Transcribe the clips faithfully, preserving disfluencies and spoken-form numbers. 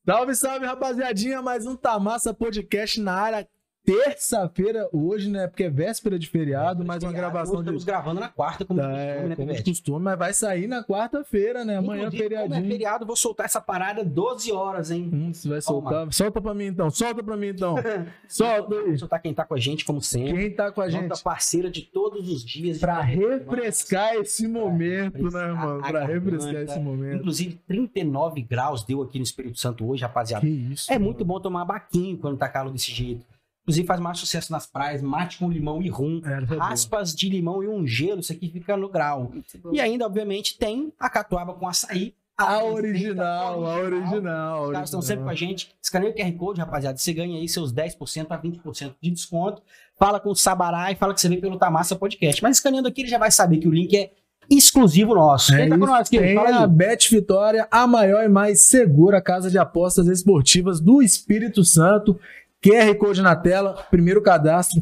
Salve, salve, rapaziadinha. Mais um Tá Massa Podcast na área. Terça-feira hoje, né? Porque é véspera de feriado, é, mais uma feriado, gravação. Estamos de... gravando na quarta, como é, de costume, né, como Pivete? de costume, mas vai sair na quarta-feira, né? Amanhã Inclusive, feriadinho. como é feriado, vou soltar essa parada doze horas, hein? Hum, você vai Toma. soltar? Solta pra mim então, solta pra mim então. Solta aí. Vou soltar quem tá com a gente, como sempre. Quem tá com a gente? Nossa parceira de todos os dias. Pra de refrescar esse momento, refrescar né, mano? a Pra garganta. refrescar esse momento. Inclusive, trinta e nove graus deu aqui no Espírito Santo hoje, rapaziada. Que isso. É mano. muito bom tomar baquinho quando tá calor desse jeito. Inclusive faz mais sucesso nas praias, mate com limão e rum, É, essa é raspas de limão e um gelo, isso aqui fica no grau. E ainda, obviamente, tem a catuaba com açaí. A receita original, a original. Os caras estão sempre com a gente. Escaneia o Q R Code, rapaziada. Você ganha aí seus dez por cento a vinte por cento de desconto. Fala com o Sabará e fala que você veio pelo Tá Massa Podcast. Mas escaneando aqui, ele já vai saber que o link é exclusivo nosso. É Quem tá com isso, nós aqui? tem Fala a aí. Bet Vitória, a maior e mais segura casa de apostas esportivas do Espírito Santo. Q R Code na tela, primeiro cadastro.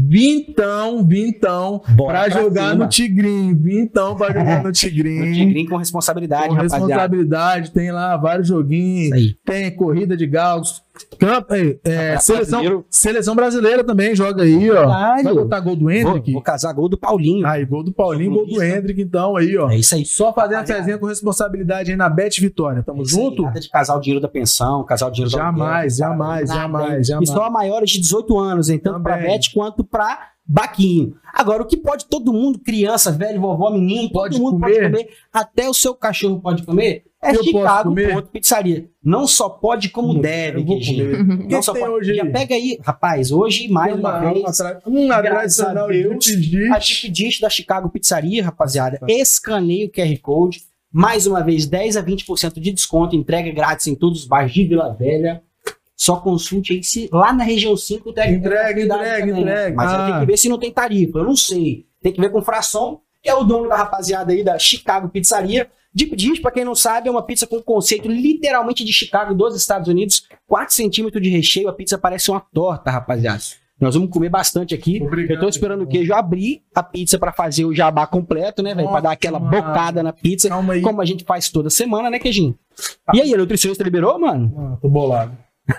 Vintão, vintão, Bora pra pra jogar cima. no Tigrinho. Vintão pra jogar no Tigrinho. No Tigrinho com responsabilidade, Com rapaziada. responsabilidade, tem lá vários joguinhos. Isso aí. Tem corrida de galgos. Campo, é, é, Campeonato seleção, brasileiro. seleção brasileira também joga aí, ó. Caralho. Vai botar gol do Vou, Hendrick? vou casar gol do Paulinho. Aí, gol do Paulinho, gol do Comunista. Hendrick, então aí, ó. É isso aí. Só fazer a Rapaziada. fezinha com responsabilidade aí na Bet Vitória. Tamo Isso aí, junto? Nada de casar o dinheiro da pensão, casar o dinheiro da Jamais, aluguel, jamais, nada, jamais, hein? jamais. E só a maiores de dezoito anos, hein? Tanto pra Também. Bet quanto pra Baquinho. Agora, o que pode todo mundo, criança, velho, vovó, menino, Pode todo mundo comer? pode comer, até o seu cachorro pode comer, é Eu posso Chicago comer? ponto Pizzaria. Não só pode, como Hum, deve, eu vou Guigê. comer. O que Não que só tem pode. hoje Já aí? pega aí, rapaz, hoje, mais uma Uma- vez, atra- Um graças a tradicional de Deus, pedir. a Chip Dish da Chicago Pizzaria, rapaziada. Escaneia o Q R Code. Mais uma vez, dez a vinte por cento de desconto. Entrega grátis em todos os bairros de Vila Velha. Só consulte aí se lá na região cinco tem Entrega, entrega, entrega. Mas aí Ah. tem que ver se não tem tarifa. Eu não sei. Tem que ver com o Fração, que é o dono da rapaziada aí da Chicago Pizzaria. Deep Dish, pra quem não sabe, é uma pizza com conceito literalmente de Chicago, dos Estados Unidos. quatro centímetros de recheio. A pizza parece uma torta, rapaziada. Nós vamos comer bastante aqui. Obrigado, Eu tô esperando o queijo abrir a pizza pra fazer o jabá completo, né, velho? Pra dar aquela Nossa, bocada na pizza, Calma aí. como a gente faz toda semana, né, queijinho? E aí, a nutricionista liberou, mano? Ah, tô bolado.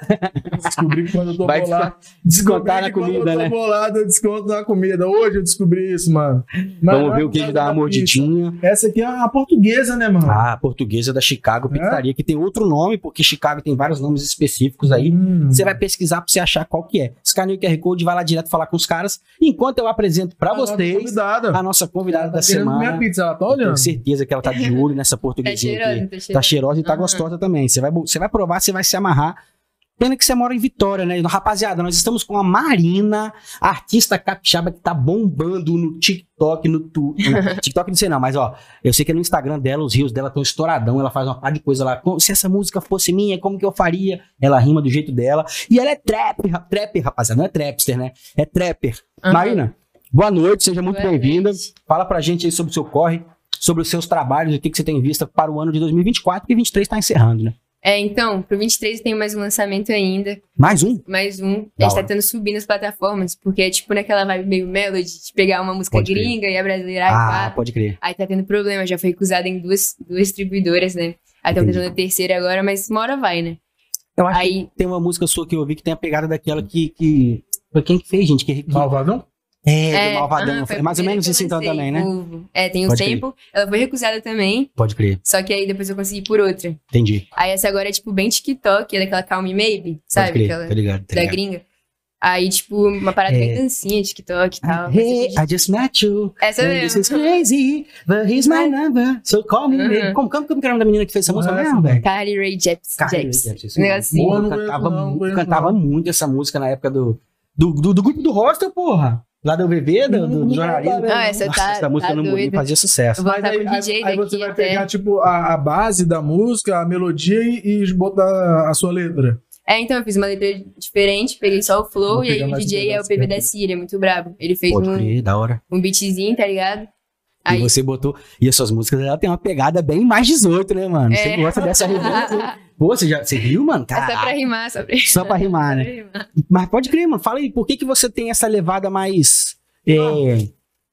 Descobri que quando eu tô Vai bolado. descontar na Descobri que quando comida, eu tô né? bolado, eu desconto na comida. Hoje eu descobri isso, mano. Mas Vamos não ver é o queijo por dar causa uma da pizza. mordidinha. Essa aqui é a portuguesa, né, mano? Ah, a portuguesa da Chicago Pizzaria, que tem outro nome, porque Chicago tem vários nomes específicos aí. Hum. Você vai pesquisar pra você achar qual que é. Escaneia o Q R Code, vai lá direto falar com os caras. Enquanto eu apresento pra A nossa vocês convidada. a nossa convidada da Tá querendo semana. Minha pizza, ela tá Eu olhando? tenho certeza que ela tá de olho nessa Tá portuguesinha cheirosa, aqui. tá cheirosa. Tá cheirosa e tá Aham. gostosa também. Você vai, você vai provar, você vai se amarrar. Pena que você mora em Vitória, né? Rapaziada, nós estamos com a Marina, artista capixaba que tá bombando no TikTok, no tu... no TikTok não sei não, mas ó, eu sei que no Instagram dela, os rios dela estão estouradão, ela faz uma par de coisa lá. Como- Se essa música fosse minha, como que eu faria? Ela rima do jeito dela. E ela é trap, ra- trapper, rapaziada, não é trapster, né? É trapper. Aham. Marina, boa noite, seja muito Boa bem-vinda. noite. Fala pra gente aí sobre o seu corre, sobre os seus trabalhos, o que, que você tem visto para o ano de dois mil e vinte e quatro, porque vinte e três tá encerrando, né? É, então, pro vinte e três tem mais um lançamento ainda. Mais um? Mais um. Da A gente tá hora. tentando subir nas plataformas, porque é tipo naquela vibe meio melody, de pegar uma música Pode crer. gringa e a brasileirar e Ah, pá. pode crer. Aí tá tendo problema, já foi recusado em duas, duas distribuidoras, né? Aí estamos Entendi. tentando a terceira agora, mas uma hora vai, né? Eu acho Aí, que tem uma música sua que eu ouvi que tem a pegada daquela que. que... Foi quem que fez, gente? Que, que... Malvadão? É, do Malvadão. aham, foi foi a mais ou primeira menos que eu isso então lancei, também, né? Uvo. É, tem um Pode crer. tempo. Ela foi recusada também, Pode crer. só que aí depois eu consegui por outra. Entendi. Aí essa agora é tipo bem TikTok, é daquela Calm Me Maybe, Pode sabe? crer. Aquela Tá ligado, tá da ligado. gringa. Aí, tipo, uma parada É. bem dancinha, TikTok e tal. Hey, I just met you. Essa and This mesmo. is crazy, but here's my number. So call me. Uhum. baby. Como, como, como que era o nome da menina que fez essa música Essa, mesmo, velho? Carly Rae Jepsen. Carly Rae Jepsen. Jepsen, isso Um mesmo. negócio assim. Boa, Pô, não cantava, conheço não, mu- conheço cantava não. muito essa música na época do, do, do, do grupo do hostel, porra. Lá do U V, do, do, do jornalismo. Não, essa Nossa, tá, essa música tá no Murim doida. fazia sucesso. Eu vou Mas botar aí, pro aí- D J aí daqui você vai até. pegar, tipo, a, a base da música, a melodia e, e botar a sua letra. É, então eu fiz uma letra diferente, peguei só o flow Vou e aí pegar o mais D J um é o P V da pedaço Síria, é muito brabo. Ele fez Pode um, crer, da hora. um beatzinho, tá ligado? E Aí, você botou. E as suas músicas, ela tem uma pegada bem mais dezoito, né, mano? Você É. gosta dessa referência. Pô, você, já, você viu, mano? é só pra Caraca. rimar, só pra rimar. Só pra rimar, Só né? pra rimar. Mas pode crer, mano. Fala aí, por que, que você tem essa levada mais. É...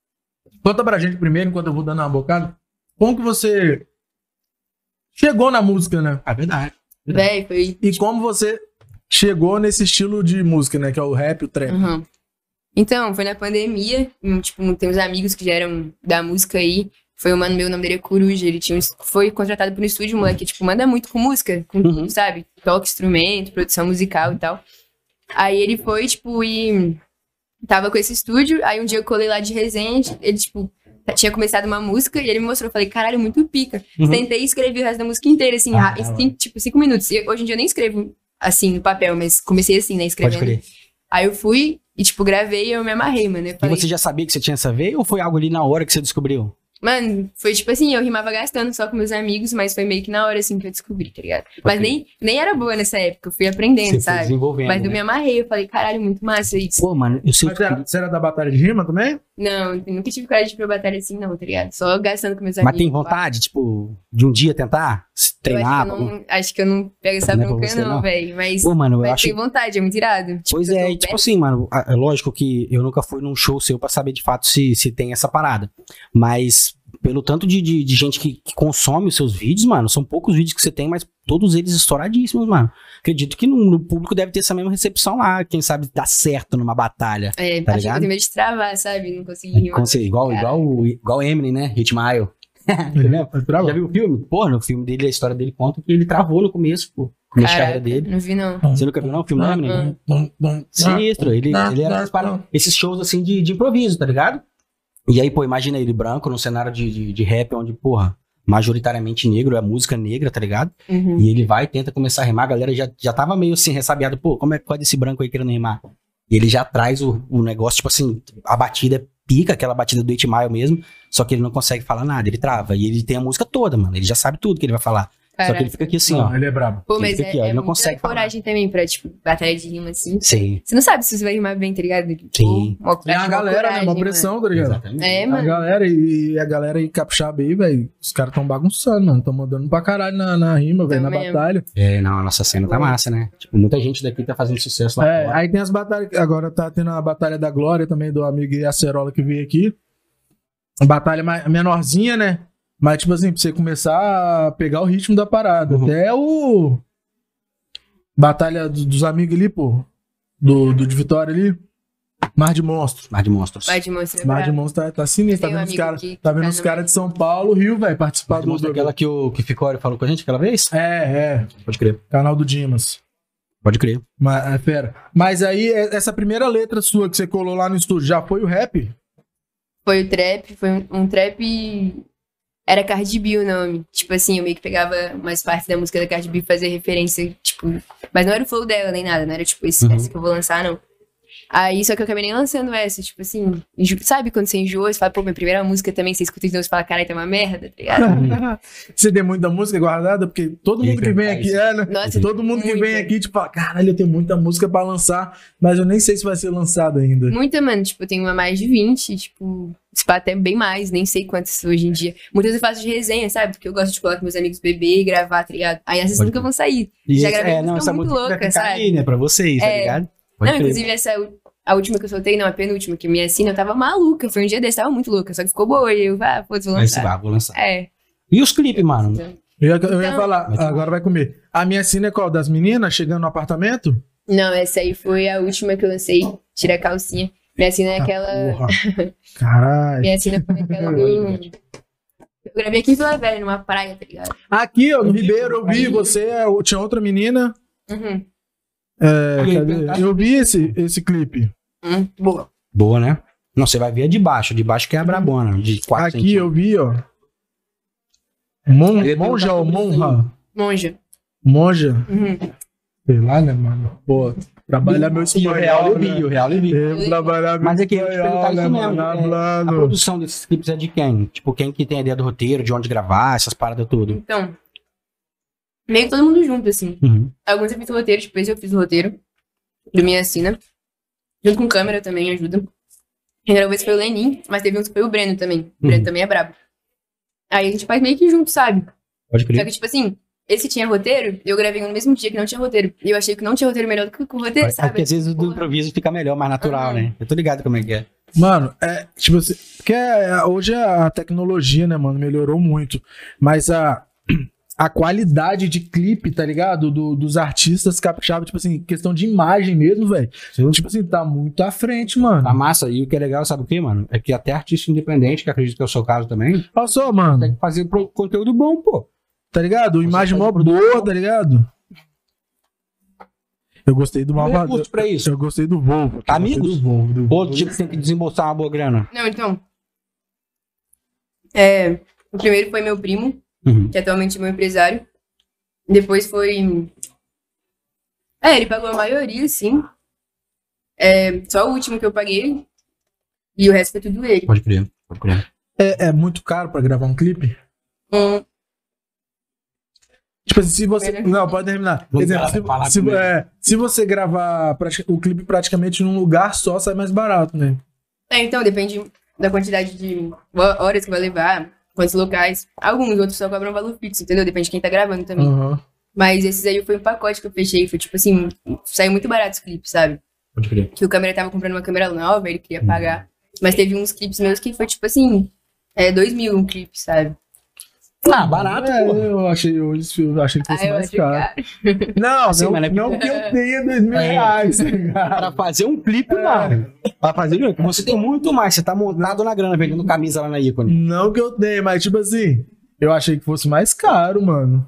Conta pra gente primeiro, enquanto eu vou dando uma bocada, como que você chegou na música, né? É verdade. Véi, foi. E como você chegou nesse estilo de música, né? Que é o rap, o trap. Uhum. Então, foi na pandemia. hum, Tipo, tem uns amigos que já eram da música aí. Foi um mano meu, o nome dele é Coruja. Ele tinha um, foi contratado por um estúdio, moleque, tipo, manda muito com música, com Uhum. tudo, sabe? Toca instrumento, produção musical e tal. Aí ele foi, tipo, e tava com esse estúdio. Aí um dia eu colei lá de Resende. Ele, tipo, tinha começado uma música e ele me mostrou. Eu falei, caralho, muito pica. Uhum. Tentei escrever o resto da música inteira, assim, Ah, ra- da em hora. cinco, tipo, cinco minutos. E hoje em dia eu nem escrevo assim no papel, mas comecei assim, né, Pode escrevendo. crer. Aí eu fui e, tipo, gravei e eu me amarrei, mano. Eu E falei, você já sabia que você tinha essa veia ou foi algo ali na hora que você descobriu? mano, foi tipo assim, eu rimava gastando só com meus amigos, mas foi meio que na hora, assim, que eu descobri, tá ligado? Mas crer. nem, nem era boa nessa época, eu fui aprendendo, Você foi sabe? desenvolvendo, Mas eu né? me amarrei, eu falei, caralho, muito massa isso. Pô, mano, eu sempre Mas você era, você era da batalha de rima também? Não, eu nunca tive coragem de ir pra batalha assim, não, tá ligado? Só gastando com meus Mas amigos. tem vontade, tipo, de um dia tentar se Eu treinar? acho, que eu não, acho que eu não pego essa Não é pra bronca, você, não, não? velho. Mas, Pô, mano, eu mas acho. tenho vontade, é muito irado. Tipo, Pois eu é, tô e tipo bem- assim, mano, a- é lógico que eu nunca fui num show seu pra saber de fato se, se tem essa parada. Mas pelo tanto de, de, de gente que, que consome os seus vídeos, mano, são poucos vídeos que você tem, mas todos eles estouradíssimos, mano. Acredito que no, no público deve ter essa mesma recepção lá, quem sabe dá certo numa batalha. É, tá acho que eu ligado? tenho medo de travar, sabe? Não consegui rimar. Como você- igual, Cara. igual, o- igual Eminem, né? Hit Mile. Entendeu? Mas bravo. Já viu o filme? Pô, no filme dele, a história dele conta que ele travou no começo, pô. No começo da Caraca, carreira dele. não vi, não. Você nunca viu, não? O filme do Eminem? Uhum. Sinistro. Ele, Não, ele era não, essas paradas- não. esses shows assim de, de improviso, tá ligado? E aí, pô, imagina ele branco num cenário de, de, de rap onde, porra, majoritariamente negro, é música negra, tá ligado? Uhum. E ele vai, tenta começar a rimar, a galera já, já tava meio assim, ressabiada, pô, como é que pode esse branco aí querendo rimar? E ele já traz o, o negócio, tipo assim, a batida é pica, aquela batida do eight Mile mesmo, só que ele não consegue falar nada, ele trava. E ele tem a música toda, mano, ele já sabe tudo que ele vai falar. Só que Caraca. ele fica aqui assim, Não, ó. ele é brabo. Pô, ele mas fica é, aqui, ó, é ele não muita consegue falar. coragem também pra, tipo, batalha de rima assim. Sim, Você não sabe se você vai rimar bem, tá ligado? Tipo, Sim. uma- E a acho uma galera, né? coragem, Uma pressão, tá ligado? exatamente. Mano. É, A mano. galera e a galera aí capixaba aí, velho, os caras tão bagunçando, mano. Tão mandando pra caralho na, na rima, velho, na Tão mesmo. batalha. É, não, a nossa cena tá massa, né? Tipo, muita gente daqui tá fazendo sucesso lá É, fora. aí tem as batalhas. Agora tá tendo a Batalha da Glória também, do amigo Acerola que veio aqui. Batalha mais, menorzinha, né? Mas, tipo assim, pra você começar a pegar o ritmo da parada. Uhum. Até o. Batalha do- dos amigos ali, pô. Do, do de Vitória ali. Mar de Monstro. Mar de monstros. Vai de monstro. Mar de Monstro tá, tá sinistro. Tem Tá um vendo os amigo caras que- tá que vendo tá os no caras meio. de São Paulo, Rio, velho, participar Mar de do. monstros é do- aquela que o que ficou falou com a gente aquela vez? É, é. Pode crer. Canal do Dimas. Pode crer. Mas, é, fera. Mas aí, é- essa primeira letra sua que você colou lá no estúdio, já foi o rap? Foi o trap, foi um, um trap. Era Cardi B o nome. Tipo assim, eu meio que pegava umas partes da música da Cardi B e fazia referência, tipo. Mas não era o flow dela nem nada, não era tipo esse, Uhum. essa que eu vou lançar, não. Aí, só que eu acabei nem lançando essa, tipo assim. enjo- Sabe quando você enjoa, você fala, pô, minha primeira música também, você escuta de novo e fala, caralho, tá uma merda, tá ligado? Você tem muita música guardada? Porque todo mundo que vem aqui é, né? Nossa, Todo mundo que vem muita. aqui, tipo, fala, caralho, eu tenho muita música pra lançar, mas eu nem sei se vai ser lançado ainda. Muita, mano, tipo, eu tenho uma mais de vinte, tipo, se pá, até bem mais, nem sei quantas hoje em dia. Muitas eu faço de resenha, sabe? Porque eu gosto de colocar com meus amigos beber e gravar, tá ligado? Aí essas Pode nunca crer. vão sair. E Já esse- gravei é, música não, essa muito música vai louca, ficar sabe? aí, né, pra vocês, tá É. ligado? Pode Não, crer. inclusive essa, a última que eu soltei, não, a penúltima, que minha assina, eu tava maluca. Foi um dia desse, tava muito louca, só que ficou boa. E eu, ah, pô, vou Aí você lançar. vai, vou lançar. É. E os clipes, mano? Eu ia, eu ia Então- falar, Mas- agora vai comer. A minha cena é qual? Das meninas chegando no apartamento? Não, essa aí foi a última que eu lancei, tira a calcinha. Minha assina é aquela. Porra. Caralho. Minha assina foi aquela do. Eu gravei aqui em Vila Velha, numa praia, tá ligado? Aqui, ó, no Eu vi, Ribeiro, eu vi aí- você, eu- tinha outra menina. Uhum. É, E aí, cadê? perguntar- Eu vi esse, esse clipe. Hum, boa. Boa, né? Não, você vai ver a de baixo. A de baixo que é a brabona, de quatro Aqui eu vi, ó. Mon, Eu ia monja perguntar ou sobre isso monja? Monja. Monja? Uhum. Sei lá, né, mano? Pô, trabalhar meu E o espanhol, real eu vi, né? o real eu vi. Eu trabalhar meu Mas é que eu ia te perguntar espanhol, isso né, mesmo. mano? é, a Hablando. produção desses clipes é de quem? Tipo, quem que tem a ideia do roteiro, de onde gravar, essas paradas tudo. Então, meio que todo mundo junto, assim. Uhum. Alguns eu fiz o roteiro, tipo, esse eu fiz o roteiro do Minha Assina. Junto com câmera também ajuda. A primeira vez foi o Lenin, mas teve uns que foi o Breno também. O Breno Uhum. também é brabo. Aí a gente faz meio que junto, sabe? Pode Só crer. que, tipo assim, esse tinha roteiro, eu gravei no mesmo dia que não tinha roteiro. E eu achei que não tinha roteiro melhor do que com o roteiro, sabe? Porque às vezes o do Porra. improviso fica melhor, mais natural, Uhum. né? Eu tô ligado como é que é. Mano, é, tipo assim, porque é, hoje a tecnologia, né, mano, melhorou muito. Mas a, a qualidade de clipe, tá ligado? Do, dos artistas capixaba, tipo assim, questão de imagem mesmo, velho. Tipo assim, tá muito à frente, mano. Tá massa. E o que é legal, sabe o que, mano? É que até artista independente, que acredito que é o seu caso também, Olha só, mano. tem que fazer pro- conteúdo bom, pô. Tá ligado? Você Imagem faz mó produção. boa, tá ligado? Eu gostei do Não é Malvador. custo pra isso. Eu gostei do Volvo. Eu Amigos? gostei do Volvo, do Ou Volvo. tipo, você tem que desembolsar uma boa grana. Não, então. É, o primeiro foi meu primo, Uhum. que atualmente é meu empresário. Depois foi. É, ele pagou a maioria, sim. É, só o último que eu paguei. E o resto foi tudo ele. Pode crer, pode crer. É, é muito caro pra gravar um clipe? Hum, Tipo assim, se você. É. Não, pode terminar. Não Exemplo, dá pra se, falar se, comigo. é, se você gravar prati- o clipe praticamente num lugar só, sai mais barato, né? É, então, depende da quantidade de ho- horas que vai levar, quantos locais. Alguns outros só cobram valor fixo, entendeu? Depende de quem tá gravando também. Aham. Mas esses aí foi um pacote que eu fechei. Foi tipo assim, saiu muito barato os clipes, sabe? Pode crer. Que o câmera tava comprando uma câmera nova, ele queria pagar. Mas teve uns clipes meus que foi tipo assim, é dois mil um clipe, sabe? Ah, barato, É, pô. eu achei, eu, eu achei que fosse Aí eu mais achei caro. caro. Não, Assim, não, mas é não que eu tenha dois mil É. reais, tá ligado? Pra fazer um clipe, não. Pra fazer um clipe, você tem muito mais. Você tá montado na grana, vendendo camisa lá na ícone. Não que eu tenha, mas tipo assim, eu achei que fosse mais caro, mano.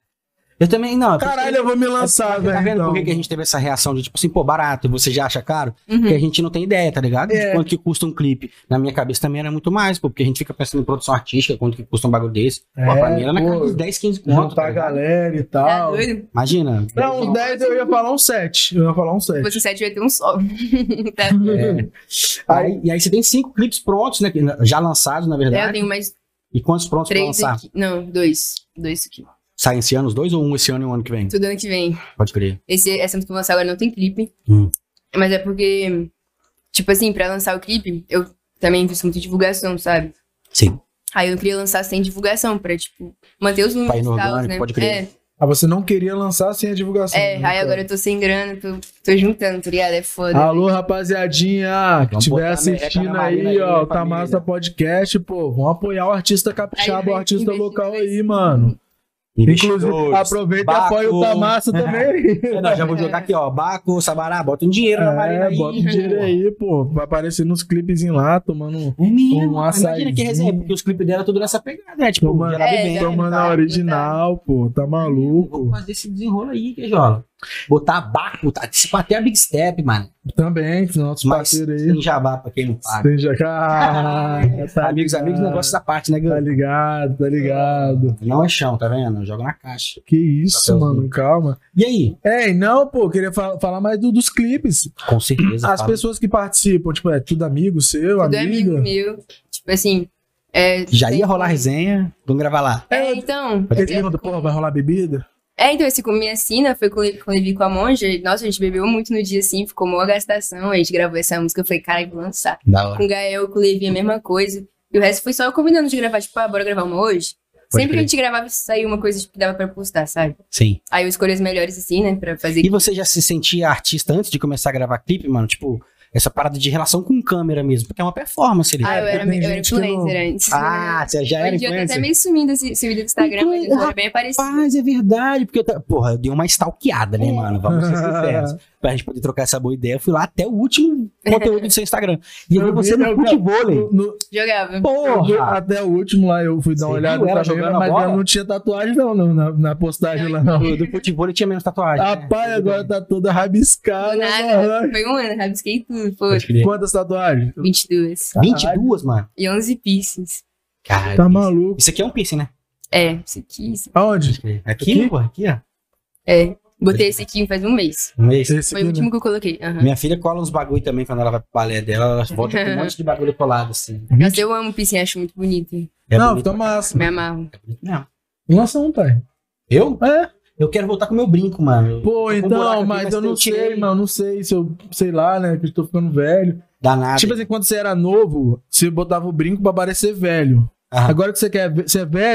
Eu também, não. Caralho, eu vou me lançar, Tá velho. vendo então. por que, que a gente teve essa reação de tipo assim, pô, barato, e você já acha caro? Uhum. Porque a gente não tem ideia, tá ligado? De É. quanto que custa um clipe. Na minha cabeça também era muito mais, pô, porque a gente fica pensando em produção artística, quanto que custa um bagulho desse. É, pô, pra mim era na pô, casa dos dez, quinze conto. Juntar Tá a ligado? galera e Tá tal. doido? Imagina. Não, uns dez eu ia falar um sete. Eu ia falar um Se sete. fosse sete, vai ter um só. Tá. É. Aí, e aí você tem cinco clipes prontos, né? que- Já lançados, na É, eu verdade. tenho mais E quantos prontos pra três lançar? aqui. Não, dois. Dois aqui. Saem esse ano os dois ou um esse ano e um ano que vem? Tudo ano que vem. Pode crer. Esse, essa música que eu vou lançar agora não tem clipe. Hum. Mas é porque, tipo assim, pra lançar o clipe, eu também fiz muita divulgação, sabe? Sim. Aí eu não queria lançar sem divulgação, pra, tipo, manter os números Pra ir no e tal, orgânico, né? pode crer. É, Ah, você não queria lançar sem a divulgação. é, né, aí cara? agora eu tô sem grana, tô, tô juntando, tá ligado? É foda. Alô, rapaziadinha, que Vamos estiver botar a merreca assistindo na Marina aí, aí, ó, né, tá família? massa podcast, pô, vamos apoiar o artista capixaba, Aí, o artista investidores. local aí, mano. Inclusive, Investidores, aproveita e Baco. apoia o Tamassa também. É, não, já vou jogar aqui, ó. Baco, Sabará, bota um dinheiro na Marina É, aí. bota o dinheiro aí, pô. Vai aparecer nos clipezinhos lá, tomando, É mesmo, Um imagina que açaizinho. resenha, porque os clipes dela é tudo nessa pegada, né? Tipo, Tomando- geral É, bebendo, já- tomando tá? a original, pô. Tá Vou maluco. fazer esse desenrolo aí, Queijola. Botar Baco, tá? Se até a Big Step, mano. Também, nossos Mas parceiros aí. sem jabá pra quem não paga. Tem já. Ah, tá amigos, ligado, amigos, negócio da parte, né, Tá Gano? ligado, tá ligado. Não é chão, tá vendo? Joga na caixa. Que isso, Papelzinho. mano, calma. E aí? É, não, pô, queria fa- falar mais do- dos clipes. Com certeza. As fala. pessoas que participam, tipo, é tudo amigo seu, Tudo é amigo amiga? meu. Tipo assim. É, Já tem- ia rolar resenha, vamos gravar lá. É, então. Eles perguntam, pô, vai rolar bebida? É, então, esse com minha sina foi com, com o Levi com a Monja. e, Nossa, a gente bebeu muito no dia, assim, ficou uma gastação. A gente gravou essa música, eu falei, cara, vou lançar. Da hora. Com o Gael, com o Levi, a mesma coisa. E o resto foi só eu combinando de gravar, tipo, ah, bora gravar uma hoje. Pode Sempre crer. que a gente gravava, saiu uma coisa tipo, que dava pra postar, sabe? Sim. Aí eu escolhi as melhores, assim, né, pra fazer. E você já se sentia artista antes de começar a gravar clipe, mano? Tipo, essa parada de relação com câmera mesmo, porque é uma performance ali. Ah, eu É, era, tem eu era gente que não- influencer antes. Ah, você já era Hoje em dia eu tô até influencer? meio sumindo esse, esse vídeo do Instagram, mas eu era bem aparecido. Rapaz, é verdade, porque eu, ta- porra, eu dei uma stalkeada, né, mano? Vamos ser sinceros. Pra gente poder trocar essa boa ideia, eu fui lá até o último conteúdo do seu Instagram. E eu vi Eu você vi, no eu vi. futevôlei. No- no- Jogava. eu vi Porra! até o último lá, eu fui dar uma Você olhada viu ela também, jogando a mas bola? ela não tinha tatuagem não, não na, na postagem lá não. Do, do futevôlei tinha menos tatuagem. né? Rapaz, agora tá toda rabiscada. Do nada. mano. Foi um ano, rabisquei tudo, pô. Pode crer. Quantas tatuagens? vinte e duas. vinte e duas, mano. E onze piercings. Cara, Tá isso- maluco. Isso aqui é um piercing, né? É, esse aqui, esse Aonde? Aqui, Aqui? pô, aqui, ó. É. Botei esse aqui faz um mês. Um mês. Esse Foi aqui, o último né? que eu coloquei. Aham. Minha filha cola uns bagulho também quando ela vai pro balé dela. Ela volta com um monte de bagulho colado, assim. Nossa, eu amo piercing, acho muito bonito. É Não, bonito tá pra massa. Me amarro. caralho. Não. Lança um, pai. Eu? É? Eu quero voltar com meu brinco, mano. Pô, Tô com um buraco então, aqui, mas eu não tirei. sei, mano. Não sei se eu, sei lá, né? Que eu tô ficando velho. Danado. Tipo assim, quando você era novo, você botava o brinco pra parecer velho. Aham. Agora que você quer, você é velho,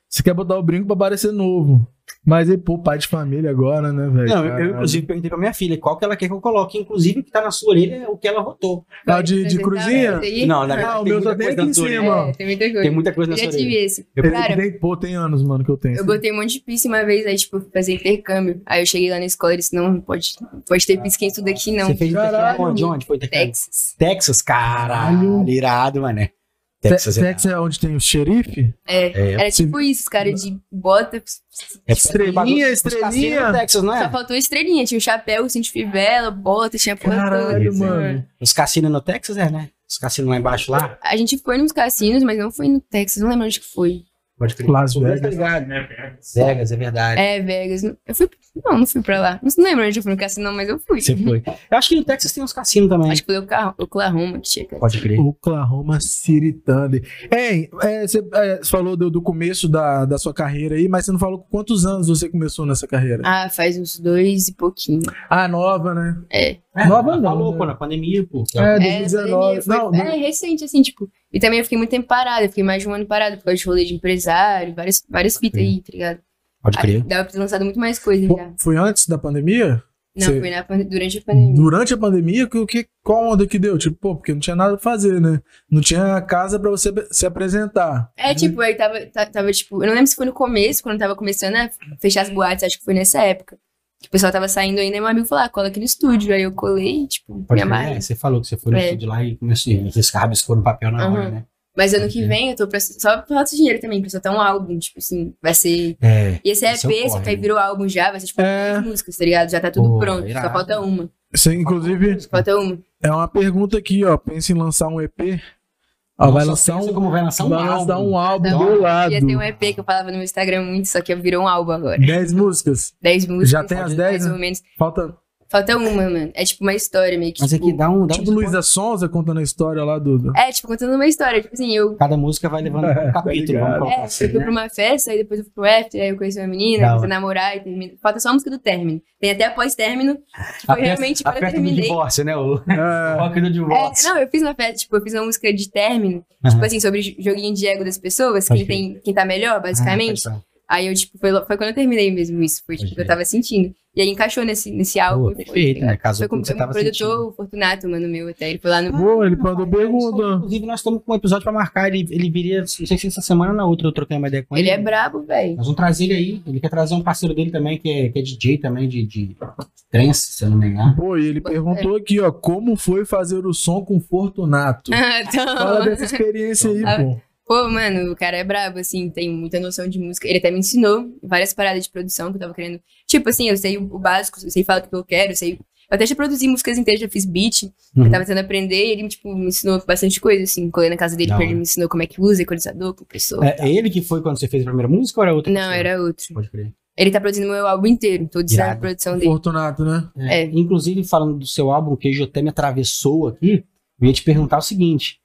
Você quer botar o brinco pra parecer novo. Mas aí, pô, pai de família agora, né, velho? Não, eu, eu, inclusive perguntei pra minha filha qual que ela quer que eu coloque. Inclusive, o que tá na sua orelha é o que ela votou. Ah, de, de cruzinha? Não, na Ah, o tem meu muita só tem coisa aqui na em sua orelha. cima. É, tem muita coisa. Tem muita coisa na Eu sua já tive orelha. esse. Eu Cara, tem, pô, tem anos, mano, que eu tenho. eu botei um monte de piercing uma vez, aí, tipo, fazer intercâmbio. Aí eu cheguei lá na escola e disse, não, pode, pode ter piercing tudo aqui, não. Você fez Caralho. intercâmbio onde? Onde foi intercâmbio? Texas. Texas, caralho. Irado, mané. Te- Texas é Texas é onde tem o xerife? É, É, era tipo isso, os caras de bota. É Estrelinha, os cassinos estrelinha. no Texas, não Só é? faltou estrelinha. Tinha um chapéu, cinto de fivela, bota, tinha porra Caralho, toda. mano. Os cassinos no Texas é, né? Os cassinos lá embaixo lá. A gente foi nos cassinos, mas não foi no Texas, não lembro onde que foi. Pode crer. Las Tá Vegas. ligado, né? Vegas, é verdade. É, Vegas. Eu fui. Não, não fui pra lá. Não lembro onde eu fui no cassino, não, mas eu fui. Você foi. Eu acho que no Texas tem uns cassinos também. Acho que foi o Oklahoma- Oklahoma que tinha. Pode crer. Oklahoma City Thunder. Hein, é, você é, você falou do, do começo da, da sua carreira aí, mas você não falou com quantos anos você começou nessa carreira? Ah, faz uns dois e pouquinho. Ah, nova, né? É. É, Nova ela não, falou, né? pô, na pandemia, pô. É, É, dois mil e dezenove. foi, Não, é recente, assim, tipo. E também eu fiquei muito tempo parada. Eu fiquei mais de um ano parada por causa de rolê de empresário, várias, várias fitas aí, tá ligado? Pode Aí crer. dava pra ter lançado muito mais coisa Pô, já. foi antes da pandemia? Não, Você- foi na, pan- durante a pandemia. Durante a pandemia, que, que, qual onda que deu? Tipo, pô, porque não tinha nada pra fazer, né? Não tinha casa pra você se apresentar. É, tipo, aí tava, ta- tava, tipo, eu não lembro se foi no começo, quando tava começando a fechar as boates, acho que foi nessa época. Que o pessoal tava saindo ainda e meu amigo falou, ah, cola aqui no estúdio. Aí eu colei, tipo, Pode me crer. amarrei. É, você falou que você foi no É. estúdio lá e começou a riscar, rabiscou no papel na hora, Aham. né? Mas ano que Ok. vem eu tô pra, só por falta de dinheiro também, pra soltar um álbum, tipo assim, vai ser... É. Ia ser Esse é o E P, só corre, que aí né? virou álbum já, vai ser tipo É. três músicas, tá ligado? Já tá tudo Pô, pronto, irado. só falta uma. Você, inclusive, Só falta uma. é uma pergunta aqui, ó. Pensa em lançar um E P. Ó, vai Nossa, lançar pensa um, como vai lançar um vai lançar álbum. um álbum Não, do lado. Ia ter um E P que eu falava no meu Instagram muito, só que virou um álbum agora. dez músicas. Dez músicas. Já tem as dez, mais né? ou menos. Falta. Falta uma, mano. É tipo uma história meio que. Mas tipo, aqui dá um... Dá Tipo um Luísa Sonza contando a história lá do. do- É, tipo, contando uma história. Tipo assim, eu. Cada música vai levando um capítulo. ligado. Vamos colocar É, assim, eu fui né? pra uma festa, aí depois eu fui pro after, aí eu conheci uma menina, Da comecei a hora. namorar e termina. Falta só a música do término. Tem até pós-término, que A foi realmente festa, a quando eu festa do terminei. divórcio, né? O É, rock do É, divórcio. não, eu fiz uma festa, tipo, eu fiz uma música de término, Aham. tipo assim, sobre joguinho de ego das pessoas, Pode quem, tem, quem tá melhor, basicamente. Ah, pode ser. Aí eu, tipo, foi, lo- foi quando eu terminei mesmo isso, foi tipo, Pode que eu ver. tava sentindo. E aí encaixou nesse, nesse álbum. Pô, perfeito, foi, né? Casou Foi com com o que você o tava produtor, sentindo. o Fortunato, mano, meu, até. Ele foi lá no... Pô, ele mandou pergunta. Inclusive, nós estamos com um episódio pra marcar. Ele, ele viria, não sei se essa semana ou na outra eu troquei uma ideia com ele. Ele é brabo, velho. Nós vamos trazer ele aí. Ele quer trazer um parceiro dele também, que é, que é D J também, de, de trance, se eu não me engano. Pô, e ele perguntou aqui, ó, como foi fazer o som com Fortunato? Fala Então... dessa experiência aí, Ah, pô. Pô, mano, o cara é brabo, assim, tem muita noção de música. Ele até me ensinou várias paradas de produção que eu tava querendo. Tipo assim, eu sei o o básico, eu sei falar o que eu quero, eu sei. Eu até já produzi músicas inteiras, já fiz beat. Uhum. Eu tava tentando aprender e ele, tipo, me ensinou bastante coisa, assim. Colei na casa dele, Da pra ele hora. me ensinou como é que usa equalizador, compressor. É, é ele que foi quando você fez a primeira música ou era outra Não, pessoa? era outro. Pode crer. Ele tá produzindo meu álbum inteiro, tô dizendo a Irado. produção dele. Fortunato, né? É, É. Inclusive, falando do seu álbum, que até me atravessou aqui, eu ia te perguntar o seguinte.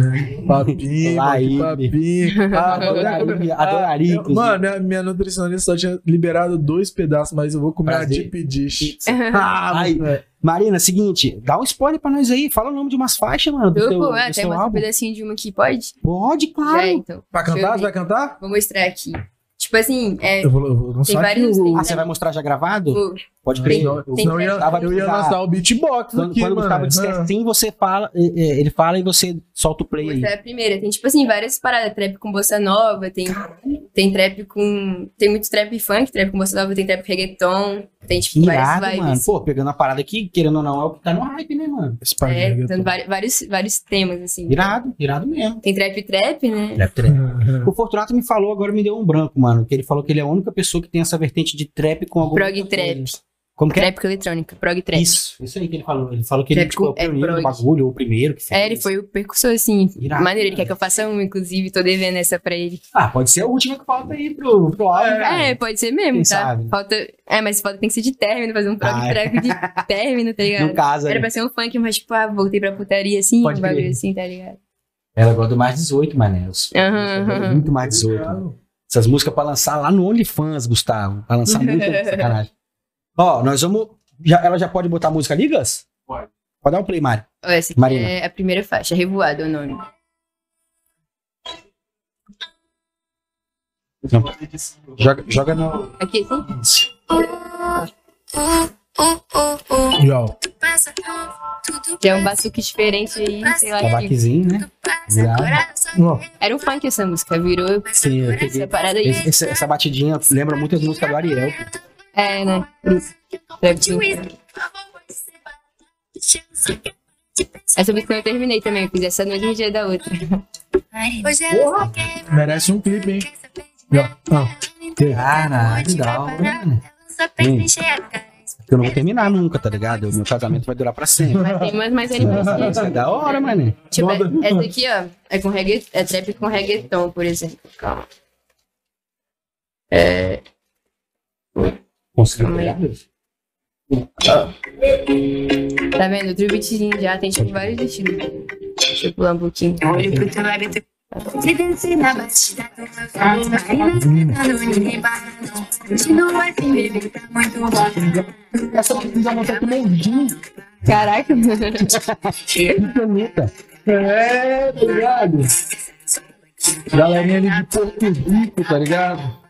Papinho, Lá que ele. papinho. Ah, Adoraria, adoraria, eu- inclusive. Mano, a minha nutricionista só tinha liberado dois pedaços, mas eu vou comer a Prazer. deep dish. Pizza. Ah, Aí, velho. Marina, seguinte, dá um spoiler pra nós aí. Fala o nome de umas faixas, mano, do Eu, seu, pô, do ah, tem seu mais um álbum. pedacinho de uma aqui, pode? Pode, Já, claro. então. Pra Deixa eu cantar? ver. Você vai cantar? Vou mostrar aqui. Tipo assim, é. Eu vou, eu vou lançar aqui vários- o... tem- Ah, você vai mostrar já gravado? Vou- Pode crer. Senão, tem- senão eu, ia, Tava eu ia precisar- lançar o beatbox Quando, aqui, quando o mano. Gustavo disser Ah. sim, você fala, é, é, ele fala e você solta o play Vou aí. mostrar a primeira. Tem, tipo assim, várias paradas. Trap com bossa nova, tem, tem trap com... Tem muito trap funk, trap com bossa nova, tem trap com reggaeton. Tem, tipo, Que várias irado, vibes. mano. Pô, pegando a parada aqui, querendo ou não, é o que tá no hype, né, mano? Esse pai de É, reggaeton. dando vari- vários, vários temas, assim. Irado, irado mesmo. Tem trap trap, né? Trap, trap. O Fortunato me falou, agora me deu um branco, mano. Que ele falou que ele é a única pessoa que tem essa vertente de trap com alguma Prog outra trap. coisa. Como que é? Trap com eletrônica, prog trap. Isso, isso aí que ele falou. Ele falou que ele Trap tipo, é o com- é pioneiro do prog. bagulho, ou o primeiro que fez. É, ele foi o percussor, assim. Irado, Maneiro, ele mano. quer que eu faça um, inclusive, tô devendo essa pra ele. Ah, pode ser a última que falta aí pro, pro álbum, cara. É, pode ser mesmo, Quem tá? sabe? Falta... É, mas falta tem que ser de término, fazer um prog Ah, é. trap de término, tá ligado? No caso, Era né? pra ser um funk, mas tipo, ah, voltei pra putaria, assim, Pode um bagulho crer. assim, tá ligado? Ela gosta do mais dezoito, mané. Os- Aham, aham. Muito mais dezoito. mano. Essas músicas pra lançar lá no OnlyFans, Gustavo. Pra lançar muito sacanagem. Ó, nós vamos... Já, ela já pode botar a música ali, Gus? Pode. Pode dar o play, Mário. Ó, essa aqui Marina. é a primeira faixa, Revoado é o nome. Não. Joga, joga no... Aqui, assim? Legal. Já é um batuque diferente aí, sei lá. que- Tabaquezinho, né? Já. Ó, Era um funk essa música, virou Sim, eu peguei. essa parada aí. Esse- essa, essa batidinha lembra muito as músicas do Ariel. É, né? Deve ser. Essa música eu terminei também, eu fiz essa no mesmo dia da outra. merece um clipe, hein? Legal. Ah, que- Caralho, da hora. Hum. Eu não vou terminar nunca, tá ligado? O meu casamento vai durar pra sempre. Mas tem umas mais animações. Isso é da hora, mano. Tipo, Moda. essa aqui, ó, é com reggae, é trap com reggaeton, por exemplo. Calma. É. Conseguiu Calma aí. pegar? Tá vendo? Outro beatzinho já, tem tipo vários estilos. Deixa eu pular um pouquinho. Olho pro teu lábio, tu se desce na batida do meu carro. Vai dançando, ninguém parando. Continua assim, baby, tá muito bom. Essa precisa montar com mãozinho. Caraca. Bonita. É, tá ligado? Galerinha ali de Porto Rico, tá ligado?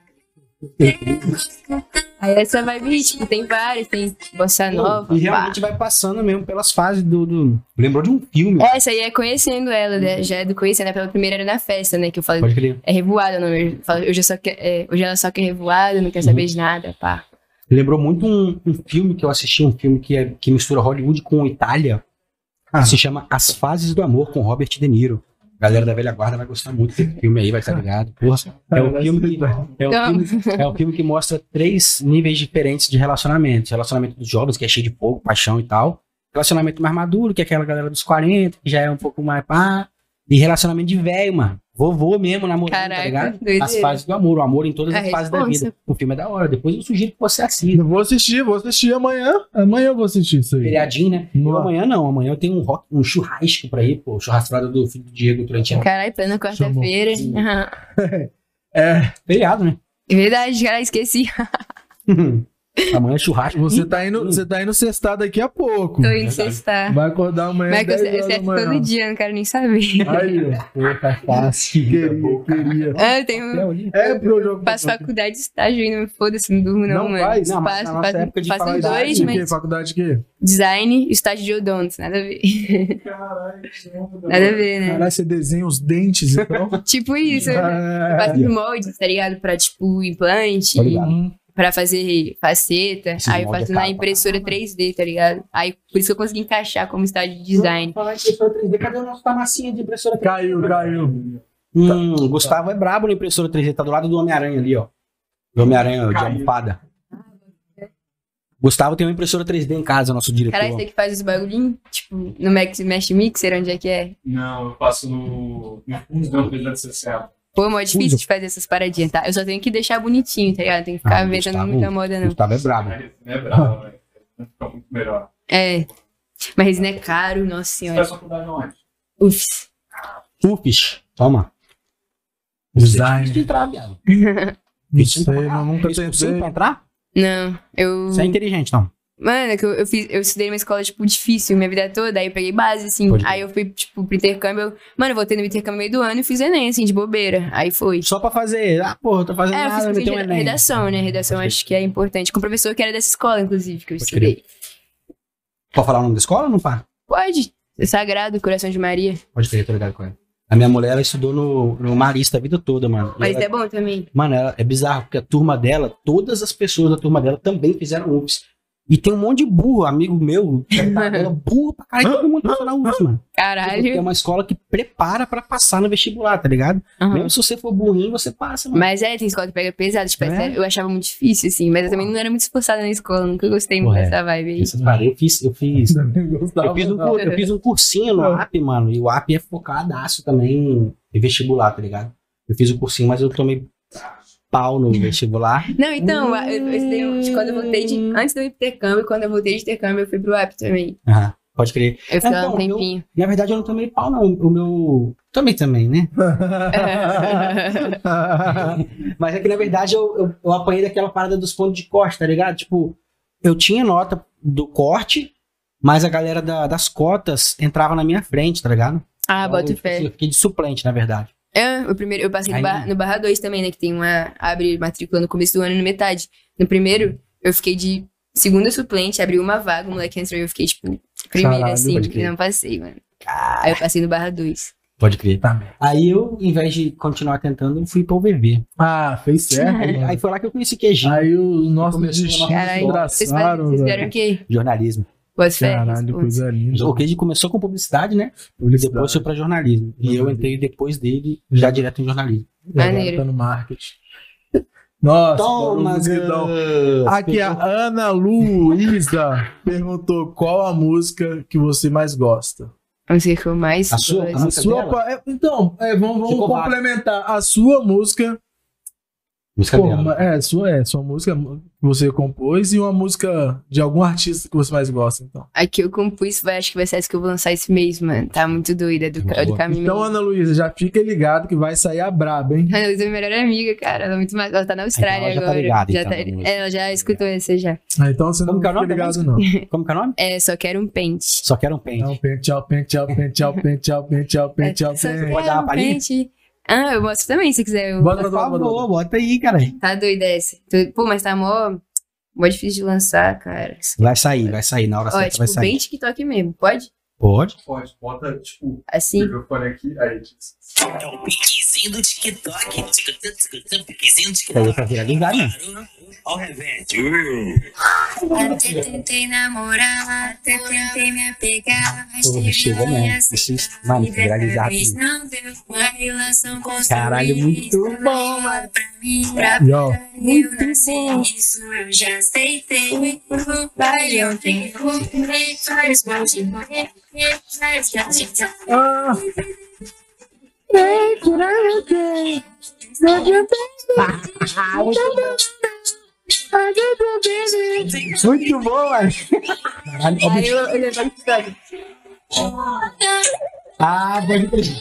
Aí essa vai vir, tipo, tem várias, tem bossa nova. E pá. realmente vai passando mesmo pelas fases do. do... Lembrou de um filme. Essa aí é conhecendo ela, né? Já é do conhecendo, né? Pela primeira era na festa, né? Que eu falei. Pode crer. É revoada o nome. Eu falo, Hoje, eu só quer, é, hoje ela só quer revoada, não quer saber de nada, pá. Lembrou muito um, um filme que eu assisti, um filme que, é, que mistura Hollywood com Itália. Ah. Se chama As Fases do Amor, com Robert De Niro. A galera da velha guarda vai gostar muito desse filme aí, vai estar ligado. Porra, é um filme que, é um Não. filme, é um filme que mostra três níveis diferentes de relacionamento. Relacionamento dos jovens, que é cheio de fogo, paixão e tal. Relacionamento mais maduro, que é aquela galera dos quarenta, que já é um pouco mais pá. E relacionamento de velho, mano. Vovô mesmo, namorando, Caraca, tá ligado? doideira. As fases do amor, o amor em todas A as fases da responsa. vida. O filme é da hora. Depois eu sugiro que você assista. Eu vou assistir, vou assistir amanhã. Amanhã eu vou assistir isso aí. Feriadinho, né? Eu Nossa. amanhã não, amanhã eu tenho um, rock, um churrasco pra ir, pô, churrascada do filho do Diego Trentino. Caralho, plena quarta-feira. Chamou. Aham. É, Feriado, né? Verdade, cara, esqueci. Amanhã é churrasco. você tá indo, você tá indo sextar daqui a pouco. Tô indo sextar. Vai acordar amanhã Mas que eu dez horas da acerto manhã. todo dia, não quero nem saber. Aí, ó. Pô, tá fácil. Queria, queria. Ah, eu tenho. É, porque eu jogo. Faço faculdade, estágio ainda, foda-se, não durmo não, Não mano. faz? Não, mas na faço, nossa faço, época de faço os faculdade, dois, De quê? mas Faculdade de quê? design e estágio de odonto, nada a ver. Nada a ver, né? Caralho, você desenha os dentes, então. Tipo isso, eu É. faço os moldes, tá ligado? Pra, tipo, implante, Tá ligado? pra fazer faceta. Esses Aí eu moldes faço é na caro pra impressora três D, tá ligado? Aí por isso que eu consegui encaixar como estágio de design. Falar em impressora três D, cadê o nosso massinha de impressora três D? Caiu, caiu. Hum, o Gustavo é brabo na impressora três D, tá do lado do Homem-Aranha ali, ó. Do Homem-Aranha de almofada. Gustavo tem uma impressora três D em casa, nosso diretor. Caralho, você que faz os bagulhinhos, tipo, no Max Mesh Mixer, onde é que é? Não, eu faço no, no Fusion trezentos e sessenta. Pô, mó difícil de fazer essas paradinhas, tá? Eu só tenho que deixar bonitinho, tá ligado? Tem que ficar Ah, inventando Gustavo- muita moda, não. Gustavo é brabo. A resina é brava, velho. Fica muito melhor. É. Mas resina é caro, nossa Você senhora. faz faculdade onde? Uf. Ufis, toma. Design. Difícil de entrar, viado. Não sei, eu nunca Fez cursinho tentei. pra entrar? Não, eu... Você é inteligente, não. Mano, é que eu, eu, fiz, eu estudei numa escola, tipo, difícil minha vida toda, aí eu peguei base, assim. Pode crer. Aí eu fui, tipo, pro intercâmbio. Eu, mano, eu voltei no intercâmbio no meio do ano e fiz Enem, assim, de bobeira. Aí foi. Só pra fazer. Ah, porra, eu tô fazendo É, eu fiz nada, curso me tem um de Enem. redação, né? Redação Pode acho que é importante. Com um professor que era dessa escola, inclusive, que eu Pode estudei. Pode falar o nome da escola ou não pá? Pode. É Sagrado, Coração de Maria. Pode ter, tô ligado com ela. A minha mulher, ela estudou no, no Marista a vida toda, mano. E Mas ela- é bom também. Mano, ela, é bizarro, porque a turma dela, todas as pessoas da turma dela também fizeram U F S. E tem um monte de burro, amigo meu, ela burro pra caralho, todo mundo passou na U F S, mano. Porque é Caralho. uma escola que prepara pra passar no vestibular, tá ligado? Aham. Mesmo se você for burrinho, você passa, mano. Mas é, tem escola que pega pesado. Tipo, É? essa eu achava muito difícil, assim. Mas eu também não era muito esforçada na escola. Nunca gostei muito Ué. dessa vibe aí. Essas paradas, eu fiz, eu fiz, Também gostava, eu fiz, um, não. cur- eu fiz um cursinho no A P, mano, e o A P é focadaço também em vestibular, tá ligado? Eu fiz o cursinho, mas eu tomei pau no vestibular. Não, então, eu, eu estudei, quando eu voltei de. Antes do intercâmbio, quando eu voltei de intercâmbio, eu fui pro A P também. Aham, pode crer. Eu fiquei lá Então, um tempinho. Na verdade, eu não tomei pau, não. O meu. Também, também, né? Mas é que, na verdade, eu, eu, eu apanhei daquela parada dos pontos de corte, tá ligado? Tipo, eu tinha nota do corte, mas a galera da- das cotas entrava na minha frente, tá ligado? Ah, Então, bota tipo assim, fé. eu fiquei de suplente, na verdade. É, o primeiro, eu passei no, Aí- bar, no barra dois também, né? Que tem uma. Abre matrícula no começo do ano e no metade. No primeiro, eu fiquei de segunda suplente, abriu uma vaga, o moleque entrou e eu fiquei, tipo, primeira, Caralho, assim, pode e crer. não passei, mano. Aí eu passei no barra dois. Pode crer. Tá bem. Aí eu, em vez de continuar tentando, eu fui pra U V B. Ah, fez certo. Aí, mano. aí foi lá que eu conheci queijinho. Aí os nossos Começou a destinos nossa Caralho, história. vocês, fazem, traçaram, vocês fizeram velho. o quê? Jornalismo. Boas férias? Caralho, pô. coisa linda. O Keiji começou com publicidade, né? E Publicidade. depois foi pra jornalismo. E eu entrei depois dele, já direto em jornalismo. E agora Maneiro. tá no marketing. Nossa, barulho bonitão. Aqui a Ana Luísa perguntou qual a música que você mais gosta. A música que eu mais A sua? gosto. A A música sua, dela? pa- é, então, é, vamos, vamos Ficou vago. complementar. A sua música, Música pô, dela. ma- é, sua, é, sua música que você compôs e uma música de algum artista que você mais gosta, então. A que eu compus, vai, acho que vai ser essa que eu vou lançar esse mês, mano. Tá muito doida, do, Muito do boa. caminho. Então, Ana Luísa, já fica ligado que vai sair a braba, hein? A Ana Luísa é minha melhor amiga, cara. Ela é muito mais. Ela tá na Austrália Então ela já tá agora. ligada, já então, tá- na música. Ela já escutou essa já. Ah, então você não Como que é o fica nome da ligado, música? não. Como que é o nome? É, só quero um pente. Só quero um pente. Então, pente, tchau, pente, tchau, pente, tchau, pente, tchau, pente, tchau, pente, tchau, Só pente. quero Pode dar uma um palhinha? pente. Ah, eu mostro também, se quiser. Eu... Bota, Por bota, bota, favor, bota. bota aí, cara. Tá doida essa. Tô- Pô, mas tá mó, mó difícil de lançar, cara. Vai sair, vai sair. Na hora Ó, é certa vai tipo bem sair. TikTok mesmo. Pode? Pode? Pode, bota, tipo, o Assim? microfone aqui, aí. É o piquezinho do TikTok. Piquezinho do Aí TikTok. pra viralizar, né? Olha o revés. Até tentei namorar, até tentei me apegar, mas Pô, tive chega que mesmo. aceitar. Isso, mano, E dessa viralizar vez tudo. não deu uma relação construída. Caralho, muito bom, Pra mim, pra Yo. eu nasci, isso eu já aceitei. Vai ontem, vários bons de morrer, vários gatos. Ah, Muito bom, mano. Caralho, ó, Aí eu, eu levo no TikTok. Ah, pode crer.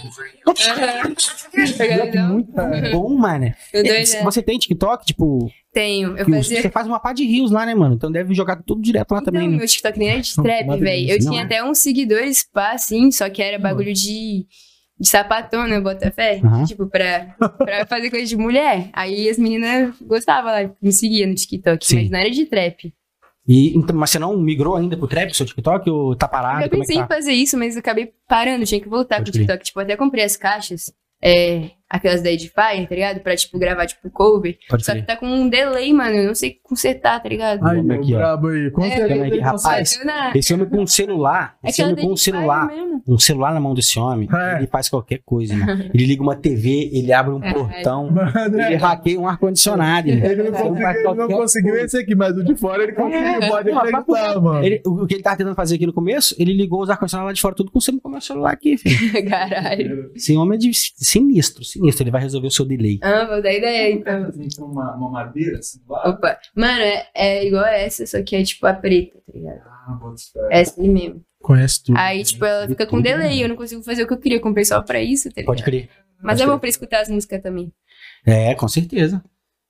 Pegar visão. Muito bom, mano. Eu dou ideia. Você tem TikTok, tipo, Tenho. Eu que fazia. você faz uma pá de rios lá, né, mano? Então deve jogar tudo direto lá também, Então, né? meu TikTok nem era de Não, trap, uma velho. delícia. Eu Não tinha é? até uns seguidores, pá, assim, só que era bagulho de, de sapatão, né? Bota fé. Aham. Tipo, pra, pra fazer coisa de mulher. Aí as meninas gostavam lá, me seguiam no TikTok, Sim. mas não era de trap. E, então, mas você não migrou ainda pro trap, seu TikTok, ou tá parado? eu Como é que pensei em tá? fazer isso, mas eu acabei parando, tinha que voltar Pode pro TikTok. Tipo, eu até comprei as caixas, é, aquelas da Edifier, tá ligado? Pra, tipo, gravar, tipo, cover. Pode Só que crer. tá com um delay, mano, eu não sei consertar, tá ligado? aí, Vamos o aqui, ó. brabo aí. Com É, certeza aqui, ele rapaz. consegue. Funciona. Esse homem com um celular, esse Aquela homem com um da Edifier celular, mesmo. um celular na mão desse homem, É. ele faz qualquer coisa, mano. Ele liga uma T V, ele abre um É. portão, Mano, ele hackeia um ar-condicionado. Ele não Ele conseguiu, faz ele não qualquer conseguiu coisa. esse aqui, mas o de fora ele conseguiu. Pode Não, acreditar, mano. Ele- o o que ele tava tentando fazer aqui no começo, ele ligou os ar-condicionados lá de fora, tudo com o meu celular aqui, filho. Caralho. Esse homem é de sinistro, sinistro. Ele vai resolver o seu delay. Ah, vou dar ideia, então. Tem uma, uma madeira assim do lado. Opa. Mano, é, é igual essa, só que é tipo a preta, tá ligado? Ah, bota fé. É essa aí mesmo. Conhece tudo. Aí, tipo, ela fica com tudo, delay, eu não consigo fazer o que eu queria, eu comprei só pra isso, tá ligado? Pode crer. Mas pode é bom crer. pra escutar as músicas também. É, com certeza.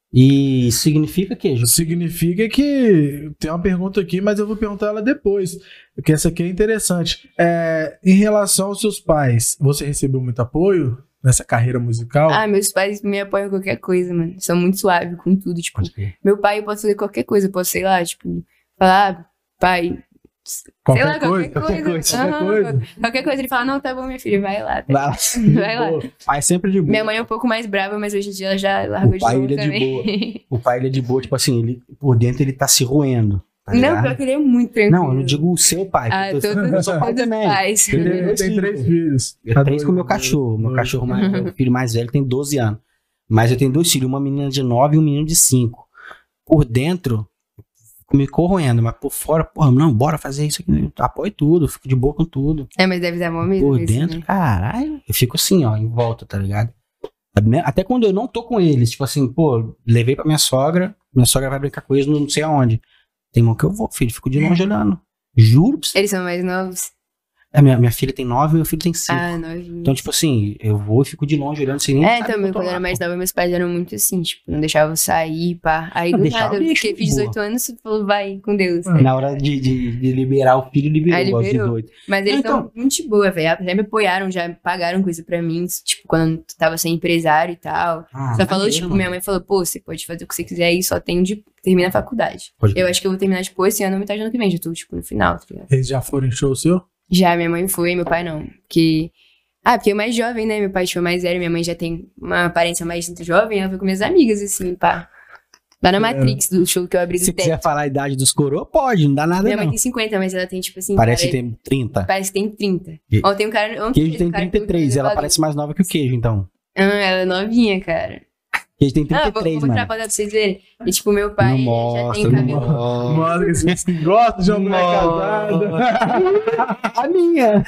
E isso significa que, Ju? Significa que tem uma pergunta aqui, mas eu vou perguntar ela depois, porque essa aqui é interessante. É, em relação aos seus pais, você recebeu muito apoio nessa carreira musical? Ah, meus pais me apoiam em qualquer coisa, mano. São muito suaves com tudo, tipo... Pode crer. Meu pai, eu posso fazer qualquer coisa, eu posso, sei lá, tipo... Falar, ah, pai... qualquer, sei lá, coisa, qualquer coisa. qualquer Aham, coisa. Qualquer coisa, ele fala, não, tá bom, minha filha, vai lá. Tá? Vai lá. Vai lá. Pô, Pai sempre de boa. Minha mãe é um pouco mais brava, mas hoje em dia ela já largou O pai, de mão ele é de também. O pai, ele é de boa, tipo assim, ele, por dentro ele tá se roendo. Tá Não, ligado? pior que ele é muito tranquilo. Não, eu não digo o seu pai. Ah, porque eu- todos, eu sou pai todos os também. pais. Eu tenho tem, dois tem filhos. três filhos. Eu Tá tenho três com o meu doido, cachorro. Meu doido. cachorro, mais, meu filho mais velho, tem doze anos. Mas eu tenho dois filhos, uma menina de nove e um menino de cinco. Por dentro, fico me corroendo, mas por fora, porra, não, bora fazer isso aqui. Eu apoio tudo, fico de boa com tudo. É, mas deve dar mó mesmo. Por isso, dentro, né? caralho, eu fico assim, ó, em volta, tá ligado? Até quando eu não tô com eles, tipo assim, pô, levei pra minha sogra, minha sogra vai brincar com eles não sei aonde. Tem mão que eu vou, filho, fico de longe olhando. Juro pra você. Eles são mais novos. É, minha, minha filha tem nove e meu filho tem cinco. Ah, nove. Então, tipo assim, eu vou e fico de longe olhando sem nem É, saber também, que eu tô quando eu lá, era mais pô. nova, meus pais eram muito assim, tipo, não deixavam eu sair, pá. Aí Não, do deixava, nada, eu deixa, fiquei, fiz boa. dezoito anos, você falou, vai, com Deus. Na hora de, de, de liberar o filho, liberou, Aí aos liberou. dezoito. Mas eles Então- são muito de boa, velho. Já me apoiaram, já pagaram coisa pra mim, tipo, quando eu tava sem empresário e tal. Ah, Só falou, maneiro, tipo, mano. minha mãe falou, pô, você pode fazer o que você quiser aí, só tem de terminar a faculdade. Pode Eu acho que eu vou terminar, tipo, esse ano, metade do ano que vem, já tô, tipo, no final, tá ligado? Eles já foram em show seu? Já, minha mãe foi, meu pai não. Porque... Ah, porque eu mais jovem, né? Meu pai, tipo, é mais velho, minha mãe já tem uma aparência mais jovem, ela foi com minhas amigas, assim, pá. Lá na Matrix, do show que eu abri do Se teto. quiser falar a idade dos coroa, pode, não dá nada Minha mãe não. tem cinquenta, mas ela tem, tipo assim... Parece que pare- tem trinta. Parece que tem trinta. E- Ontem um cara... Ontem Queijo tem um cara trinta e três, que ela falou- parece mais nova que o queijo, então. Ah, ela é novinha, cara. Queijo tem Ah, trinta e vou, três, vou mostrar mano. pra foto pra vocês verem. E, tipo, meu pai Não já mostra, tem não cabelo... mostra. Mostra que vocês que gostam de uma mulher casada. A minha!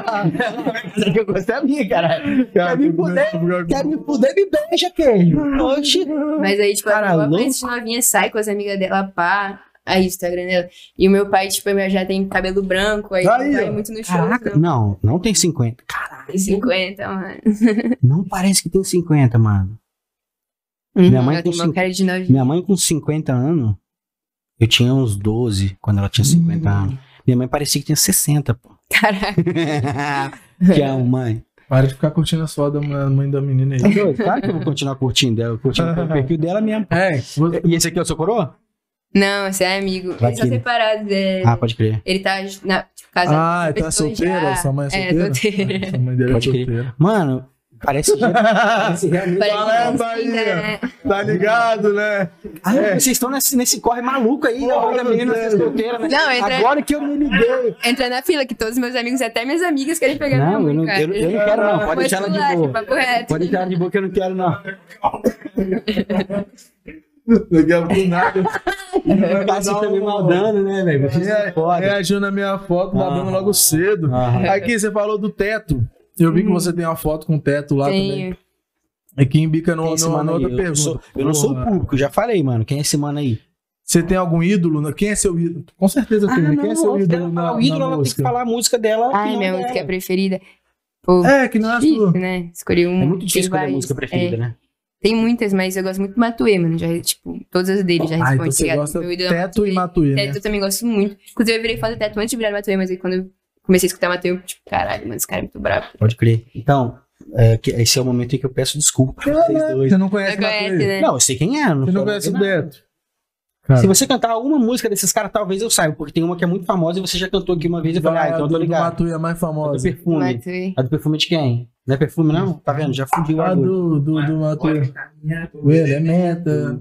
que eu gosto é a minha, caralho. Quer me fuder? Quer me fuder, me beija, queijo. Oxi. Mas aí, tipo, Cara, a louco. mãe de novinha sai com as amigas dela, pá. Aí, o Instagram dela. E o meu pai, tipo, já tem cabelo branco, aí, Aí, não vai ó. muito no show. Caraca, Não. não, não tem cinquenta. Caralho. Tem cinquenta, mano. Não parece que tem cinquenta, mano. Uhum, Minha mãe ela com tem uma cinco- cara de novinha. Minha mãe com cinquenta anos, eu tinha uns doze quando ela tinha cinquenta anos. Minha mãe parecia que tinha sessenta, pô. Caraca. Que é uma mãe. Para de ficar curtindo as fotos da mãe da menina Tá aí. doido? Claro que eu vou continuar curtindo ela, curtindo o perfil dela mesmo. É, você- E esse aqui é o seu coroa? Não, você é amigo. Vai Eles são que- separados. É... Ah, pode crer. Ele tá na, tipo, casado. Ah, com então é pessoas solteira? já- Sua mãe é solteira? É, solteira. Sua mãe dele é Pode crer. solteira. Mano, parece parece realmente- Parece Fala, que Bahia. né? Tá ligado, né? Ah, vocês estão nesse, nesse corre maluco aí, Porra, a menina meu Deus. solteira, né? Não, entra- Agora que eu me liguei. Entra na fila, que todos os meus amigos, até minhas amigas, querem pegar Não, minha mãe, eu não, cara. eu, eu não quero não, pode Mas deixar ela de relaxa, boa. papo reto. Pode deixar ela de boa que eu não quero não. Daqui a pouco nada. O cara fica me maldando, né, velho? Vocês são Rea- foda. Reagiu na minha foto, Ah. babando logo cedo. Ah. Aqui, você falou do teto. Eu vi que você tem uma foto com o teto lá também. Tenho. Aqui embica no, Quem é esse no, mano na aí? outra Eu, pergunta. sou, eu não sou o Porra. público, já falei, mano. Quem é esse mano aí? Você tem algum ídolo? Quem é seu ídolo? Com certeza tem. Quem é seu ídolo na, o ídolo, na ela tem que música? falar a música dela. que Ai, não minha dela. música preferida. Pô, É, que não é a difícil, sua. né? Escolhi um. É muito difícil tem escolher a vários. música preferida, É, né? tem muitas, mas eu gosto muito do Matuê, mano. Já, tipo, todas as dele já Ah, respondi. então você ligado? gosta Meu ídolo é teto e Matuê, né? Teto eu também gosto muito. Inclusive, eu virei fã do Teto antes de virar Matuê, mas aí quando eu comecei a escutar Matuê, eu, tipo, caralho, mano, esse cara é muito bravo. Pode crer. Então, é, que- esse é o momento em que eu peço desculpa pra vocês dois. Você não conhece Você conhece, Matuê? né? Não, eu sei quem é. Não Você não sou- conhece o não. teto? Se Cara, você cantar alguma música desses caras, talvez eu saiba, porque tem uma que é muito famosa e você já cantou aqui uma vez. Eu falei, ah, então eu tô do, do ligado. Matuê é mais A do famosa. perfume. Matuê. A do perfume de quem? Não é perfume, não? Tá vendo? Já fudiu A agora. do, do, do Matuê. O Elementa.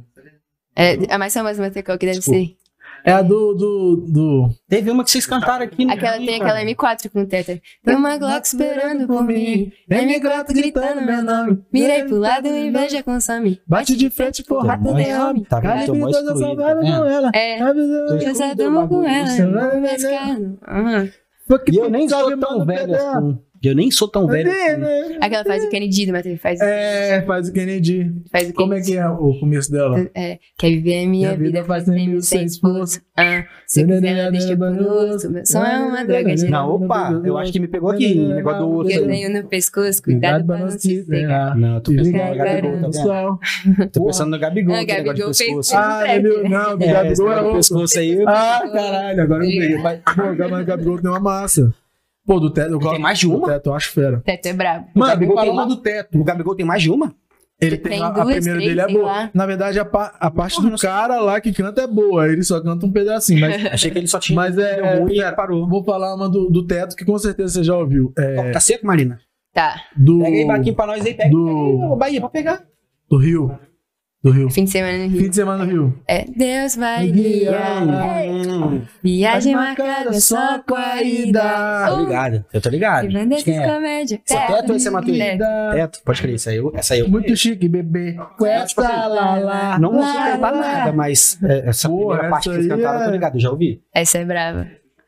É, a mais famosa do Matuê, qual que deve Desculpa. ser? É a do, do, do... Teve uma que vocês cantaram aqui. no Aquela, Rio, tem cara. aquela M quatro com o Teto. Tem uma Glock esperando por mim. M quatro gritando meu nome. Mirei pro lado e inveja consome. Bate de frente, porra. Tô mó- tem homem. Tá vendo? Tô mó excluído, tá vendo? ela. É, Eu eu só durmo com ela. Mas, cara, aham. E eu nem sou tão velho assim. Eu nem sou tão velho assim. Aquela faz o Kennedy do Matuê, faz, É, faz o Kennedy. faz o Como é que é o começo dela? É, quer viver a minha Minha vida vida, faz faz sem sem mil, sem sem esforço. Ah, se eu quiser, ela deixa por outro. Meu sonho é uma droga de Não, opa, eu acho que me pegou aqui. O negócio do osso que eu aí. tenho no pescoço. Cuidado pra não se pegar. Não, eu tô pensando no Gabigol, tá vendo? pessoal. Tô pensando no Gabigol, Ah, que negócio de Gabigol fez- pescoço. Ah, trap, ele, né? não, do É, esse Gabigol é negócio do outro. pescoço aí. eu- Ah, caralho, agora eu peguei. Mas, pô, o Gabigol tem uma massa. Pô, do teto, eu gosto. Tem mais de uma? Do teto, eu acho fera. Teto é brabo. Mano, Gabigol vamos tem falar uma? do teto. O Gabigol tem mais de uma? Ele Tem tem, a, a duas, primeira três, dele é sei boa. lá. Na verdade, a, pa- a parte do cara lá que canta é boa. Ele só canta um pedacinho. Mas, Achei que ele só tinha. mas é. deu é ruim e pera, parou. vou falar uma do, do teto que com certeza você já ouviu. É, Tá seco, Marina? Tá. do, Pega aí, Baquinho, pra nós aí. Pega do- aí, ô, Bahia, pra pegar. do Rio. Do Rio. Fim de semana no Fim Rio. de semana no Rio. É, Deus vai guiar. Hum, Viagem marcada só com a ida. Tá ligado? Eu tô ligado. Vivendo De quem esses é? comédia. Esse é Teto ou esse é Matuê? Teto. Teto, pode crer, essa aí eu. Essa aí eu Muito chique, bebê. Com É, tipo assim, essa lá, lá. não lá, consigo cantar lá. nada, mas é, essa Pô, primeira parte que essa eles aí cantaram, eu é- tô ligado, eu já ouvi. Essa é brava.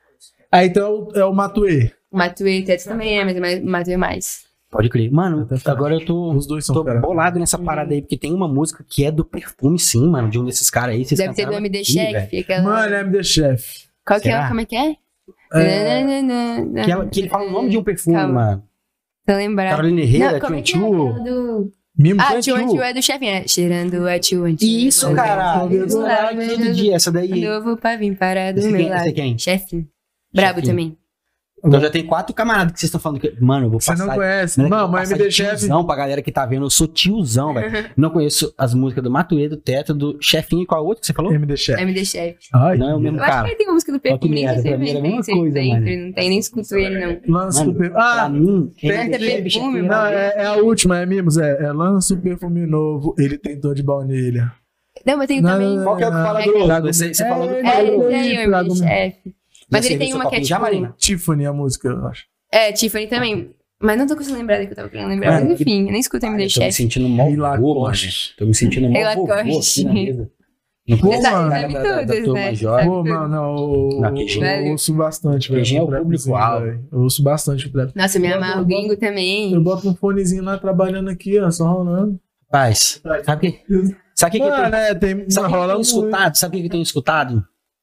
Aí então é o Matuê. Matuê e Teto também é, mas é mais- Matuê mais. Pode crer. Mano, Até fera. agora eu tô, Os dois são tô fera. bolado nessa parada aí, porque tem uma música que é do perfume, sim, mano, de um desses caras aí. Vocês Deve ser do cantaram M D aqui, Chef. velho. Aquela... Mano, é M D Chef. Qual que é? Será? Como é que é? É, Nananana. Que, ela- que ele fala o nome de um perfume, Calma. mano. Tô lembrando. Carolina Herrera, Não, como é que é Tchutchu. aquela do... Mimo Ah, Tchutchu. Tchutchu é do chefinho, né? Cheirando a Tchutchu. Isso, cara. Talvez Isso, eu cara, todo dia, essa daí. Novo pra vir parar do Esse meu quem- lado. esse é quem? Chefinho. Brabo Chefinho. também. Então já tem quatro camaradas que vocês estão falando que. Mano, eu vou Você passar. não conhece? Moleque, eu Não, vou mas passar M D de Chef. tiozão pra galera que tá vendo. Eu sou tiozão, velho. Não conheço as músicas do Matuê, do Teto, do Chefinho e qual é o outro que você falou? M D Chef. M D Chef. Ai, Não é o mesmo Eu acho cara. que ele tem uma música do Olha que Perfume, nem merda, sei pra mim se era a ele mesma tem coisa, sempre, não tem, nem escuto ele, não. Lança Mano, o perfume. Pra Ah, mim, quem tem é até Chefe, perfume, Chefinho, não, era- é, é a última, é Mimos. É, é lança o perfume novo, ele tentou de baunilha. Não, mas tem Não, também... não, Qual que é o que fala É, do Trago- outro? Você, você falou do. É, É, esse Trago- aí, o Trago- M D Chef. Mas Já ele tem serviu uma seu que é copinho já, tipo... Marina? Tiffany, a música, eu acho. É, Tiffany também. Mas não tô conseguindo lembrar da que eu tava querendo lembrar. Mano, Mas enfim, eu nem escuto M D Eu tô me Chef. sentindo mó Ei, vô, mano. Lacoste. Tô me sentindo mó Ei, vovô Lacoste. aqui na mesa. Não Pô, Você sabe, mano, sabe da- da- da todas, turma né? jovem. Pô, mano, eu, Não, que eu gente- ouço bastante, velho. Quem é o um trapzinho, público-alvo? velho. Eu ouço bastante o trap. Nossa, me Eu amarro boto- gringo Eu também. boto um fonezinho lá trabalhando aqui, ó, só rolando. Rapaz, sabe o que? Sabe o que, que eu Mano, tenho, é, tem. sabe o que eu rola tenho muito. escutado? Sabe o que eu tenho escutado?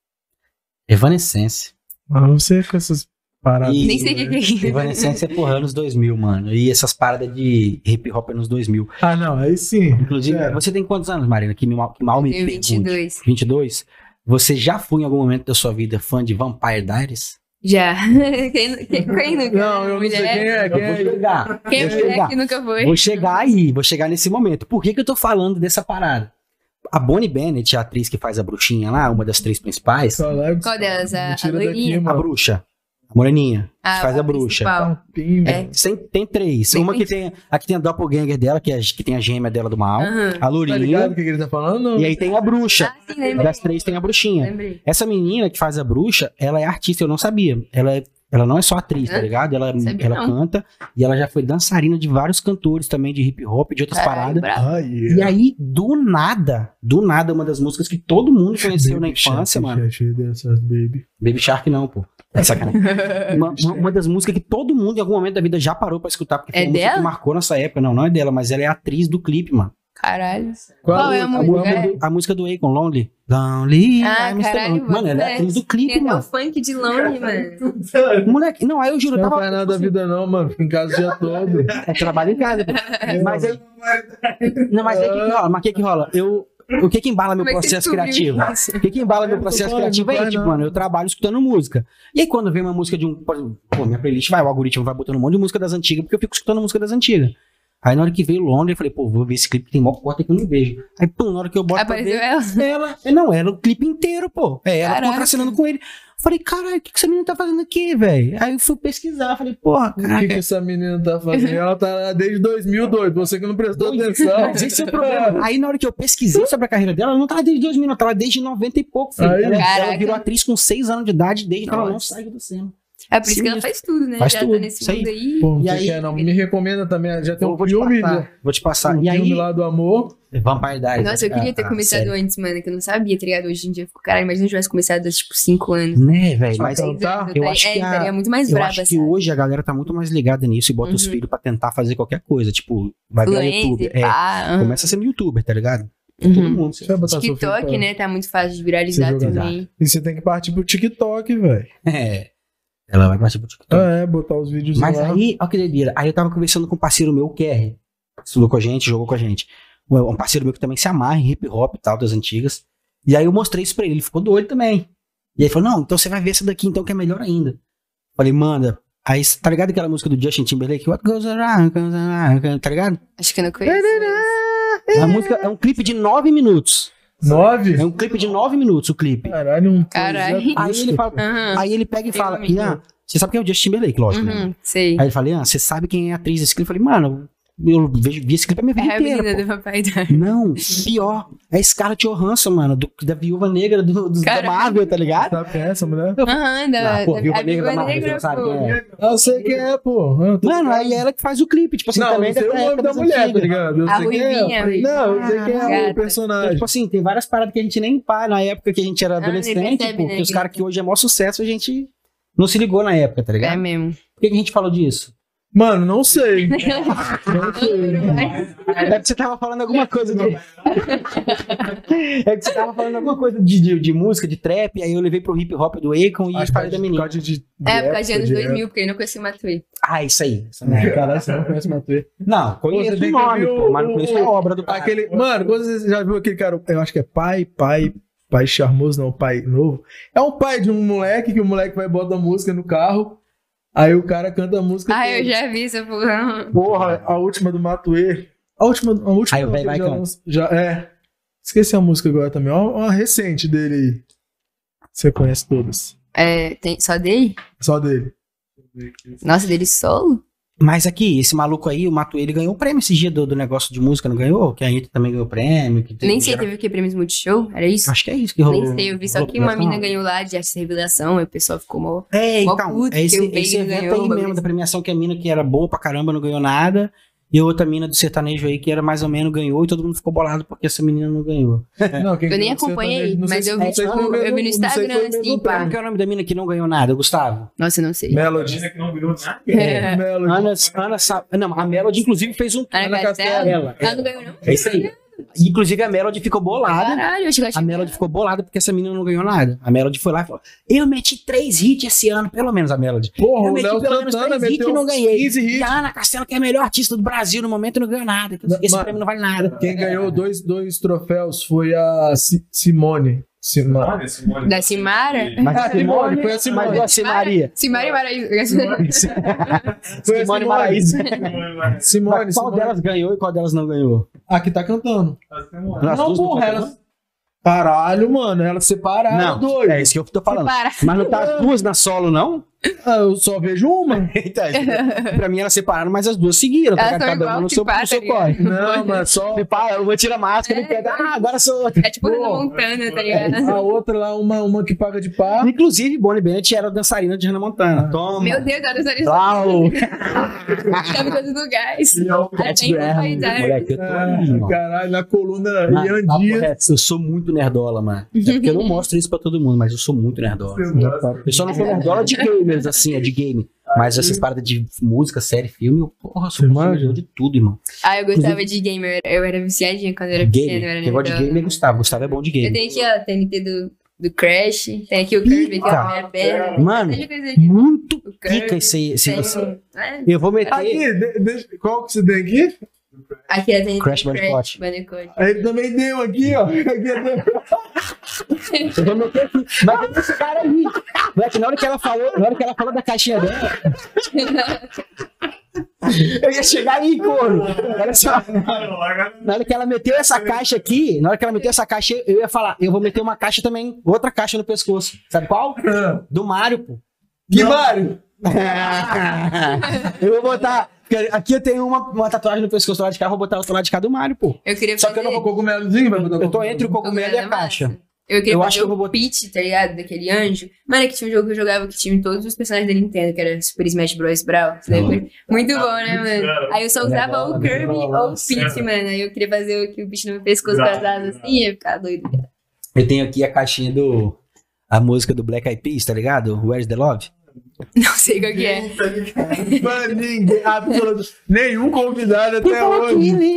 Evanescence. Ah, você com essas paradas. E- Nem sei o que que é isso. Evanescence é porra anos dois mil, mano. E essas paradas de hip hop anos dois mil. Ah, não, aí sim. Inclusive, Sério. você tem quantos anos, Marina? Que mal, que mal me Tenho pergunte. vinte e dois. vinte e dois? Você já foi em algum momento da sua vida fã de Vampire Diaries? Já. Quem, quem, quem nunca? Não, eu não sei quem é, Eu quem vou é. chegar. Quem é vou mulher chegar. que nunca foi? Vou chegar aí, vou chegar nesse momento. Por que, que eu tô falando dessa parada? A Bonnie Bennett, a atriz que faz a bruxinha lá, uma das três principais, Só leva- Qual delas? A- me tira a daqui, loirinha? a mano. bruxa, a moreninha, Ah, que faz a a bruxa. principal. Pimba. É. Tem, tem três. Tem Uma que três. tem, a que tem a doppelganger dela, que, é, que tem a gêmea dela do mal, Aham. a Tá ligado lourinha, o que que ele tá falando? Não. e aí tem a bruxa. Ah, sim, lembrei. Das três tem a bruxinha. Lembrei. Essa menina que faz a bruxa, ela é artista, eu não sabia. Ela, é- ela não é só atriz, tá Hã? ligado? Ela, Sabia ela não. canta e ela já foi dançarina de vários cantores também, de hip hop, de outras Caralho, paradas. bravo. Ai, E aí, do nada, do nada, uma das músicas que todo mundo conheceu na Baby infância, Shark, mano. Shark, dessas baby. Baby Shark não, pô. É sacanagem. uma, uma- uma das músicas que todo mundo em algum momento da vida já parou pra escutar, porque foi É uma música dela? que marcou nossa época. Não, não é dela, mas ela é atriz do clipe, mano. Caralho. Qual Qual é a a música? música É. Do- a música do Akon, Lonely. Lonely. Ah, I'm still caralho. lonely. Mano, ela é você- atriz do clipe, Tem até o mano. funk de Lonely, mano. Moleque, não, aí eu juro, eu Não tava. faz nada da vida, não, mano. Fica em casa o dia todo. É trabalho em casa, pô. Mas aí. Não, mas aí o que, que rola? Mas o que, que rola? Eu. O que que embala meu Como é que você processo descobriu criativo? isso? O que que embala meu Eu tô processo falando, criativo não é, faz tipo, não. mano, eu trabalho escutando música. E aí quando vem uma música de um. por exemplo, Pô, minha playlist vai, o algoritmo vai botando um monte de música das antigas, porque eu fico escutando música das antigas. Aí na hora que veio Londres, eu falei, pô, vou ver esse clipe que tem mó corta que eu não vejo. Aí, pum, na hora que eu boto pra Apareceu ver, ela. ela. é, Não, era o clipe inteiro, pô. É ela Caraca. contracenando com ele. Falei, caralho, o que, que essa menina tá fazendo aqui, velho? Aí eu fui pesquisar, falei, porra, O que, caraca. que essa menina tá fazendo? Ela tá lá desde dois mil e dois. Você que não prestou atenção. Mas esse é o problema. Aí na hora que eu pesquisei sobre a carreira dela, ela não tá desde dois mil, ela tá lá desde noventa e pouco, filho. Aí, ela, ela caraca. virou atriz com seis anos de idade, desde que ela não Nossa. saiu do cena. É por isso que ela Sinistro. faz tudo, né? Faz Já tudo, tá nesse isso aí. mundo aí. Pô, não E sei aí- que é, não. Me recomenda também. Já tem Eu um vou te filme. passar. já- Vou te passar. Um E filme aí, lá do amor. Vampire Diaries. Nossa, eu queria ter a- a começado série. antes, mano, que eu não sabia, tá ligado? Hoje em dia eu fico, caralho, imagina se eu tivesse começado há, tipo, cinco anos. Né, velho? Mas Então seis tá, anos, eu tá- acho é, que a- estaria muito mais eu braba, acho que sabe? hoje a galera tá muito mais ligada nisso e bota os Uhum. filhos pra tentar fazer qualquer coisa. Tipo, vai virar Influencer, youtuber. É, pá, aham. começa sendo youtuber, tá ligado? Todo Uhum. mundo. Você vai botar seu filho TikTok, pra- né? Tá muito fácil de viralizar Você jogar. também. E você tem que partir pro TikTok, velho. É. Ela vai partir pro TikTok. Ah, é, botar os vídeos Mas lá. aí, olha que doideira. Aí eu tava conversando com um parceiro meu, o Kerry. Estudou com a gente, jogou com a gente. Um um parceiro meu que também se amarra em hip hop e tal, das antigas. E aí eu mostrei isso pra ele, ele ficou doido também. E aí ele falou, não, então você vai ver essa daqui então que é melhor ainda. Falei, manda. Aí, tá ligado aquela música do Justin Timberlake? What goes around, goes around, tá ligado? Acho que eu não conheço. A música é um clipe de nove minutos. Nove? É um clipe de nove minutos, o clipe. Caralho, um Caralho. coisa Aí ele, fala, Aham. aí ele pega e Tem fala, um amigo. Ian, você sabe quem é o Justin Timberlake, lógico, né? Uhum, sei. Aí ele fala, Ian, você sabe quem é a atriz desse clipe? Eu falei, mano, eu vejo, vi esse clipe a minha vida É a inteira, menina pô. do Papai da... Não, pior. É a Scarlett Johansson, mano, do- da Viúva Negra do, do- da Caralho. Marvel, tá ligado? Sabe quem é essa mulher? Aham, da... Ah, pô, da- Viúva a Negra da Viúva Marvel, você Negra, não sabe pô. quem é. Eu sei quem é, pô. Eu tô Mano, ligado. aí é ela que faz o clipe, tipo assim, Não, também não sei dessa o nome época da das mulher, tá antigas. ligado? Eu A sei quem é. ruivinha, Não, eu sei quem é o gata. Então, personagem. tipo assim, tem várias paradas que a gente nem pá na época que a gente era Ah, nem adolescente, percebe, porque né, os que- caras que hoje é maior sucesso, a gente não se ligou na época, tá É ligado? mesmo. Por que, que a gente falou disso? Mano, não sei. Não sei. É que você tava falando alguma coisa de. É que você tava falando alguma coisa de, de, de música, de trap, aí eu levei pro hip hop do Akon e Acho falei que da por menina. causa de, de É, por causa de época, anos de dois mil, porque eu não conheci o Matuê. Ah, isso aí. Essa época. merda. Caralho, você não conhece o Matuê. Não, conheço Você o tem que nome, ouvir pô, o- mas não conheço a obra do cara. Aquele, mano, quando você já viu aquele cara, eu acho que é pai, pai, pai charmoso, não, pai novo. É um pai de um moleque, que o moleque vai e bota a música no carro, aí o cara canta a música. Ah, toda. eu já vi essa porra. Porra, a última do Matuê. A última, a última Aí o não, velho que vai já, canta. lança- já é. Esqueci a música agora também. Uma, uma recente dele aí. Você conhece todas. É, tem, só dele? Só dele. Nossa, dele solo? Mas aqui, esse maluco aí, o Matuê, ele ganhou o prêmio esse dia do, do negócio de música, não ganhou? Que a Anitta também ganhou o prêmio. Que teve- Nem sei, teve o que? Prêmios Multishow? Era isso? Acho que é isso que rolou. Nem sei, eu vi só rolou que uma premiação. mina ganhou lá de arte e revelação, aí o pessoal ficou mó. É, Mó então, puto é esse, que o esse Baby evento ganhou, aí o mesmo, bagulho da premiação, que a mina que era boa pra caramba não ganhou nada, e a outra mina do sertanejo aí que era mais ou menos ganhou, e todo mundo ficou bolado porque essa menina não ganhou. Não, quem Eu nem ganhou o acompanhei, sertanejo, não sei mas se- eu não vi, sei se tipo, foi o mesmo- eu vi no não sei se foi o Instagram, mesmo assim, pá. Qual que é o nome da mina que não ganhou nada, Gustavo? Nossa, eu não sei. Melody. Menina que não ganhou nada. É. Melody. Ana, Ana, Sa- não, a Melody inclusive fez um... Ana Ana Castela? Castela. Ela não ganhou, não? É isso aí. Inclusive a Melody ficou bolada. Caralho, eu acho que ela A Melody ficou bolada porque essa menina não ganhou nada. A Melody foi lá e falou: eu meti três hits esse ano, pelo menos a Melody. Porra, Eu o meti Léo pelo menos Santana três hits e meteu não ganhei. quinze hits. E a Ana Castela, que é a melhor artista do Brasil no momento, não ganhou nada. Esse Mas- prêmio não vale nada. Quem ganhou dois, dois troféus foi a Si- Simone. Simone. Olha, Simone. Da Simara? Mas Ah, Simone, foi a Simone. Mas você, Maria. Simara e Maraíso. Foi a Simone Maraíza. Simone, Mas qual Simone. delas ganhou e qual delas não ganhou? A que tá cantando. As não, duas porra, tá elas. Caralho, mano, elas separaram Não, dois. é isso que eu tô falando. Separa. Mas não tá as duas na solo, não? Ah, eu só vejo uma. Então, pra mim elas separaram, mas as duas seguiram. Tá Elas ligado? são Cada igual uma no que seu, pá, no seu tá ligado? corre. Não, mas só. Separa, uma tira a máscara e pega. Ah, agora sou outra. É tipo Hannah Montana, tá ligado? A outra lá, uma, uma que paga de pá. Inclusive, Bonnie Bennett era dançarina de Hannah Montana. Toma. Meu Deus, olha os olhos. Uau. Estamos em todos os lugares. Cat Tem Graham, paisagem. moleque, eu tô Ah, ali, irmão. caralho, na coluna Na- Ian papo Dias. reto, eu sou muito nerdola, mano. É porque eu não mostro isso pra todo mundo, mas eu sou muito nerdola. Eu só não sou nerdola de gamers, assim, é de game. Mas essas paradas de música, série, filme, eu, porra, eu sou Você consumidor manja? de tudo, irmão. Ah, eu gostava de game. Eu era, eu era viciadinha quando eu era pequena. Eu Game. era Quem gosta de nerdola. game é Gustavo. Gustavo é bom de Eu game. tenho aqui, ó, T N T do, do Crash. Tem aqui o Kirby, aqui, ó, Pica. na minha perna. Mano, Tem coisa aqui. Muito O Kirby, pica esse, esse, tem- esse- é, Eu vou meter. Aqui, de- deixa- qual que você tem aqui? Aqui é a T N T Crash do Bandicoot. Bandicoot. Aí ele também tem um aqui, ó. Aqui é- Eu vou meter aqui. Mas é esse cara aí. Moleque, na hora que ela falou, na hora que ela falou da caixinha dela. Eu ia chegar aí, couro. Olha só. Na hora que ela meteu essa caixa aqui, na hora que ela meteu essa caixa, eu ia falar, eu vou meter uma caixa também, outra caixa no pescoço. Sabe qual? Do Mario, pô. Que Mário? Eu vou botar. porque Aqui eu tenho uma, uma tatuagem no pescoço do lado de cá, eu vou botar outra lado de cá do Mario, pô. Eu queria Só fazer... que eu não vou cogumelozinho, vai botar Eu tô entre o cogumelo e a é massa. caixa. Eu queria Eu fazer acho que eu o vou botar- Peach, tá ligado? Daquele anjo. Mano, é que tinha um jogo que eu jogava que tinha todos os personagens da Nintendo, que era Super Smash Bros. Brawl. Você lembra? Muito bom, né, mano? Aí eu só usava ou o Kirby ou o Peach, mano. Aí eu queria fazer o que o bicho no meu pescoço com as asas assim, ia ficar doido. cara. Eu tenho aqui a caixinha do. A música do Black Eyed Peas, tá ligado? Where's the Love? Não sei qual que é. Mano, ninguém, absoluto, nenhum convidado até hoje.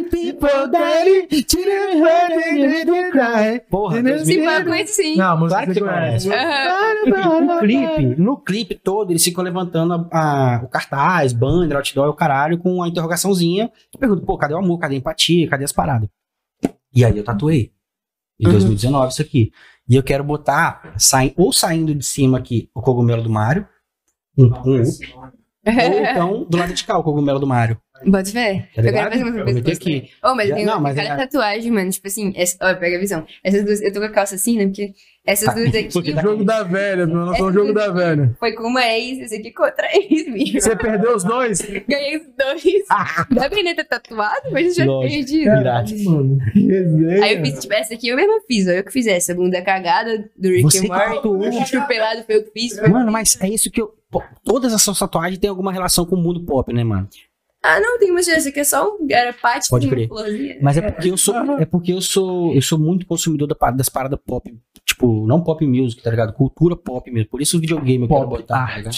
Porra, Se dois mil. for coisa sim. Não, mas Claro que você você conhece. Aham. No clipe, no clipe todo, eles ficam levantando a- a- o cartaz, banner, outdoor, o caralho, com a interrogaçãozinha. Que pergunta, pô, cadê o amor? Cadê a empatia? Cadê as paradas? E aí eu tatuei. Em dois mil e dezenove, isso aqui. E eu quero botar, sai, ou saindo de cima aqui, o cogumelo do Mario. Um, um up, ou então do lado de cá, o cogumelo do Mario. Bota fé. Tá Eu quero ligado? fazer uma Eu meti pescoço aqui. também. Ô, mas Já- eu tenho não, mas cada é- tatuagem, mano. Tipo assim, essa, ó, pega a visão. Essas duas, eu tô com a calça assim, né? Porque essas duas aqui Porque tá- Jogo da velha, meu. Nós somos jogo da velha. foi com uma ex, esse aqui com outra ex, minha. Você perdeu os dois? Ganhei os dois. Dá pra ainda ter tatuado, mas eu já Lógico. perdi. Irado. Mano, que resenha. Aí eu fiz, tipo, essa aqui eu mesma fiz, ó. Eu que fiz essa bunda cagada do Rick Você and que Morty. tatuou. O bicho pelado foi eu que fiz. Foi... Mano, mas é isso que eu. Pô, todas essas tatuagens têm alguma relação com o mundo pop, né, mano? Ah, não, tem uma essa aqui é só um. Era pate Pode com crer. florzinha. Mas é porque eu sou, é porque eu sou, eu sou muito consumidor da pa- das paradas pop, tipo, não pop music, tá ligado? Cultura pop mesmo. Por isso o videogame eu quero Pop botar, tá ligado? art.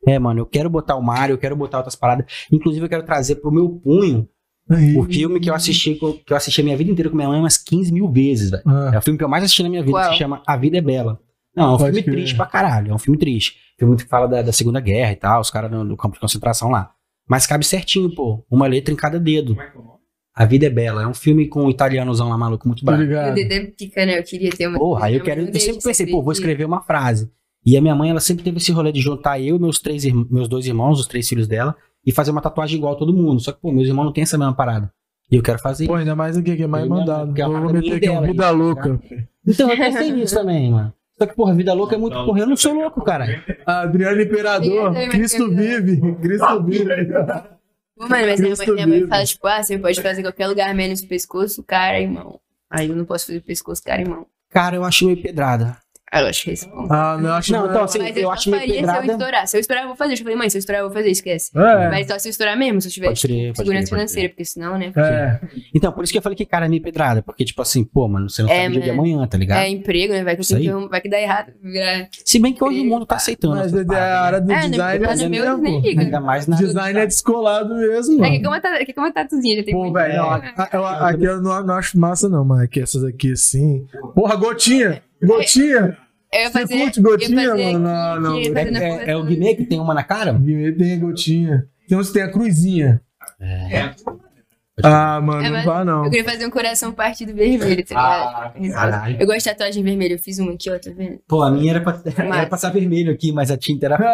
É, mano, eu quero botar o Mario, eu quero botar outras paradas. Inclusive, eu quero trazer pro meu punho Aí. o filme que eu assisti, que eu assisti a minha vida inteira com minha mãe umas quinze mil vezes, velho. Ah. É o filme que eu mais assisti na minha vida, Qual? que se chama A Vida é Bela. Não, é um Pode filme crer. triste pra caralho, é um filme triste. Filme que fala da, da Segunda Guerra e tal, os caras no, no campo de concentração lá. Mas cabe certinho, pô, uma letra em cada dedo. Como é que é o nome? A Vida é Bela, é um filme com um italianozão lá maluco, muito Tô bravo. O ligado. Dedé pica, né? Eu queria ter uma. Porra, aí eu quero. Eu sempre pensei, pô, vou escrever uma frase. E a minha mãe, ela sempre teve esse rolê de juntar eu e meus três irm- meus dois irmãos, os três filhos dela, e fazer uma tatuagem igual a todo mundo. Só que, pô, meus irmãos não têm essa mesma parada. E eu quero fazer. Pô, ainda mais aqui, que é mais Eu mesmo, mandado. que é uma Vou parada meter aqui minha um dela, vida isso, louca. Então eu pensei nisso também, mano. Só que, porra, vida louca é muito. Porra, eu não sou louco, cara. Adriano Imperador, Sim, Cristo sim. vive, Cristo vive. Pô, mano, mas minha mãe, Cristo minha mãe vive. fala, tipo, ah, você pode fazer qualquer lugar menos o pescoço, cara e mão. Aí eu não posso fazer pescoço, cara e mão. Cara, eu acho meio pedrada. Aí eu acho que responde. Ah, não, acho Não, então, assim, Mas eu eu, acho só meio faria se eu pedrada. estourar. Se eu estourar, eu vou fazer. Eu falei, mãe, se eu estourar, eu vou fazer, esquece. É. Mas só se eu estourar mesmo, se eu tiver Pode crer, tipo, pode segurança crer, pode financeira, porque senão, né? É. Então, por isso que eu falei que, cara, é meio pedrada. Porque, tipo assim, pô, mano, você não É, sabe o dia de mano. amanhã, tá ligado? É emprego, né? Vai que, eu Isso aí. tenho que- vai que dá errado. Virar... Se bem que hoje o mundo tá aceitando. Mas essas a paradas, área do É, no- design é no assim meu mesmo, nem pô. liga. Ainda mais na área do Design é descolado mesmo, É, mano. que como tá, que como tá tatuzinha, já tem Pô, muito- velho, não, É. a- eu- aqui eu não, não acho massa, não, mas aqui essas aqui assim. Porra, gotinha! Gotinha! Eu ia Você fazer, curte eu ia gotinha, fazer mano? aqui, Não, não. ia fazer na É, é, é o corretora. Guimê que tem uma na cara? Guimê tem a gotinha. Tem uns que tem a cruzinha. É. Ah, mano, É, não mas vá não. Eu queria fazer um coração partido vermelho, tá Ah, ligado? caralho. Eu gosto de tatuagem vermelha, eu fiz uma aqui, ó, tá vendo? Pô, a minha era pra, era pra ser vermelho aqui, mas a tinta era,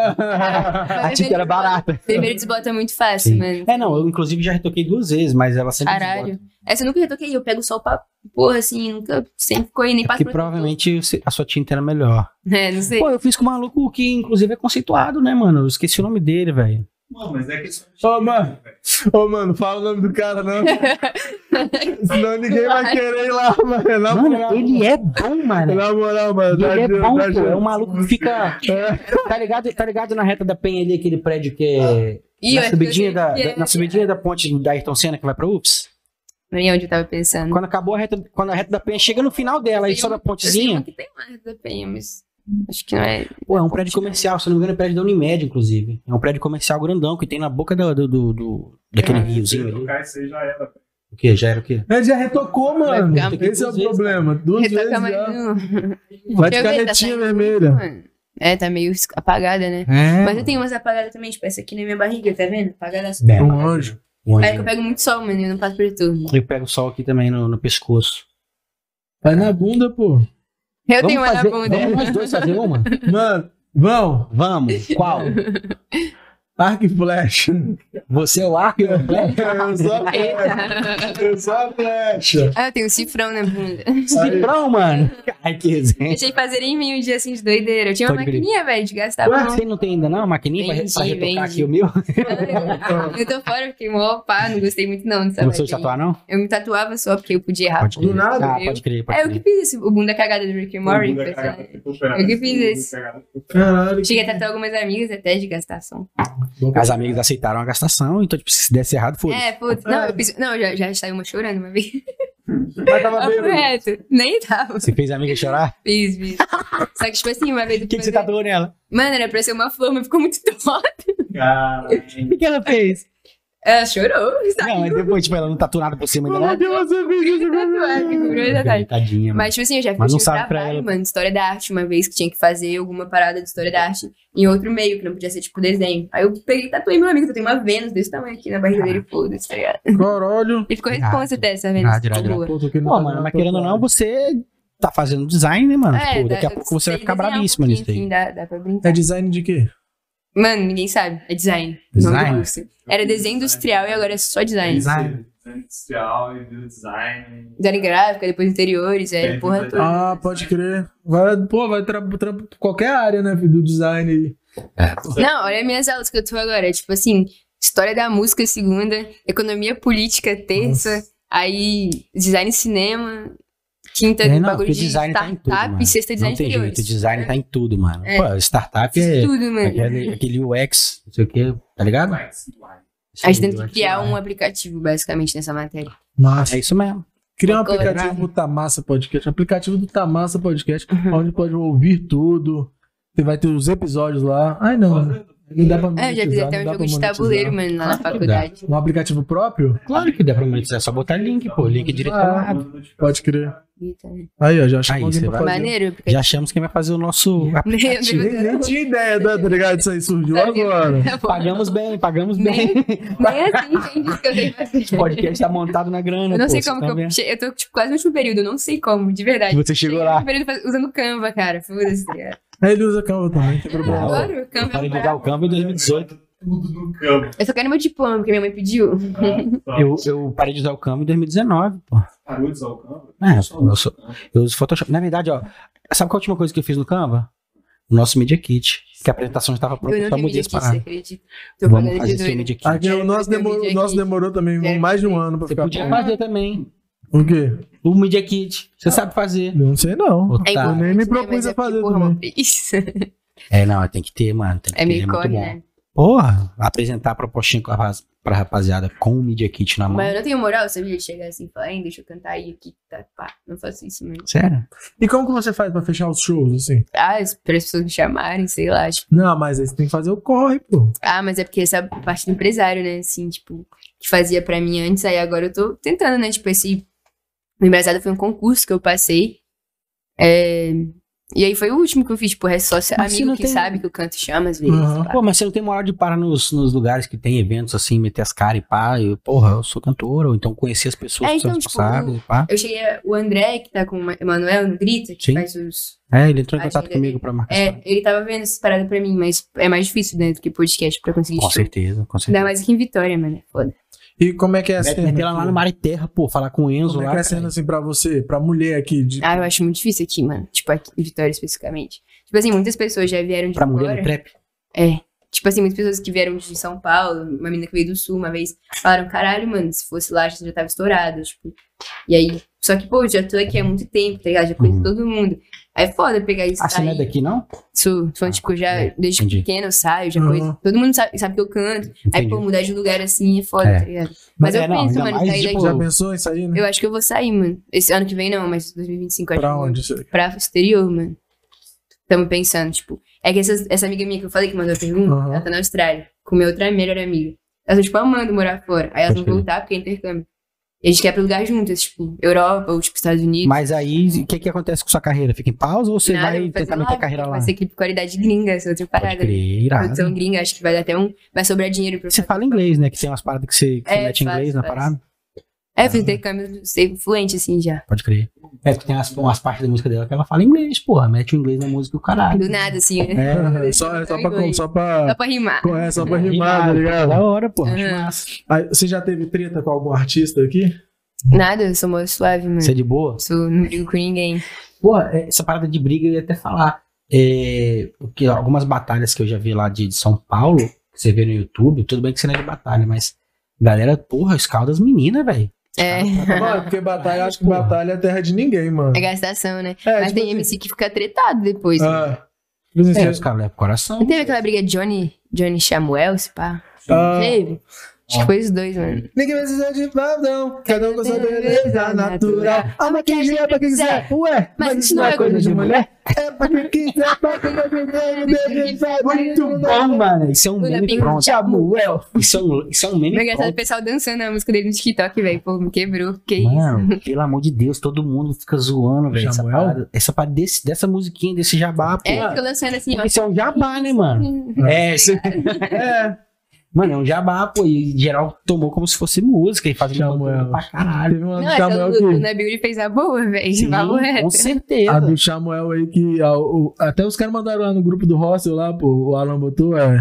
a tinta era barata. Vermelho desbota muito fácil, Sim. mano. É, não, eu inclusive já retoquei duas vezes, mas ela sempre Caralho. desbota. Essa eu nunca retoquei, eu pego sol pra porra, assim, nunca, sempre ficou aí, nem É passo porque provavelmente você- a sua tinta era melhor. É, não sei. Pô, eu fiz com um maluco que inclusive é conceituado, né, mano? Eu esqueci o nome dele, velho. Não, mas é questão de... Ô, mano. Ô, mano, fala o nome do cara, não. Senão ninguém vai querer ir lá, mano. Na Mano, moral. ele é bom, mano. Na moral, mano. E tá ele é de- bom, tá pô. de- É um maluco que fica. Tá ligado, tá ligado na reta da Penha ali, aquele prédio que é. Ih, eu na acho que eu subidinha sei da, que é. da- na subidinha da ponte da Ayrton Senna que vai pra U F S. Não é onde eu tava pensando. Quando acabou a reta, quando a reta da Penha chega no final dela, aí Tem sobe a um- eu sei pontezinha. uma que tem mais da Penha, mas acho que não é. Pô, é um prédio comercial, se não me engano, é prédio da Unimed, inclusive. É um prédio comercial grandão que tem na boca do, do, do- do- daquele riozinho ali. Trocar isso aí já era. O quê? Já era o quê? Ele já retocou, mano. Vai ficar Esse é o duas vezes, problema. Duas vezes Retoca mais já. um. Vai de Deixa eu ver, tá canetinha saindo vermelha. muito, mano. É, tá meio es- apagada, né? É. Mas eu tenho umas apagadas também, tipo, essa aqui na minha barriga, tá vendo? Apagada assim. Bela. Um anjo. Um É que eu anjinho. pego muito sol, mano, eu não passo preto. Eu pego o sol aqui também no, no pescoço. Vai na bunda, pô. Eu Vamos tenho uma fazer, na bunda. Vamos nós dois fazer uma? Mano, vão. Vamos. Qual? Arco e flecha. Você é o arco e eu Eu sou a flecha. Eu sou a flecha. Ah, eu tenho um cifrão na bunda. Cifrão, mano. Ai, que resenha. Deixei fazer em mim um dia assim de doideira. Eu tinha uma Pode crer. maquininha, velho, de gastar. Ué, mão. você não tem ainda não? A maquininha pra, Vendi, pra retocar vendi. aqui o meu? Eu tô fora, fiquei mó pá, não gostei muito não dessa Não gostou de maquininha. tatuar, não? Eu me tatuava só porque eu podia errar. Pode Do nada? Ah, pode crer, pode É, eu que crer. fiz isso, o bunda cagada do Rick and Morty. Bunda personagem. cagada, ficou operado. Eu que fiz isso. Bunda cagada, ficou operado. Caralho. Cheguei a tatuar algumas amigas até de gastação. As amigas aceitaram a gastação, então, tipo, se desse errado, foda-se. É, putz, não, eu fiz. Não, já, já saiu uma chorando uma vez. Mas tava Papo bêbado. reto. Nem tava. Você fez a amiga chorar? Fiz, fiz. Só que, tipo assim, uma vez. eu O que, que fui você fazer- tatuou nela? Mano, era pra ser uma flor, mas ficou muito torta. Caralho. O que, que ela fez? Ela chorou, sabe? Não, mas depois, tipo, ela não tatuou nada por cima ainda, não? Por que você fez isso Tatuagem, que cobriu a tatuagem. Tadinha, mano. Mas, tipo assim, eu já Mas fiz não um sabe pra trabalho, ela. mano, de história da arte, uma vez que tinha que fazer alguma parada de história da arte em outro meio, que não podia ser, tipo, desenho. Aí eu peguei e tatuei meu amigo, que eu tenho uma Vênus desse tamanho aqui na barriga dele, foda-se, tá ligado? Caralho. E ficou Irado. responsa até essa Vênus. Irado, irado, ficou boa. Pô, tô querendo Pô, fazer mano, uma mas querendo ou não, tatuagem. você tá fazendo design, né, mano? É, Tipo, dá- daqui a eu pouco você vai sei ficar desenhar um bravíssimo nisso pouquinho, aí. assim, dá, dá pra brincar. É design de quê? Mano, ninguém sabe. É design. Design? Nome do curso. Era desenho industrial e agora é só design. Design. Design industrial e design. Design gráfico, depois interiores, é Tem porra tudo. toda. Ah, pode crer. Vai, pô, vai tra tra qualquer área, né, filho, do design aí. Não, olha as minhas aulas que eu tô agora. É tipo assim, história da música segunda, economia política terça, aí design e cinema, quinta É, não, bagulho porque de design tá em tudo, startup mano. e sexta design Não tem interiores. jeito, design tá em tudo, mano. É. Pô, startup Fiz é tudo, mano. aquele, aquele U X, não sei o que, tá ligado? A gente tem que U X, criar U I. um aplicativo, basicamente, nessa matéria. Massa. É isso mesmo. Criar um Colorado. aplicativo do Tamassa Podcast. Um aplicativo do Tamassa Podcast, Uhum. onde pode ouvir tudo. Você vai ter os episódios lá. Ai, não. Não dá pra É, eu já fiz monetizar, até não um dá jogo pra de monetizar. tabuleiro, mano, lá na faculdade. Um aplicativo próprio? Claro que dá pra monetizar, é só botar link, pô. Link direto Ah, ao lado. Pode crer. Eita, né? Aí, ó, já achei Aí, alguém você pra vai- fazer. Maneiro, porque... Já achamos quem vai fazer o nosso Meu aplicativo. Deus. Nem, nem tinha ideia, tá tá ligado? Isso aí surgiu agora. Pagamos bem, pagamos Nem, bem. nem assim, quem disse que eu tenho que fazer. O podcast tá montado na grana, Eu não pô, sei você como tá que eu... vendo? che- Eu tô, tipo, quase no último período, eu não sei como, de verdade. Que você chegou Cheguei lá. no período faz- usando Canva, cara. Foda-se, tá ligado? Aí ele usa Canva também, não tem problema. Ah, Adoro, Eu Canva. parei é de usar o Canva em dois mil e dezoito. Tudo no campo. Eu só quero meu diploma, porque minha mãe pediu. Eu, eu parei de usar o Canva em dois mil e dezenove, pô. Parou de usar o campo? É, eu, sou, eu uso Photoshop. Na verdade, ó, sabe qual a última coisa que eu fiz no Canva? O nosso Media Kit. Que a apresentação já estava pronta, Eu eu não só tenho mudei mídia as aqui, você paradas. acredita? Tô Vamos pagando fazer de seu doido. Media Kit. Aqui, o nosso, Quero ver demorou, o o nosso vídeo demorou também Quero mais de um ver. ano pra Você ficar podia pronto. fazer também. O quê? O Media Kit. Você sabe fazer. Não sei não. É Otário. Eu nem me importante, né? propus Mas a é porque, fazer porra, também. uma preguiça. É, não, tem que ter, mano. Tem que É ter, meio é muito corre, bom. né? Porra, apresentar a propostinha com a raz- pra rapaziada com o Media Kit na mão. Mas eu não tenho moral, sabia? De chegar assim e falar, hein, deixa eu cantar aí aqui, tá, pá. Não faço isso, mano. Sério? E como que você faz pra fechar os shows, assim? Ah, para as pessoas me chamarem, sei lá, tipo. Não, mas aí você tem que fazer o corre, pô. Ah, mas é porque essa parte do empresário, né, assim, tipo, que fazia pra mim antes, aí agora eu tô tentando, né, tipo, esse... O empresário foi um concurso que eu passei, é... E aí foi o último que eu fiz, tipo, é só Mas você amigo não que tem- sabe que eu canto chama às vezes, Aham. sei lá. Pô, mas você não tem moral de parar nos, nos lugares que tem eventos assim, meter as caras e pá. Eu, porra, eu sou cantora, ou então conhecer as pessoas É, que são então, responsáveis tipo, e pá. Eu cheguei, a- o André, que tá com o Emanuel no Grita, que Sim. faz os... É, ele entrou em a contato agenda comigo dele. pra marcar É, essa- ele tava vendo essas paradas pra mim, mas é mais difícil, né, do que podcast pra conseguir Com show. certeza, com Ainda certeza. mais aqui em Vitória, mano, é foda. E como é que é a Mete cena? mete ela lá no Mar e Terra, pô, falar com o Enzo Como é lá. que é a cara. cena, assim, pra você, pra mulher aqui? De... Ah, eu acho muito difícil aqui, mano. Tipo, aqui em Vitória especificamente. Tipo assim, muitas pessoas já vieram de Pra mulher fora. no trap. É. Tipo assim, muitas pessoas que vieram de São Paulo, uma menina que veio do Sul uma vez, falaram, caralho, mano, se fosse lá, você já tava estourado, tipo. E aí, só que, pô, já tô aqui há muito tempo, tá ligado? Já conheço Uhum. todo mundo. Aí é foda pegar isso Ah, você não é aí. daqui, não? Sou, sou, tipo, já, é, desde entendi. pequeno eu saio, já Uhum. conheço. Todo mundo sabe, sabe que eu canto. Aí, Entendi. pô, mudar de lugar assim é foda, É. tá ligado? Mas eu é, não, penso, ainda mano, mais, sair tipo, daqui. Já pensou em sair, né? Eu acho que eu vou sair, mano. Esse ano que vem não, mas dois mil e vinte e cinco eu acho Pra que eu vou. onde? Você... Pra exterior, mano. Tamo pensando, tipo. É que essa, essa amiga minha que eu falei que mandou a pergunta, Aham. ela tá na Austrália, com minha outra melhor amiga. Elas estão, tipo, amando morar fora. Aí elas Pode vão crer. voltar porque é intercâmbio. E a gente quer ir pro lugar juntas, tipo, Europa ou, tipo, Estados Unidos. Mas aí, o que que acontece com sua carreira? Fica em pausa ou você Nada, vai vou fazer tentar meter a live, carreira lá? Vai ser clipe qualidade gringa, essa outra Pode parada. crer, irado. Produção gringa, acho que vai dar até um. Vai sobrar dinheiro pra Você fazer. fala inglês, né? Que tem umas paradas que você, que você É, mete em faço, inglês na faço. parada. É, fiz intercâmbio, sei fluente assim já. Pode crer. É, porque tem umas, umas partes da música dela que ela fala inglês, porra. Mete o inglês na música e o caralho. Do nada, assim, né? É, só, é só, Em pra, inglês. só pra... Só pra rimar. É, só pra rimar, tá ligado? Da hora, porra. Acho Aham. massa. Aí, você já teve treta com algum artista aqui? Nada, eu sou mais suave, mano. Você é de boa? Sou, não brigo com ninguém. Porra, é, essa parada de briga eu ia até falar. É, porque algumas batalhas que eu já vi lá de, de São Paulo, que você vê no YouTube, tudo bem que você não é de batalha, mas galera, porra, escalda as meninas, velho. É. Mano, porque batalha, eu acho que batalha é terra de ninguém, mano. É gastação, né? É, Mas tipo tem assim- M C que fica tretado depois. né? Ah, tipo assim, É, você- os caras levam pro coração. Não teve aquela briga Johnny, Johnny Samuel, se pá? Ah. Teve? Acho que foi os dois, mano. Ninguém precisa de padrão, cada um com sua beleza natural. A maquiagem é pra quem quiser, ué, mas isso não é coisa de mulher. É pra quem quiser, pra quem não quiser, Muito bom, mano. Isso é um Tudo meme bem. pronto. Samuel. Isso é um, isso é um meme Mas é engraçado o pronto. pessoal dançando a música dele no TikTok, velho. Pô, me quebrou. Que isso? Mano, pelo amor de Deus, todo mundo fica zoando, velho. Essa Samuel? parada, essa parada desse, dessa musiquinha, desse jabá, pô. É, fica lançando assim, ó. Isso é um jabá, né, mano? É, isso... É, Mano, é um jabá, pô. E geral tomou como se fosse música e fazendo Samuel. conteúdo pra caralho. teve uma Não, do essa Samuel do, do que... Nabil fez a boa, velho. Sim, Papo reto. com certeza. A do Samuel aí que... a- o- até os caras mandaram lá no grupo do Hostel lá, pô. O Alan botou, é...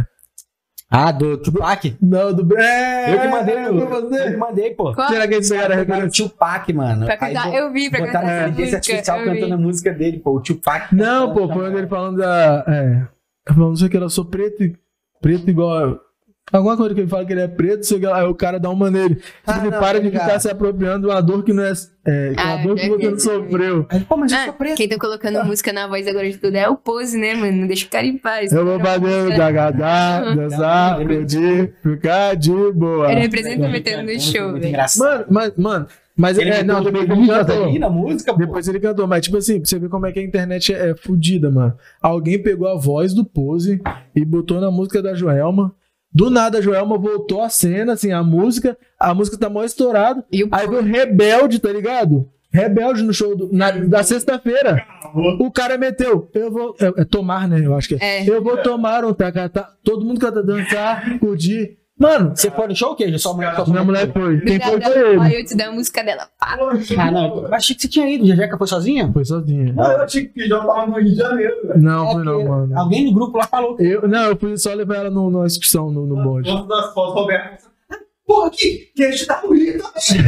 Ah, do Tupac? Não, do... É, Eu que mandei, é, pô. pra Eu você. que mandei, pô. Qual? Será que eles pegaram a Pegaram o referência? Tupac, mano. Pra Aí cantar, bo- eu vi pra cantar botaram a essa inteligência música. artificial eu cantando vi. a música dele, pô. O Tupac. Não, pô, foi ele falando da... É... Falando, não sei o que, eu sou preto e... Preto igual... Alguma coisa que ele fala que ele é preto, sei lá, aí o cara dá uma nele. Ah, Tipo, ele não, para tá de ligado. ficar se apropriando de uma dor que não é... é Ah, uma dor que já você vi, não já vi. sofreu. Aí, pô, mas eu Ah, sou preto. quem tá colocando música na voz agora de tudo é o Pose, né, mano? Não deixa o cara em paz. Eu vou fazer o dagadá, dançar, pedir, ficar de boa. Ele representa metendo no show, Muito velho. engraçado. Mano, mas, mano, Mas Ele é, não, meteu depois o ele Belinha cantou. ali na música, pô. Depois ele cantou, mas tipo assim, pra você ver como é que a internet é, é fodida, mano. Alguém pegou a voz do Pose e botou na música da Joelma. Do nada a Joelma voltou a cena, assim, a música, a música tá mó estourada. E o Aí veio Rebelde, tá ligado? Rebelde no show do- na- da sexta-feira. O cara meteu, eu vou. É, é tomar, né? Eu acho que é. É. Eu vou tomar um tacatá. Todo mundo canta dançar, curtir. Mano, Você foi no show o quê? Só mulher só minha mulher foi. Quem foi Obrigada, foi ele. Aí eu te dar a música dela. Pá. Ah, não. Eu achei que você tinha ido. Jejeca foi sozinha? Foi sozinha. Não, eu achei que já tava no Rio de Janeiro, velho. Não, É foi não, porque mano. Alguém no grupo lá falou. Eu, não, eu fui só levar ela no, numa excursão no, no bonde. Gosto das fotos, Roberto. Porra, que, que a gente tá no Rio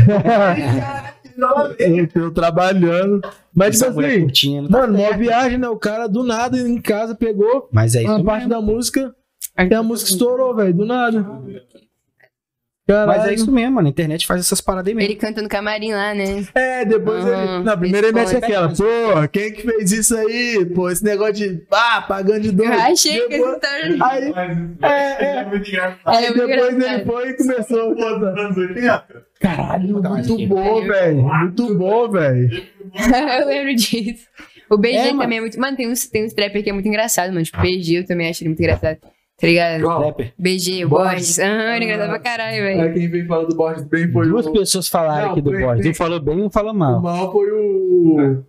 também. eu, eu trabalhando. Mas, Essa tipo mulher assim, curtindo. tá mano, uma certo. viagem, né? O cara do nada em casa pegou Mas é isso uma parte mesmo. da música e a música estourou, velho, do nada. Caralho. Mas é isso mesmo, mano. A internet faz essas paradas aí mesmo. Ele canta no camarim lá, né? É, depois Uhum, ele. Na primeira ele mete responde. aquela, pô, quem que fez isso aí? Pô, esse negócio de. Ah, pagando de doido. Eu achei que Depois- esse tá... Aí, Mas É, é. é muito engraçado. aí É muito depois engraçado. ele foi e começou. Pô, dos anos oitenta. Caralho, Tá mais muito aqui. bom, velho. Muito bom, velho. Eu lembro disso. O B G É, mano. também é muito... Mano, tem uns, tem uns trapper que é muito engraçado, mano. Tipo, B G eu também acho ele muito engraçado. Tá ligado? Rapper. B G, o Borges. Borges. Aham, ele é engraçado pra caralho, velho. Aí quem veio falar do Borges bem foi Duas o. pessoas falaram Não, aqui do foi- Borges. Um falou bem e um falou O mal. mal foi o.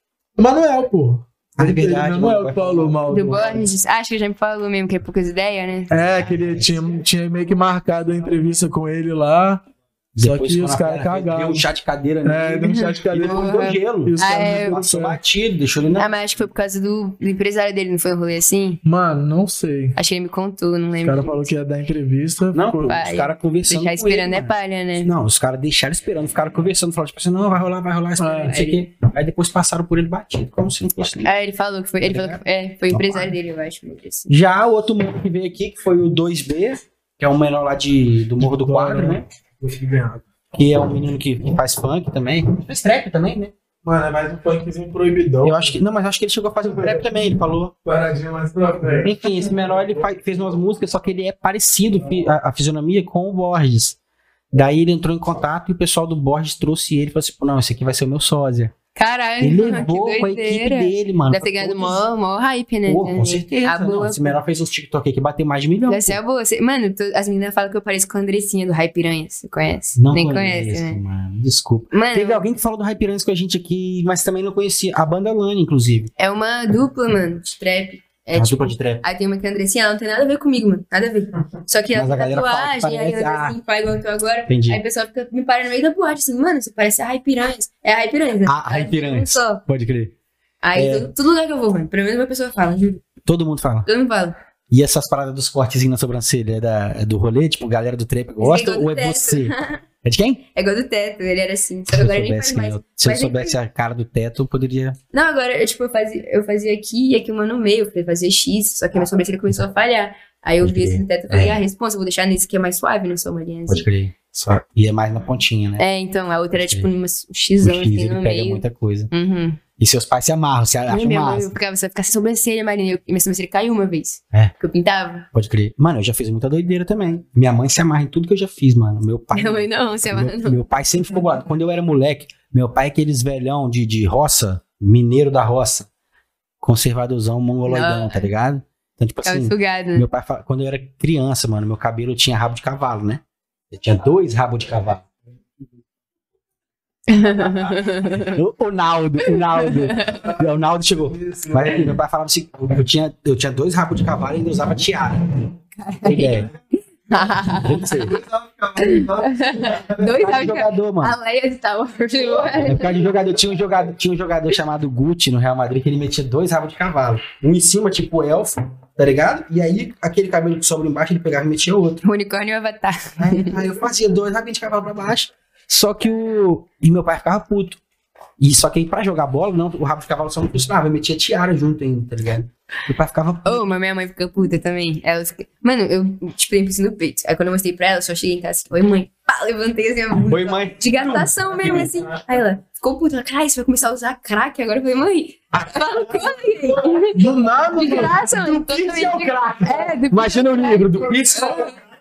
O Manuel, pô. Ah, é verdade, O Manuel mano. que falou mal. Do Borges. Acho que já me falou mesmo, que é poucas ideias, né? É, que ele tinha, tinha meio que marcado a entrevista com ele lá. Só Depois, que quando os a caras perna fez, cagaram. Deu um chá de cadeira É, nele. deu um chá de E cadeira. depois deu gelo. E os Ah, caras é. não Passou deram certo. batido, deixou ele na. Ah, mas acho que foi por causa do, do empresário dele, não foi um rolê assim? Mano, não sei. Acho que ele me contou, não O lembro. cara falou que ia dar entrevista. Não, ficou- pô, Vai. os caras conversando. Deixar com esperando ele, é mano. palha, né? Não, os caras deixaram esperando, ficaram conversando, falaram tipo assim, não, vai rolar, vai rolar, espera, Ah, não sei o quê. Aí depois passaram por ele batido, como se não fosse ninguém. Ah, ele falou que foi. Ele falou que é, foi o empresário dele, eu acho. meio que assim. Já o outro menino que veio aqui, que foi o dois B, que é um menor lá de, do Morro do Quadro, né? Consegui ganhar. Que é um menino que, que faz funk também. Faz trap também, né? Mano, é mais um funkzinho proibidão. Eu acho que. Não, mas eu acho que ele chegou a fazer um trap também, ele falou. Paradinha mais pra frente. Enfim, esse menor ele faz- fez umas músicas, só que ele é parecido fi- a, a fisionomia com o Borges. Daí ele entrou em contato e o pessoal do Borges trouxe ele e falou assim: pô, não, esse aqui vai ser o meu sósia. Caralho, Ele que levou com a equipe doideira. dele, mano. Deve ter ganhado mó, mó hype, né? Pô, com certeza. A Não, boa. esse menor fez uns TikTok aí que bateu mais de milhão. Deve ser a boa. Você- Mano, tu- as meninas falam que eu pareço com a Andressinha do Hypiranha. Você conhece? Não Nem conheço, conhece, né? mano. Desculpa. Mano, Teve alguém que falou do Hyperantes com a gente aqui, mas também não conhecia. A banda Lani, inclusive. é uma dupla, mano, de trap. É a tipo, dupla de trap. aí tem uma que é a Andressinha, ela não tem nada a ver comigo, mano. Nada a ver. Só que ela Mas a tem galera fala que tatuagem, aí parece- ela ah. assim, pai igual eu tô agora. Entendi. Aí o pessoal fica me para no meio da boate, assim, mano, você parece a Hypiranhas. É a Hypiranhas, né? Ah, Parece Hypiranhas. um só. Pode crer. Aí É. todo, todo lugar que eu vou, mano, pelo menos uma pessoa fala, juro. Todo mundo fala. Todo mundo fala. E essas paradas dos cortezinhos na sobrancelha é, da, é do rolê? Tipo, galera do trap gosta igual do ou é teto. você? É de quem? É igual do Teto, ele era assim. Só que Se eu agora ele nem soubesse, faz quem mais. eu, se eu Mas nem soubesse a cara do teto, eu poderia. Não, agora, eu, tipo, eu fazia, eu fazia aqui e aqui uma no meio, eu fazia X, só que a minha sobrancelha começou a falhar. Aí eu Pode vi esse crer. teto e falei, É. ah, responsa, vou deixar nesse que é mais suave, não sou uma linha Pode assim. crer. Só, e é mais na pontinha, né? É, então, a outra era Pode tipo crer. numa O Xzão X, assim ele no pega meio. muita coisa. Uhum. E seus pais se amarram, você Ai, acha minha mãe, eu massa. ficava, você vai ficar sem sobrancelha, Marina. Eu- E minha sobrancelha caiu uma vez. É. Porque eu pintava. Pode crer. Mano, eu já fiz muita doideira também. Minha mãe se amarra em tudo que eu já fiz, mano. Meu pai. Minha mãe não, você vai Meu, não. meu pai sempre ficou bolado. Quando eu era moleque, meu pai é aqueles velhão de, de roça, mineiro da roça, conservadorzão, mongoloidão, Não. tá ligado? Então, tipo Ficava assim, sugado, né? meu pai, fala- quando eu era criança, mano, meu cabelo tinha rabo de cavalo, né? Eu tinha dois rabos de cavalo. O, o Naldo, o Naldo. O Naldo chegou. Mas aqui, meu pai falava assim: eu tinha, eu tinha dois rabos de cavalo e ainda usava tiara. Tem ideia? Eu não sei. Dois É por causa de áudios. jogador, mano. A Leia de Star Wars. É por causa de jogador. Tinha um jogador, tinha um jogador chamado Guti no Real Madrid que ele metia dois rabos de cavalo. Um em cima, tipo elfo, tá ligado? E aí, aquele cabelo que sobra embaixo, ele pegava e metia outro. O unicórnio e o avatar. Aí, aí eu fazia dois rabinhos de cavalo pra baixo. Só que o. E meu pai ficava puto. E só que aí pra jogar bola, não, o rabo de cavalo só não funcionava. Eu metia tiara junto ainda, tá ligado? Meu pai ficava puto. Ô, mas minha mãe fica puta também. Ela fica... Mano, eu, tipo, tenho piercing no peito. Aí quando eu mostrei pra ela, eu só cheguei em casa assim, oi mãe. Pá, levantei assim a bunda. Oi, mãe. De gatação mesmo, assim. Aí ela ficou puta. Ela, caralho, você vai começar a usar crack agora? Eu falei, mãe, fala como, Do nada, de mano. graça, mano. Pix é o Totalmente de crack. É, do Imagina o livro do Pix.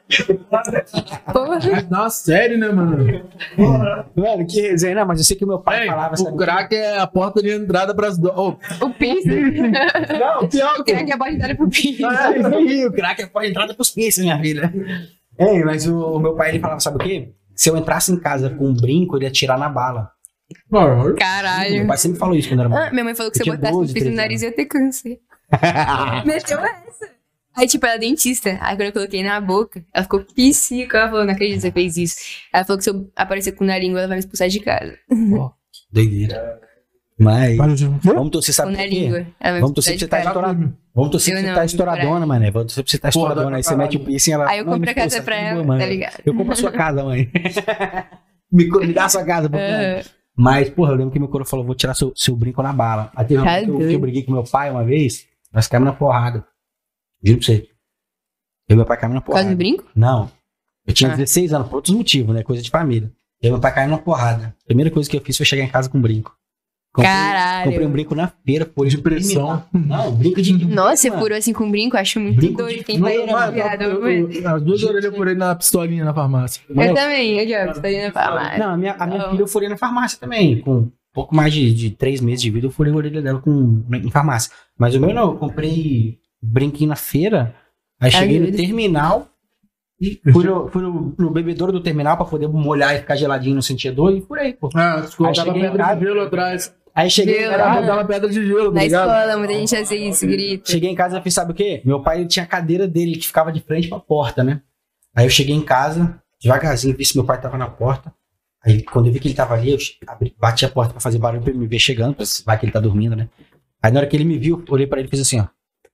Porra. Dá uma série, né, mano? Mano, que resenha. Não, mas eu sei que o meu pai Ei, falava... o sabe? crack é a porta de entrada pras... Do... Oh, O piercing. não, pior O que... crack é a bola de entrada pro piercing. Ah, isso aí, o crack é porta de entrada pros piercing, minha filha. É, mas o, o meu pai, ele falava, sabe o quê? Se eu entrasse em casa com um brinco, ele ia atirar na bala. Meu Caralho. pai sempre falou isso quando era Ah, moleque. minha mãe falou que Eu se eu tinha botasse um doze, piercing no treze nariz ia ter câncer. Meteu essa. Aí, tipo, ela é dentista. Aí, quando eu coloquei na boca, ela ficou psico. Ela falou, não acredito que você fez isso. Ela falou que se eu aparecer com na língua, ela vai me expulsar de casa. Doideira. Mas, vamos torcer, Com sabe na por quê? língua. Ela vai me Vamos torcer expulsar pra de você tá casa. estourado. Vamos torcer pra Eu você não, tá não estouradona, coragem. mané. Vamos torcer pra você tá Porra, estouradona. Aí você mete o piercing e ela... Aí eu Não, compro a me casa expulsa, pra fica ela, boa, mãe. tá ligado? Eu compro a sua casa, mãe. me, co- me dá a sua casa, por favor. Ah, Mas, porra, eu lembro que meu coro falou, vou tirar seu, seu brinco na bala. Aí teve uma Tá vez que eu, que eu doido. briguei com meu pai uma vez, nós caímos na porrada. Juro pra você. Eu e meu pai caímos na por causa porrada. do brinco? Não. Eu tinha Ah. dezesseis anos, por outros motivos, né? Coisa de família. Eu e meu pai caímos na porrada. A primeira coisa que eu fiz foi chegar em casa com um brinco. Comprei, Caralho. comprei um brinco na feira, pô. De pressão. Não, brinco de... Nossa, você Mano, furou assim com brinco? Acho muito Brinco doido. de- Quem Não, foi mano, viado, Eu- foi? eu- As duas orelhas por aí na pistolinha na farmácia. Eu também, eu já tô indo pra mais. Não, a minha, a minha Não. filha eu furei na farmácia também. Com um pouco mais de, de três meses de vida, eu furei a orelha dela com, em farmácia. Mas o meu não, eu comprei brinquinho na feira, aí cheguei no doido. terminal e fui, no, fui no, no bebedouro do terminal pra poder molhar e ficar geladinho, não sentia dor, e furei, pô. Ah, você colocava cheguei em pedra casa. de gelo atrás. Aí cheguei, Gelo. Era Ah. botar uma pedra de gelo, tá Na ligado? escola, muita gente fazia isso, grita. cheguei em casa e fiz, sabe o quê? Meu pai ele tinha a cadeira dele que ficava de frente pra porta, né? Aí eu cheguei em casa, devagarzinho, vi se meu pai tava na porta. Aí quando eu vi que ele tava ali, eu abri, bati a porta pra fazer barulho pra ele me ver chegando, pra- vai que ele tá dormindo, né? Aí na hora que ele me viu, eu olhei pra ele e fiz assim, ó.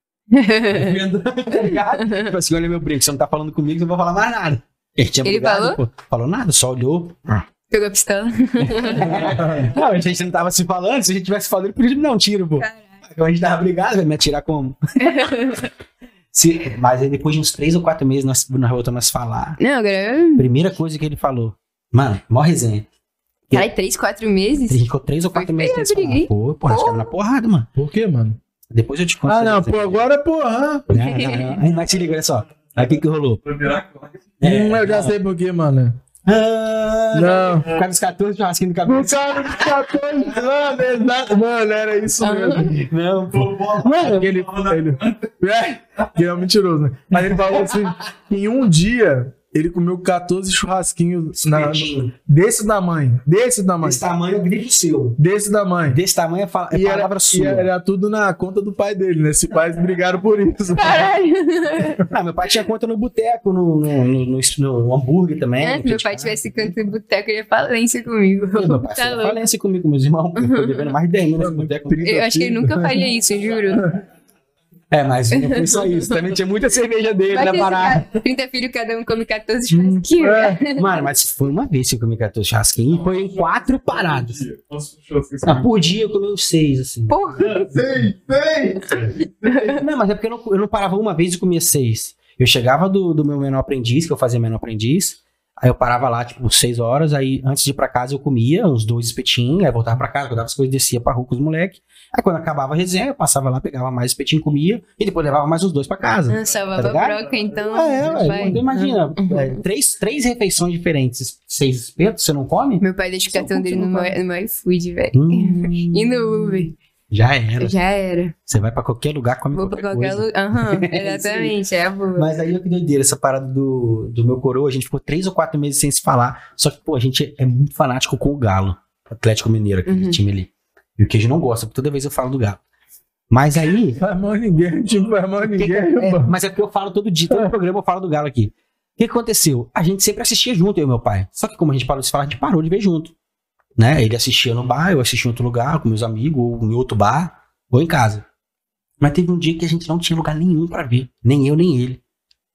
Tá ligado? Tipo assim, olha meu brinco, você não tá falando comigo, eu não vou falar mais nada. Ele tinha Ele brigado, falou? pô. Falou nada, só olhou. Pegou a pistola. Não, a gente não tava se falando, se a gente tivesse falando, ele podia me dar um tiro, pô. Caralho. Então a gente tava brigado, vai me atirar como? Se- mas aí depois de uns três ou quatro meses nós, nós voltamos a se falar. Não, agora eu... Primeira coisa que ele falou, mano, mó resenha. Ai, três, quatro meses? A gente ficou três ou quatro Foi meses feio, sem se eu briguei. falar. Pô, porra, nós caímos na porrada, mano. Por quê, mano? Depois eu te conto. Ah, essa não, resenha. pô, agora, porra. Não, não, não. Aí, mas se liga, olha só. Aí o que que rolou? Foi virar claque. Hum, eu já sei por quê, mano. Ah, Não. Por causa dos catorze churrasquinhos do Por cabelo. causa dos catorze anos, exato. Mano, era isso mesmo. Não, pô. Mano, ele, ele, é, ele é um mentiroso, né? Mas ele falou assim: em um dia, ele comeu catorze churrasquinhos na, desse tamanho. Desse tamanho. Desse tamanho, eu grito seu. Desse tamanho. Desse tamanho é, fala, é E era, palavra e sua. era tudo na conta do pai dele, né? Esses pais brigaram por isso. Caralho. Ah, meu pai tinha conta no boteco, no, no, no, no, no hambúrguer também. É, no se meu Kit pai Kat. tivesse canto em boteco, ele ia falência comigo. Meu pai Tá foi na louco. falência comigo, meus irmãos. Eu tô devendo mais de dez mil nesse boteco. Eu acho que ele nunca faria isso, eu juro. É, mas não foi só isso. Também tinha muita cerveja dele Vai na ter parada. esse- trinta filhos, cada um come catorze churrasquinhos. É. Mano, mas foi uma vez que eu comi catorze churrasquinhos e foi em quatro paradas. Posso puxar vocês Ah, por dia eu comi uns seis, assim. Porra. Sei, sei. Não, mas é porque eu não, eu não parava uma vez e comia seis. Eu chegava do, do meu menor aprendiz, que eu fazia menor aprendiz, aí eu parava lá, tipo, seis horas, aí antes de ir pra casa eu comia uns dois espetinhos, aí voltava pra casa, rodava as coisas, descia pra rua com os moleques. Aí quando acabava a resenha, eu passava lá, pegava mais espetinho, comia, e depois levava mais uns dois pra casa. Ah, salvava Tá a ligado? broca, então. Ah, é, ué. vai. Então imagina, é, três, três refeições diferentes, seis espetos, você não come? Meu pai deixa o Só cartão como dele você no não meu, no meu iFood, velho. Hum, E no Uber. já era. Já era. Você vai pra qualquer lugar, come Vou pra qualquer qualquer coisa. lugar. Aham, exatamente. É a boa. Mas aí eu que doideira, essa parada do, do meu coroa, a gente ficou três ou quatro meses sem se falar. Só que, pô, a gente é muito fanático com o Galo, Atlético Mineiro, aquele Uhum. time ali. E o Queijo não gosta, porque toda vez eu falo do Galo. Mas aí. Faz mal ninguém, tipo, faz mal que ninguém, que- é, mano. mas é porque eu falo todo dia, todo programa eu falo do Galo aqui. O que que aconteceu? A gente sempre assistia junto, eu e meu pai. Só que como a gente parou de se falar, a gente parou de ver junto. Né? Ele assistia no bar, eu assistia em outro lugar, com meus amigos, ou em outro bar, ou em casa. Mas teve um dia que a gente não tinha lugar nenhum pra ver. Nem eu, nem ele.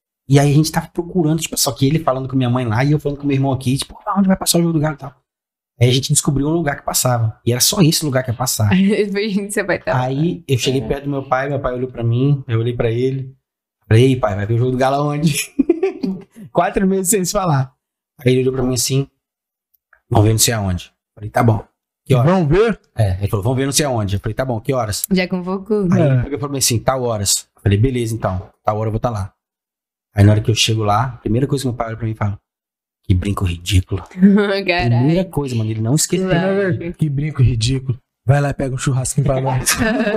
E aí a gente tava procurando, tipo, só que ele falando com minha mãe lá e eu falando com meu irmão aqui, tipo, ah, onde vai passar o jogo do Galo e tal. Aí a gente descobriu um lugar que passava. E era só esse lugar que ia passar. Depois você vai estar. Aí eu cheguei perto do meu pai, meu pai olhou pra mim, eu olhei pra ele. Falei, ei, pai, vai ver o jogo do Galo onde? Quatro meses sem se falar. Aí ele olhou pra mim assim, vamos ver não sei aonde. Falei, tá bom. Que horas? Vamos ver? É, ele falou, vamos ver não sei aonde. Eu falei, tá bom, que horas? Já convocou. Aí É. ele pegou e falou assim, tal horas. Eu falei, beleza então, tal hora eu vou estar lá. Aí na hora que eu chego lá, a primeira coisa que meu pai olha pra mim e fala, que brinco ridículo. Primeira Caralho. coisa, mano, ele não esqueceu. Claro. Que brinco ridículo. Vai lá e pega um churrasquinho pra nós.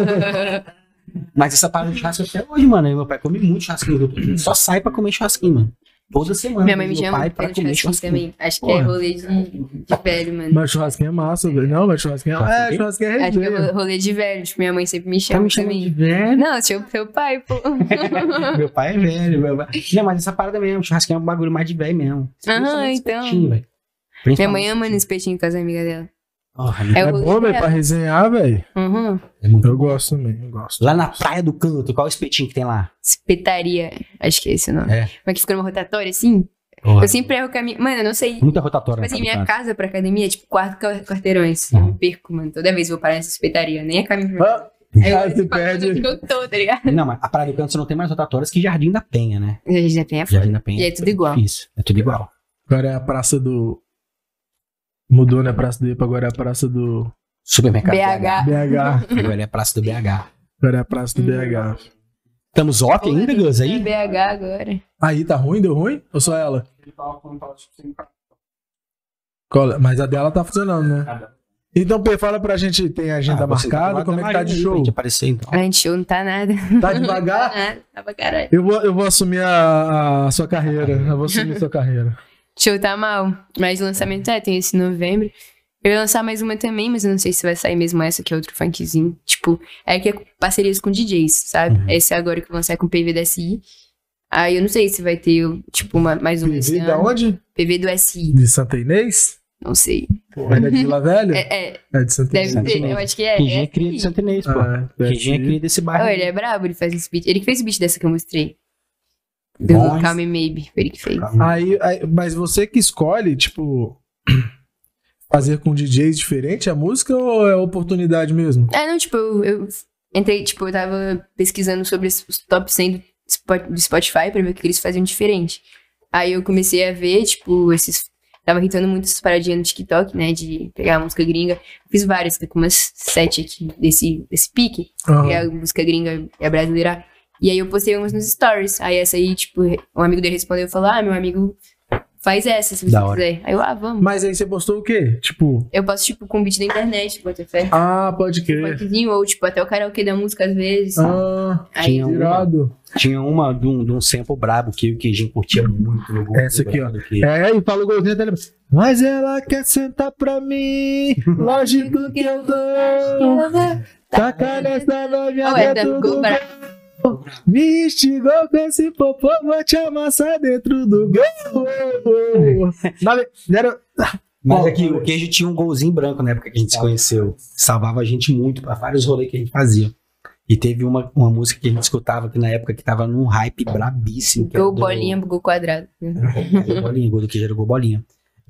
Mas essa parada de churrasco até hoje, mano. Aí meu pai come muito churrasquinho. Ele só sai pra comer churrasquinho, mano. Toda semana. Minha mãe me meu chama pai pra pra comer churrasquinho churrasquinho. também. Acho que Porra. é rolê de, de velho, mano. Mas churrasquinho é massa, velho. Não, mas churrasquinho é... Churrasquinho? É, churrasquinho é Acho que é resenha. rolê de velho. Tipo, minha mãe sempre me Tá chama me chamando de também. velho? Não, seu, seu pai, pô. Meu pai é velho. Meu pai... Não, mas essa parada mesmo. Churrasquinho é um bagulho mais de velho mesmo. Aham, Principalmente então. espetinho, velho. Minha Principalmente mãe ama espetinho. nesse peitinho com as amigas dela. Porra, É É o bom, rolê velho, pra dela. resenhar, velho. Uhum. é muito Eu bom. gosto também, eu gosto. Lá na Praia do Canto, qual é o espetinho que tem lá? Espetaria. Acho que é esse o nome. É. Mas que fica numa rotatória, assim. Porra, Eu sempre erro o caminho. Mano, eu não sei. muita rotatória. Tipo assim, na minha casa. casa pra academia é tipo quatro ca- quarteirões. Uhum. Eu me perco, mano. Toda vez eu vou parar nessa espetaria. Nem é caminho pra Ah, Aí ah, eu se eu perde. eu tô, tá ligado? Não, mas a Praia do Canto você não tem mais rotatórias que Jardim da Penha, né? A gente já tem a foto. Jardim da Penha. E é tudo igual. Difícil. É tudo igual. Agora é a praça do... Mudou, né? A praça do Ipa, agora é a praça do Supermercado B H. B H. Agora é a Praça do B H. Agora é a praça do B H. Estamos off ainda, Gus? Aí? B H agora. Aí, tá ruim? Deu ruim? Ou só ela? Ele tava falando, tava tipo sem cartão. Cola- Mas a dela tá funcionando, né? Nada. Então, P, fala pra gente, tem agenda Ah, você tá do marcada? lado Como é da que tá de Marina aí pra show? gente aparecer, então. A gente show não tá nada. Tá Tá devagar? nada. Tá pra caralho. Eu vou, eu vou assumir a, a sua carreira. Eu vou assumir a sua carreira. Show tá mal. Mas lançamento é, tem esse novembro. Eu ia lançar mais uma também, mas eu não sei se vai sair mesmo essa, que é outro funkzinho. Tipo, é que é parcerias com D Js, sabe? Uhum. Esse agora que eu vou lançar é com o P V do S I. Aí eu não sei se vai ter, tipo, uma, mais um esse P V da ano. onde? P V do S I. De Santa Inês? Não sei. É da Vila Velha? É, é, É de Santa deve Inês. ser, eu acho que é. Reginha é é cria de S I. Santa Inês, pô. Ah, deve Reginha é ser. cria desse bairro. Oh, ele é brabo, ele faz esse beat. Ele que fez o beat dessa que eu mostrei. Do Bom. Calm Me Maybe, foi ele que fez. Aí, aí- mas você que escolhe, tipo, fazer com D Js diferente a música ou é oportunidade mesmo? É, não, tipo, eu, eu entrei, tipo, eu tava pesquisando sobre os os top cem do Spot- do Spotify pra ver o que eles faziam diferente. Aí eu comecei a ver, tipo, esses... Tava hitando muito essas paradinhas no TikTok, né, de pegar a música gringa. Fiz várias, tô com umas sete aqui desse, desse pique, Aham. que é a música gringa e a brasileira. E aí eu postei umas nos stories. Aí essa aí, tipo, um amigo dele respondeu e falou, ah, meu amigo faz essa, se você Da hora. quiser. Aí eu, ah, vamos. Mas aí você postou o quê? Tipo, Eu posto, tipo, com beat da internet, bota fé. ah, pode crer. Funkzinho, ou, tipo, até o karaokê da música às vezes. Ah, Aí, tinha um- irado. Tinha uma de um, de um sample brabo que, que a gente curtia muito no Google. Essa aqui, ó. Que... É, e fala o golzinho dele. Mas ela quer sentar pra mim, lógico que eu dou. Taca nessa novinha Oh, é da dentro Go do Bra- gol. Me instigou com esse popô, vou te amassar dentro do gol. Nove- zero- Mas Ó, aqui, ó, o Queijo tinha um golzinho branco na época que a gente se conheceu. Salvava a gente muito pra vários rolês que a gente fazia. E teve uma, uma música que a gente escutava aqui na época que tava num hype brabíssimo. Que era Gol do- bolinha, gol quadrado. Gol bolinha, gol do Queijo era gol bolinha.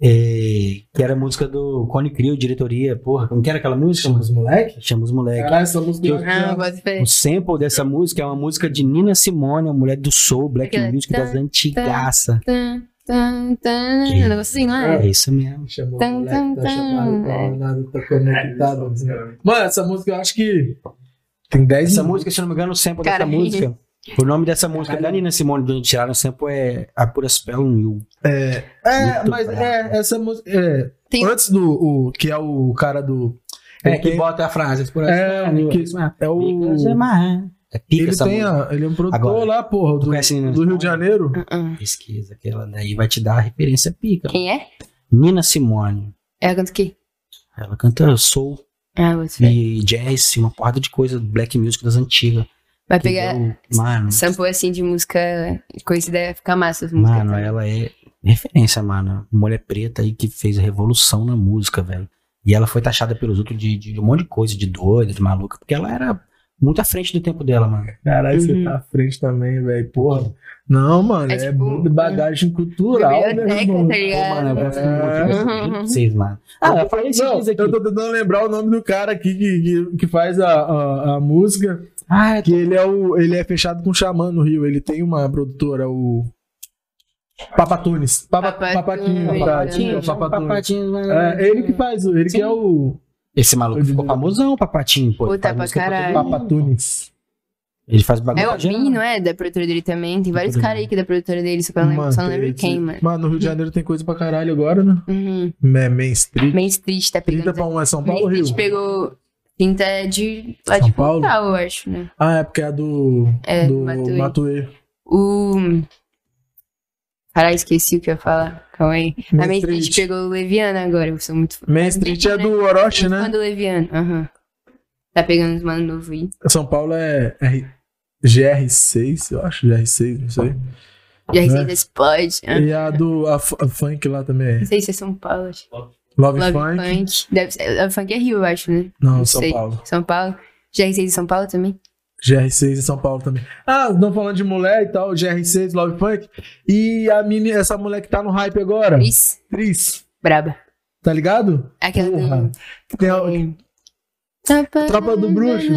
É, que era a música do Cone Crew, diretoria. Porra, como que era aquela música? Chama os moleque? Chama os moleques. Caralho, essa música eu Ah, bota fé. O sample dessa música é uma música de Nina Simone, uma mulher do soul, black Aquela music das tan, antigaça. Tan, tan, tan. Um negócio assim, não é? É isso mesmo. Chamou o Tan, moleque, tan, tá tan. chamado, É. tá nada, tá conectado. Mano, essa música eu acho que tem dez Essa minutos. música, se eu não me engano, o sample Cara, dessa música. O nome dessa música da Nina Simone, de onde tiraram o sample, é A Pura Spell New. É, Muito mas brabo. é, essa música. É, Tem- antes do. O, que é o cara do. É, ele que tem- bota a frase. Por É, New. que- Isso mesmo. é o. Because you're mine. É pica Ele essa tem música. a, ele é um produtor Agora, lá, porra, tu do, conhece a Nina do Rio Simone? de Janeiro. Uh-uh. Pesquisa, aquela daí vai te dar a referência pica. Quem é? Nina Simone. Ela canta o quê? Ela canta soul Ah, bota fé. e jazz, uma porrada de coisa, black music das antigas. Vai pegar Entendeu? Mano, sample assim de música conhecida, fica massa as músicas. mano, ela é referência, mano. Mulher preta aí que fez a revolução na música, velho. E ela foi taxada pelos outros de, de um monte de coisa, de doida, de maluca, porque ela era muito à frente do tempo dela, mano. Caralho, você Uhum. tá à frente também, velho. Porra. Não, mano, é, É tipo, muito bagagem cultural, né, biblioteca, irmão? tá Pô, ligado? mano, eu gosto É. muito disso. Juro pra vocês, mano. Ah, eu falei esses Não, dias aqui. eu tô tentando lembrar o nome do cara aqui que, que, que faz a, a, a música. Ah, Que ele é, o, ele é fechado com o Xamã no Rio. Ele tem uma produtora, o. Papatunes. Papa, Papatunes. papatinho, Papatinho, papatinho, papatinho, Papatunes. mano. É, ele que faz, o- ele que é o. Esse maluco Eu ficou digo- famosão, papatinho, pô. Puta Faz pra música pra todo caralho. mundo. Papatunes. Ele faz É bagulho. o Vin, não é? Da produtora dele também. Tem vários Produtora. caras aí que é da produtora dele, só que eu não lembro, só não lembro tem- quem, mano. Mano, no Rio de Janeiro tem coisa pra caralho agora, né? Uhum. É Main Street. Main Street tá pegando. trinta pra um é São Main Paulo ou Rio? Street pegou. Tinta é de lá São de Paulo? Portugal, eu acho, né? Ah, é porque é do, É, do Matuê. Matuê. O. Caralho, esqueci o que eu ia falar. Calma aí. Main a Main Street. Street pegou o Leviano agora. Eu sou muito fã. Main Faz Street tempo, é né? do Orochi, Muito fã né? do Leviano. Aham. Tá pegando uns mano novo aí. São Paulo é R- G R seis, eu acho. G R seis, não sei. Já Né? receita explode. Ah, E a do a, F- a Funk lá também é. Não sei se é São Paulo. Acho. Love, Love Funk. Funk. Deve ser, Love Funk é Rio, eu acho, né? Não, Não São sei. Paulo. São Paulo. G R seis de São Paulo também? G R seis e São Paulo também. Ah, não falando de mulher e tal, G R seis, Love Funk. E a mini, essa mulher que tá no hype agora. Tris. Tris. Braba. Tá ligado? Aquela Porra. do... Que tem a- Tropa do Bruxo.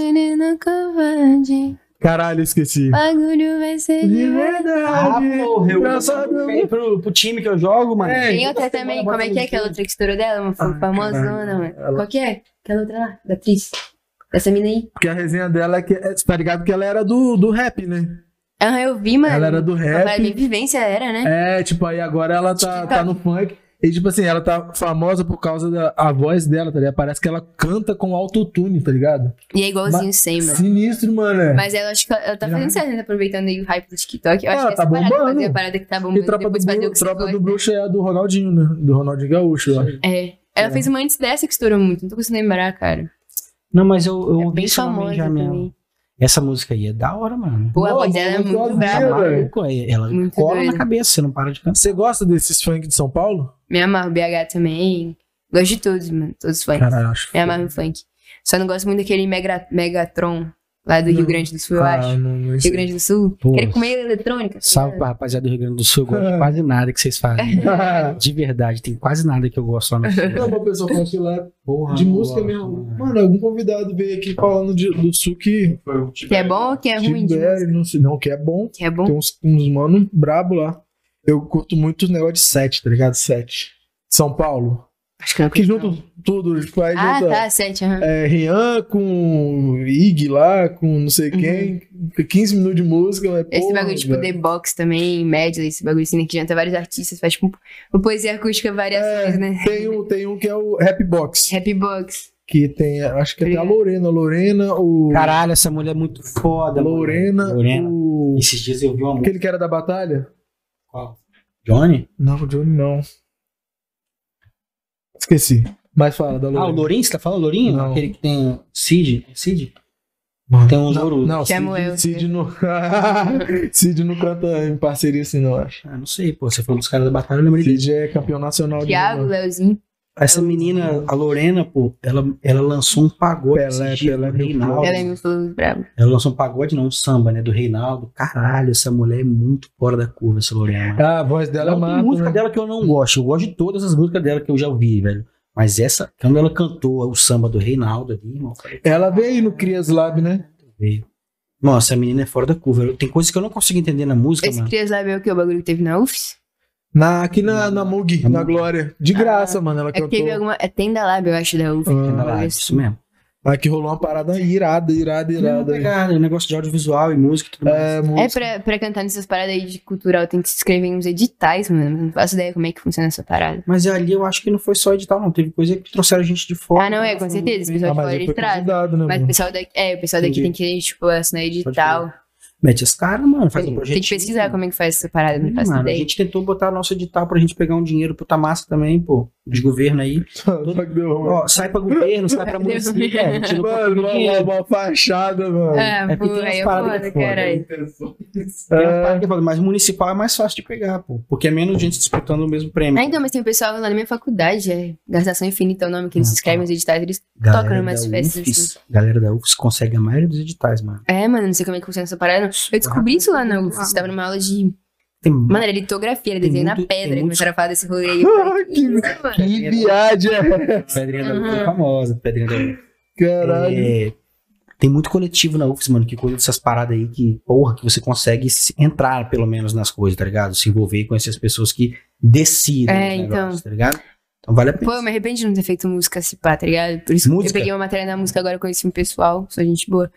Caralho, esqueci. Bagulho vai ser De de verdade. Ah, porra, eu Engraçado. pro, pro time que eu jogo, mano. É. Tem outra também, como é que é aquela outra que estourou dela? Uma Ah, famosona, caralho. mano. Ela- Qual que é? Aquela outra lá, da atriz. Dessa mina aí. Porque a resenha dela é que. é, tá ligado que ela era do, do rap, né? Ah, eu vi, mano. Ela era do rap. A minha vivência era, né? É, tipo, aí agora ela tá, tá no funk. E, tipo assim, ela tá famosa por causa da a voz dela, tá ligado? Parece que ela canta com autotune, tá ligado? E é igualzinho Mas- sem, mano. Sinistro, mano. é. Mas ela, acho que ela tá fazendo certo, né? Aproveitando aí o hype do TikTok. Eu acho Ah, que tá essa parada, bombando. fazer a parada que tá bombando E Tropa, do, depois fazer o Bru- que você Tropa gosta. do Bruxo é a do Ronaldinho, né? Do Ronaldinho Gaúcho, eu acho. É. Ela fez uma antes dessa que estourou muito. Não tô conseguindo lembrar, cara. Não, mas eu, eu É ouvi bem esse nome famosa já mesmo. também. Essa música aí é da hora, mano. Pô, a Não, voz dela é mano, muito sozinha, brava. velho. Maluco, é- ela Muito cola doido. na cabeça, você não para de cantar. Você gosta desses funk de São Paulo? Me amarro, B H também. Gosto de todos, mano. Todos os funks. Caralho, acho. Me amarro no funk. Só não gosto muito daquele Mega, Megatron lá do Não. Rio Grande do Sul, eu Ah, acho. não, não Rio sei. Grande do Sul. Pô. Quero comer eletrônica. Salve pra rapaziada do Rio Grande do Sul, eu gosto de quase nada que vocês fazem. De verdade, tem quase nada que eu gosto lá no Sul. Não, uma pessoa falou que lá Porra, de não música gosto, mesmo. mano. Mano, algum convidado veio aqui falando de- do sul que. Foi o Que é bom ou que é ruim? de Tibério, música? não sei. Não, que é bom. Que é bom? Tem uns, uns mano brabo lá. Eu curto muito os negócios de sete, tá ligado? Sete. São Paulo. Acho que não Que conheço, junto tudo. Tipo, aí não. Ah, junta, tá, sete, aham. é, Rian com Ig lá, com não sei quem. quinze minutos de música. Mas, Uhum. Esse porra, bagulho, tipo, velho. The Box também, Medley, esse bagulho assim, né, que janta vários artistas, faz tipo uma poesia acústica, variações, É, né? tem, um, tem um que é o Rap Box. Happy Box. Que tem, acho que até a Lorena. Lorena, o. Caralho, essa mulher é muito foda, mano. Lorena, Lorena. o. Esses dias eu vi uma música. Aquele que era da batalha? Qual? Johnny? Não, o Johnny não. Esqueci. Mas fala da Lorena. Ah, o Lourinho, você tá falando Lourinho? Não. Aquele que tem Cid? Cid? Mano, Tem uns não, louros. não, Samuel, Cid, Cid não. Cid não canta em parceria assim, não, acho. Ah, não sei, pô. Você falou dos caras da batalha, eu lembrei dele. Cid é campeão nacional de. Thiago, Leozinho. Essa menina, a Lorena, pô, ela, ela lançou um pagode. Pelé, esses dias Pelé, do meu Reinaldo. Ela é meu flow bravo. Ela lançou um pagode, não, um samba, né? Do Reinaldo. Caralho, essa mulher é muito fora da curva, essa Lorena. mano. Ah, a voz dela é Não tem massa. música né? dela que eu não gosto. Eu gosto de todas as músicas dela que eu já ouvi, velho. Mas essa, quando ela cantou o samba do Reinaldo ali, irmão, eu falei, Ela veio aí no Crias Lab, né? veio. Nossa, a menina é fora da curva. Tem coisas que eu não consigo entender na música, Esse mano. Crias Lab é o que? O bagulho que teve na U F S? Na, aqui na, na Mug, Na na Mug. Glória. De graça, mano. Ela É que cantou. teve alguma. É Tenda Lab, eu acho, da U F S. Ah, um Ela bagulho lá, assim. isso mesmo. Aqui rolou uma parada irada, irada, Não, irada. pegada, um negócio de audiovisual e música e tudo mais. É, É, música. pra, pra cantar nessas paradas aí de cultural, tem que se inscrever em uns editais, mano. Não faço ideia como é que funciona essa parada. Mas ali eu acho que não foi só edital, não. Teve coisa que trouxeram gente de fora. Ah, não, é, com certeza. Esse pessoal Ah, de mas fora ele eles foi trazem. convidado, né, Mas o mano? pessoal daqui, é, o pessoal daqui Entendi. tem que, tipo, assinar edital. Mete as caras, mano. Faz um Tem, projeto. tem que pesquisar como é que faz essa parada, não faço Mano, a ideia. gente tentou botar nosso edital pra gente pegar um dinheiro pro Tamassa também, pô. De governo aí. Só que deu ruim. Ó, sai pra governo, sai pra Deu município. ruim. É, a gente não Mano, conseguiu uma, dinheiro. uma fachada, mano. Ah, É pô, porque tem aí é umas paradas foda, que é foda. caralho. Tem umas paradas que eu falo, mas municipal é mais fácil de pegar, pô. Porque é menos gente disputando o mesmo prêmio. Ah, então, mas tem um pessoal lá na minha faculdade, é Gastação Infinita é o nome que eles Ah, escrevem tá. os editais, eles Galera tocam numas da festas U F S, assim. Galera da U F S consegue a maioria dos editais, mano. É, mano, não sei como é que funciona essa parada. não. Eu descobri isso lá na U F S, tava numa aula de. Tem Mano, era litografia, era Tem desenho na muito- pedra. tem Eles muitos- começaram a falar desse rolê aí. Eu falei, que isso, mano? Que viagem é essa? Pedrinha da U F S é Uhum. famosa, Pedrinha da U F S. Caralho. É, tem muito coletivo na U F S, mano, que cuida dessas paradas aí que, porra, que você consegue se- entrar pelo menos nas coisas, tá ligado? Se envolver e conhecer as pessoas que decidem É, os então. negócios, tá ligado? Então vale a pena. Pô, eu me arrependi de não ter feito música se pá, tá ligado? Por isso que Música? eu peguei uma matéria na música, agora eu conheci um pessoal, sou gente boa.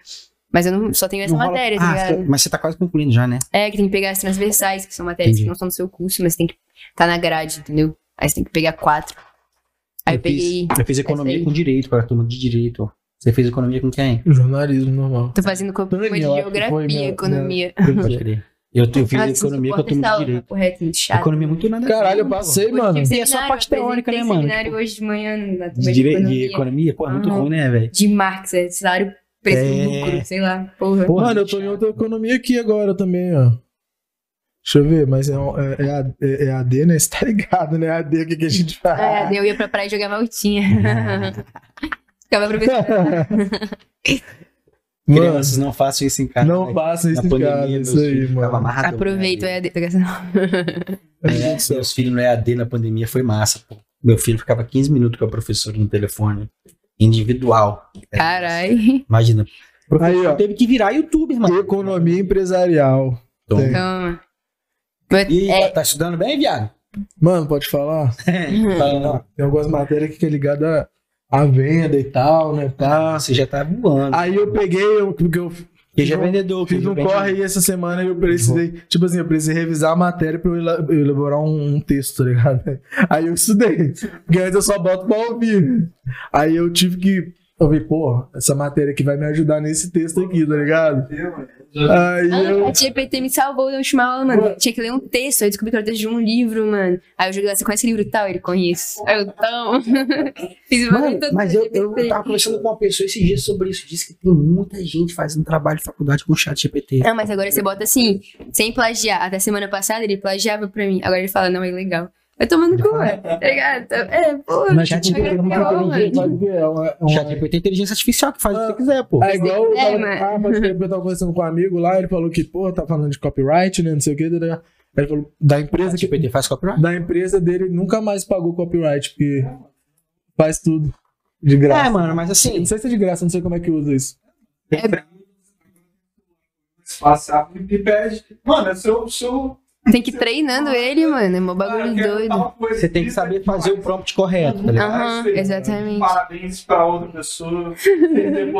Mas eu não, só tenho essa Não rola- matéria, tá Ah, ligado? mas você tá quase concluindo já, né? É, que tem que pegar as transversais, que são matérias Entendi. que não são do seu curso, mas tem que tá na grade, entendeu? Aí você tem que pegar quatro. Aí eu, peguei. Fiz, eu fiz economia aí. com direito, com a turma de direito. Você fez economia com quem? Jornalismo normal. Tô fazendo com Tânia, uma de eu acho que foi geografia, minha- economia. Pode crer. Eu, eu fiz Ah, você economia com a suporta turma essa de aula, direito. Correto, muito chato. Economia é muito nada. a ver, Caralho, eu pô. passei, Hoje mano. tive E é só seminário, parte teórica, né, apresentei mano? seminário hoje de manhã na turma De, de, direito, economia. de economia, pô, é muito Aham. ruim, né, velho? De Marx, é salário preço É. do lucro, sei lá, porra. Porra, Mano, eu tô em outra economia aqui agora também, ó. Deixa eu ver, mas é, é, é, A- é, é A D, né? Você tá ligado, né? A D, o que, que a gente faz? É, daí eu ia pra praia e jogava altinha. Ficava professor. Mano, Crianças, não façam isso em casa. não né? passa isso Na em pandemia, casa, meus isso aí, filhos ficavam mano. amarradão, Aproveita o né? E A D. tá ligado? É, meus filhos no E A D na pandemia foi massa, pô. Meu filho ficava quinze minutos com a professora no telefone. Individual. Carai. Imagina. O professor Aí, ó. teve que virar youtuber, mano. Economia empresarial. Então, Tem. Toma. Mas, E é, tá estudando bem, viado? Mano, pode falar? Fala, não. Tem algumas matérias que é ligada à venda e tal, né? Pá. Você já tá voando. Aí eu peguei, eu, porque eu Porque já é vendedor. fiz que um já corre vende- aí essa semana e eu precisei, tipo assim, eu precisei revisar a matéria pra eu ela- eu elaborar um, um texto, tá ligado? Aí eu estudei, porque antes eu só boto pra ouvir. Aí eu tive que ouvir, pô, essa matéria aqui vai me ajudar nesse texto aqui, tá ligado? Aí Ah, eu... a G P T me salvou da última aula, mano. Tinha que ler um texto, aí eu descobri que era o texto de um livro, mano. Aí eu joguei lá, você conhece esse livro e tal? Ele conhece. Aí eu, então... Fiz o Mano, bagulho todo mas no eu, G P eu T. tava conversando com uma pessoa esses dias sobre isso. Disse que tem muita gente fazendo trabalho de faculdade com chat G P T. Não, mas agora você bota assim, sem plagiar. Até semana passada ele plagiava pra mim. Agora ele fala, não, é legal. Vai tomando cu, é, tá ligado? É, porra. Mas chat G P T é muito legal, inteligente. mano. Sabe o que é? Uma- uma- Chat G P T é inteligência artificial que faz o que você quiser, pô. É igual eu É, tava, mas- ah, mas eu tava conversando com um amigo lá, ele falou que, pô, tá falando de copyright, né, não sei o que, né? Ele falou, da empresa Chat G P que, T faz copyright. da empresa dele nunca mais pagou copyright, porque faz tudo de graça. É, mano, mas assim... Não sei se é de graça, não sei como é que usa isso. Passar e pede. Mano, é seu. seu Tem que ir treinando ele, mano. É mó bagulho doido. Você tem que saber fazer o prompt correto, tá ligado? Aham, exatamente. Parabéns pra outra pessoa. Entendeu?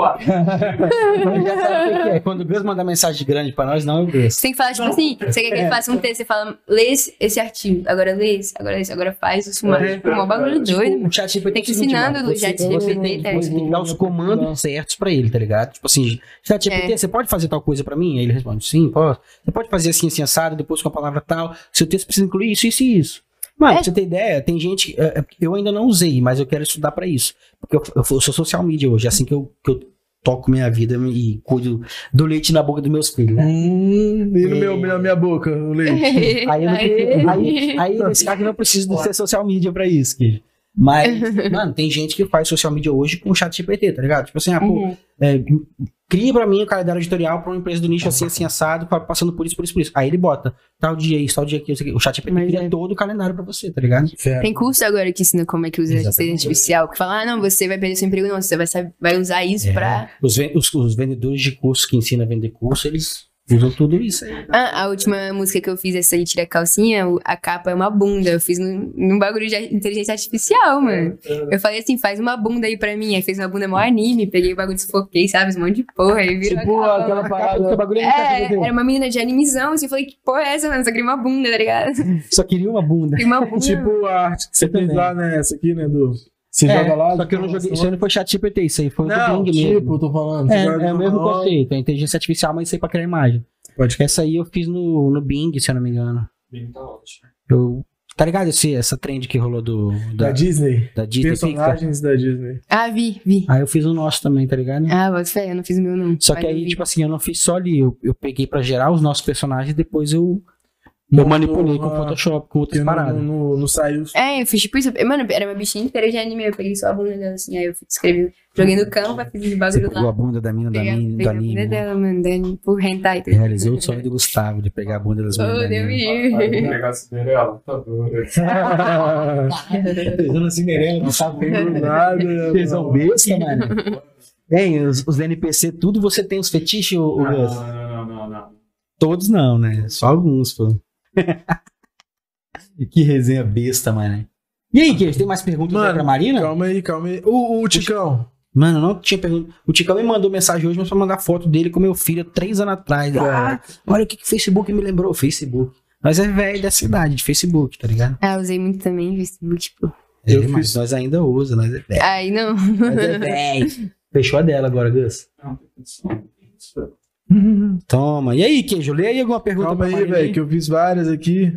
Já sabe o que é. Quando o Gus manda mensagem grande pra nós, não é o Gus. Você tem que falar, tipo assim, você quer que ele faça um texto, você fala, lê esse, esse artigo, agora lê esse, agora esse, agora faz o sumário. É, Tipo, mó bagulho doido, mano. O chat G P T Tem que é o seguinte, ensinando mano, do você- chat você G P T, tem- tá? Você tem que dar os comandos certos pra ele, tá ligado? Tipo assim, chat G P T, É. você pode fazer tal coisa pra mim? Aí ele responde, sim, posso. Você pode fazer assim, assim, assado, depois com a palavra tal. Seu texto precisa incluir isso, isso e isso. Mano, É. pra você ter ideia, tem gente... é, é, eu ainda não usei, mas eu quero estudar pra isso. Porque eu, eu sou social media hoje, é assim que eu, que eu toco minha vida e cuido do leite na boca dos meus filhos, né? Hum, e no meu, na minha boca, o leite. Aí, eu não preciso- aí, aí, nesse caso, eu não preciso de ser social media pra isso, Kid. Mas, mano, tem gente que faz social media hoje com o chat G P T, tá ligado? Tipo assim, ah, pô, Uhum. é, cria pra mim o calendário editorial pra uma empresa do nicho assim, assim, assado, pa- passando por isso, por isso, por isso. Aí ele bota tal dia isso, tal dia aqui, o chat G P T Mas cria é. todo o calendário pra você, tá ligado? Tem curso agora que ensina como é que usa a Exatamente. inteligência artificial, que fala, ah, não, você vai perder seu emprego, não, você vai, saber- vai usar isso É. pra... Os, ven- os- os vendedores de curso que ensinam a vender curso, eles usam tudo isso aí. Ah, a última música que eu fiz, essa aí, Tira a Calcinha, o- a capa é uma bunda. Eu fiz num, num bagulho de inteligência artificial, mano. Eu falei assim, faz uma bunda aí pra mim. Aí fez uma bunda mó anime, peguei o bagulho, desfoquei, sabe? Um monte de porra, aí virou Tipo, a capa, aquela mano. parada. bagulho É, era uma menina de animizão, assim, eu falei, que porra é essa, mano? Só queria uma bunda, tá ligado? Só queria uma bunda. Queria uma bunda. Tipo a arte que você Eu fez também. lá, né? Essa aqui, né? Do... Você É, joga lá. só que eu não joguei, isso aí não foi chat G P T, isso aí foi Não, o do Bing tipo, mesmo. eu tô falando. É, você joga é o no mesmo manual. conceito, é inteligência artificial, mas isso aí pra criar imagem. Pode Essa aí eu fiz no, no Bing, se eu não me engano. Bem, tá ótimo. Eu, tá ligado esse, essa trend que rolou do, Da da, Disney. da Disney Pixar? Personagens da Disney. Ah, vi, vi. Aí eu fiz o nosso também, tá ligado? Ah, bota fé, eu não fiz o meu, não. Só Mas que eu aí, vi. tipo assim, eu não fiz só ali. Eu, eu peguei pra gerar os nossos personagens e depois eu, eu manipulei com Ah, Photoshop, com outras Porque não, paradas. não, não, não saiu. É, eu fiz tipo isso. Mano, era uma bichinha inteira de anime. Eu peguei só a bunda dela assim. Aí eu escrevi, joguei no Canva, fiz os Você bagulho pegou lá. a bunda da mina da Peguei, mina, peguei do a bunda anime. né? dela, mano, da anime, por hentai. Tá? Realizou o sonho do Gustavo de pegar a bunda das Oh, meninas. Deus da me anime. Vai livre. pegar a Cinderela? Tá doido. Pesando a Cinderela, não sabe Nada, né, Tesão mano? besta, mano. Tem, os, os N P C, tudo você tem os fetiches, o, o Não, Gus? não, não, não, não. Todos não, né? Só alguns, pô. Que resenha besta, mano. E aí, Keith, tem mais perguntas aí Mano, pra Marina? Calma aí, calma aí. O, o Ticão. Mano, eu não tinha perguntado. O Ticão me mandou mensagem hoje, mas pra mandar foto dele com meu filho três anos atrás. Ah, olha o que que o Facebook me lembrou. Facebook. Nós é velho dessa idade, de Facebook, tá ligado? Ah, eu usei muito também Facebook, tipo. É, Eu mas fiz- nós ainda usa, nós é velho. Ai, não. Nós é velho. Fechou a dela agora, Gus. Não, tem condição. Toma. E aí, Queijo, lê aí alguma pergunta Calma pra aí, Marina velho, que eu fiz várias aqui.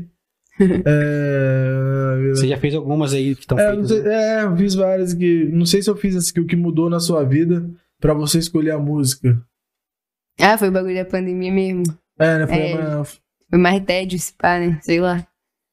é... Você já fez algumas aí que estão É, eu não feitas. sei- né? é, eu fiz várias que. Não sei se eu fiz essa que o que mudou na sua vida pra você escolher a música. Ah, foi o bagulho da pandemia mesmo. É, né? Foi É. uma. Foi mais tédio, esse pá, né? Sei lá.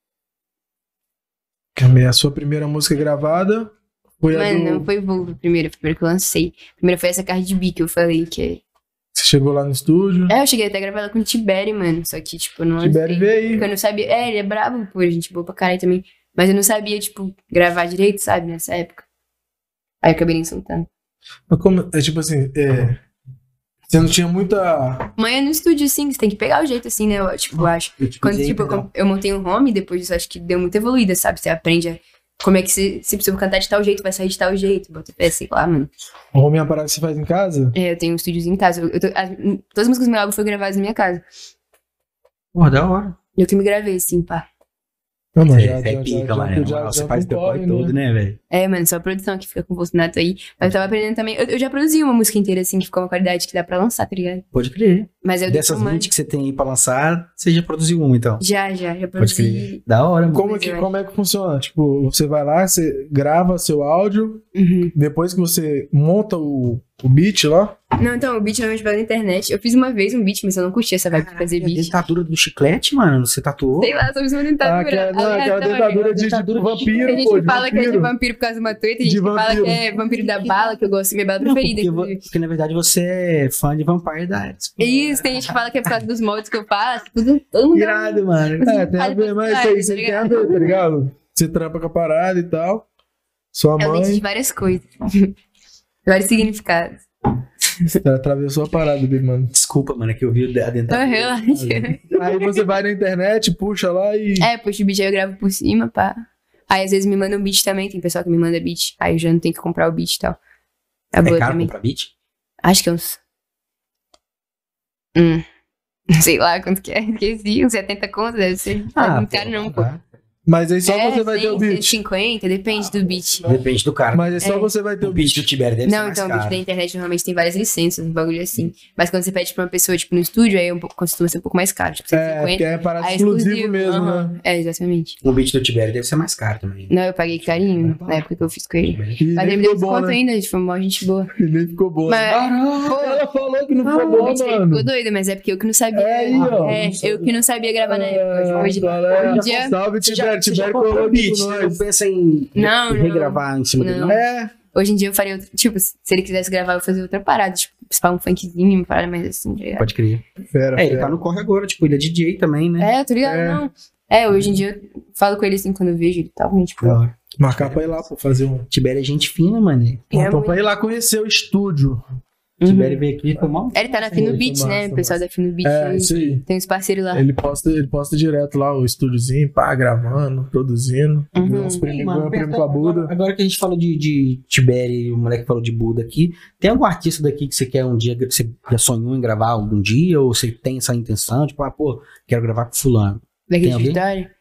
Calma aí, a sua primeira música gravada foi a Mano, do. não foi Volvo a primeira, foi a primeira que eu lancei. A primeira foi essa Cardi B que eu falei, que é... Você chegou lá no estúdio. É, eu cheguei até a gravar ela com o Tiberi, mano. Só que, tipo, eu não Tiberi lancei. veio Porque aí. eu não sabia... É, ele é brabo, pô, gente boa pra caralho também. Mas eu não sabia, tipo, gravar direito, sabe, nessa época. Aí eu acabei nem soltando. Mas como. É tipo assim. É, você não tinha muita. Amanhã no estúdio, assim, você tem que pegar o jeito, assim, né? Eu, tipo, eu acho. Quando, tipo, eu, com- eu montei um home, depois disso, acho que deu muito evoluída, sabe? Você aprende a... Como é que você... Se precisa cantar de tal jeito, vai sair de tal jeito. Bota fé, sei lá, mano. O home é uma parada que você faz em casa? É, eu tenho um estúdiozinho em casa. Eu, eu tô- as- todas as músicas do meu álbum foram gravadas na minha casa. Porra, da hora. Eu que me gravei, assim, pá. Não, mas Você já, é já, pica, já, mano. já, Na já, moral, já Você faz o teu concorre, corre todo, né, velho? É, mano, só a produção que fica com o Bolsonaro aí. Mas eu tava aprendendo também. Eu, eu já produzi uma música inteira, assim, que ficou uma qualidade que dá pra lançar, tá ligado? Pode crer. Mas eu Dessas uma... vinte que você tem aí pra lançar, você já produziu uma, então. Já, já, já Pode crer. produzi. Da hora, mano. Como, que, Mas, como é que funciona? Tipo, você vai lá, você grava seu áudio, Uhum. depois que você monta o, o beat lá. Não, então, o beat normalmente vai na internet. Eu fiz uma vez um beat, mas eu não curti essa vibe de fazer A beat. dentadura do chiclete, mano, você tatuou? Sei lá, só fiz uma dentadura. aquela, não, aquela aleatória. dentadura de, de Dentadura de vampiro, Tem gente pô, que de fala que é de vampiro. vampiro por causa de uma tueta, tem gente De que fala vampiro. que é vampiro da bala, que eu gosto, minha bala Não, preferida. porque, vo- inclusive. porque, na verdade você é fã de Vampire Diaries. Isso, tem gente que fala que é por causa dos moldes que eu faço. Tudo, todo mundo. Irado, mano. É, tem a ver, mas isso aí você tem a ver, tá ligado? Você trampa com a parada e tal. Sua É um mix de mãe várias coisas. Vários significados. atravessou a parada dele, mano. Desculpa, mano, é que eu vi a Então, dentadura. relaxa. Aí você vai na internet, puxa lá e. É, puxa o beat aí eu gravo por cima, pá. Aí às vezes me manda um beat também, tem pessoal que me manda beat. Aí eu já não tenho que comprar o beat e tal. Tá É boa caro também. comprar beat? Acho que é uns. Hum. Sei lá quanto que é. Esqueci, uns setenta conto, deve ser. Não é muito pô, caro, não, pô. tá. Mas aí só é, você vai ter o cem, beat. cento e cinquenta, depende do beat. Depende do cara. Mas aí só É. você vai ter O o beat beat. do Tibério deve ser Não, mais então, o beat caro. da internet normalmente tem várias licenças, um bagulho assim. Mas quando você pede pra uma pessoa, tipo, no estúdio, aí é um pouco, costuma ser um pouco mais caro. Tipo, É, cento e porque cinquenta. é parada Aí é exclusivo mesmo, aham. né? É, exatamente. O beat do Tibério deve ser mais caro também. Não, eu paguei carinho na época que eu fiz com ele. E Mas ele nem me deu ficou bom, desconto né? ainda, gente, foi uma gente boa. E nem ficou bom. Mas, pô, Ela falou que não ficou o bom, beat dele mano. ficou doido, mas é porque eu que não sabia. É aí, ó. É, eu que não sabia gravar na época. Tipo, hoje, galera, hoje em dia. salve, Você já, Tibério. você já Tibério comprou colou o beat, aqui com você não nós. pensa em Não, não. regravar em cima dele, Não. não? É, Hoje em dia eu faria outra. Tipo, se ele quisesse gravar, eu fazia outra parada. Tipo, spam um funkzinho, uma parada mais assim, tá ligado? Pode crer. fera, É, ele fera. tá no corre agora, tipo, ele é D J também, né? É, tô ligado, É. não. É, hoje em dia eu falo com ele assim quando eu vejo ele e tal, né, tipo. Da hora. Marcar pra ir lá, pô, fazer um. Tibério é gente fina, mano. É Então, muito- pra ir lá conhecer o estúdio. Uhum. Tibério veio aqui e foi mal. Ele tá na Fino Foi Beat, massa, né? O pessoal massa. da Fino Beat. É, aí isso aí. tem uns parceiros lá. Ele posta, ele posta direto lá o estúdiozinho, pá, gravando, produzindo. Uhum. Uns primos, Mano, meu primo pensa- com a Buda. Agora, agora que a gente falou de, de Tibério e o moleque falou de Buda aqui, tem algum artista daqui que você quer um dia, que você já sonhou em gravar algum dia, ou você tem essa intenção, tipo, ah, pô, quero gravar com fulano? Daqui Tem de alguém? Vitória.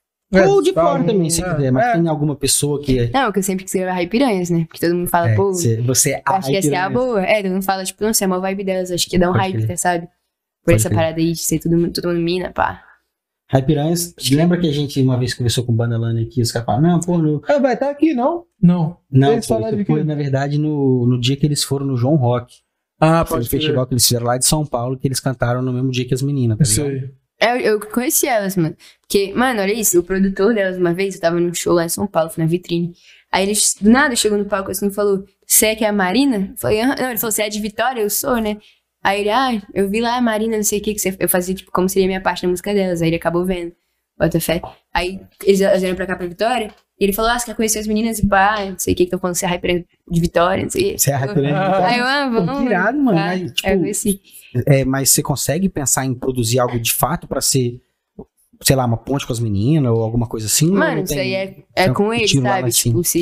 ou de tá, fora também, se é, quiser, mas é. tem alguma pessoa que é... Não, que eu sempre quis gravar Rai Piranhas, né? Porque todo mundo fala, é, pô, você, você é a acho que essa é a piranha. boa. É, todo mundo fala, tipo, não, você é uma vibe delas, acho que dá um Pode hype, crer. sabe? Por Pode essa crer. parada aí de ser todo mundo, todo mundo mina, pá. Raipiranhas, lembra que a gente uma vez conversou com o Banalane aqui, os caras falaram, não, pô, no... Ah, vai estar aqui, não? Não. Não, Eles pô, falaram de foi quê? na verdade no, no dia que eles foram no João Rock. Ah, Foi pode o festival que eles fizeram lá de São Paulo, que eles cantaram no mesmo dia que as meninas, tá Isso ligado? aí. É, Eu, eu conheci elas, mano. Porque, mano, olha isso, o produtor delas, uma vez, eu tava num show lá em São Paulo, fui na vitrine. Aí ele, do nada, chegou no palco assim e falou, você é que é a Marina? Eu falei, aham. Não, ele falou, você é de Vitória? Eu sou, né? Aí ele, ah, eu vi lá a Marina, não sei o que, que você... Eu fazia, tipo, como seria a minha parte na música delas. Aí ele acabou vendo. Bota fé. Aí eles elas vieram pra cá, pra Vitória, e ele falou, ah, você quer conhecer as meninas e pá, não sei o que, que estão falando, você é hyper de Vitória, não sei o que. Você é Raipiranha. Aí eu, ah, Pô, vamos. que irado, mano. pá. Aí, tipo, Aí eu conheci. É, mas você consegue pensar em produzir algo de fato pra ser, sei lá, uma ponte com as meninas ou alguma coisa assim? ou Mano, não isso tem- aí é, é tem com um ele, tiro lá sabe? assim? Tipo, se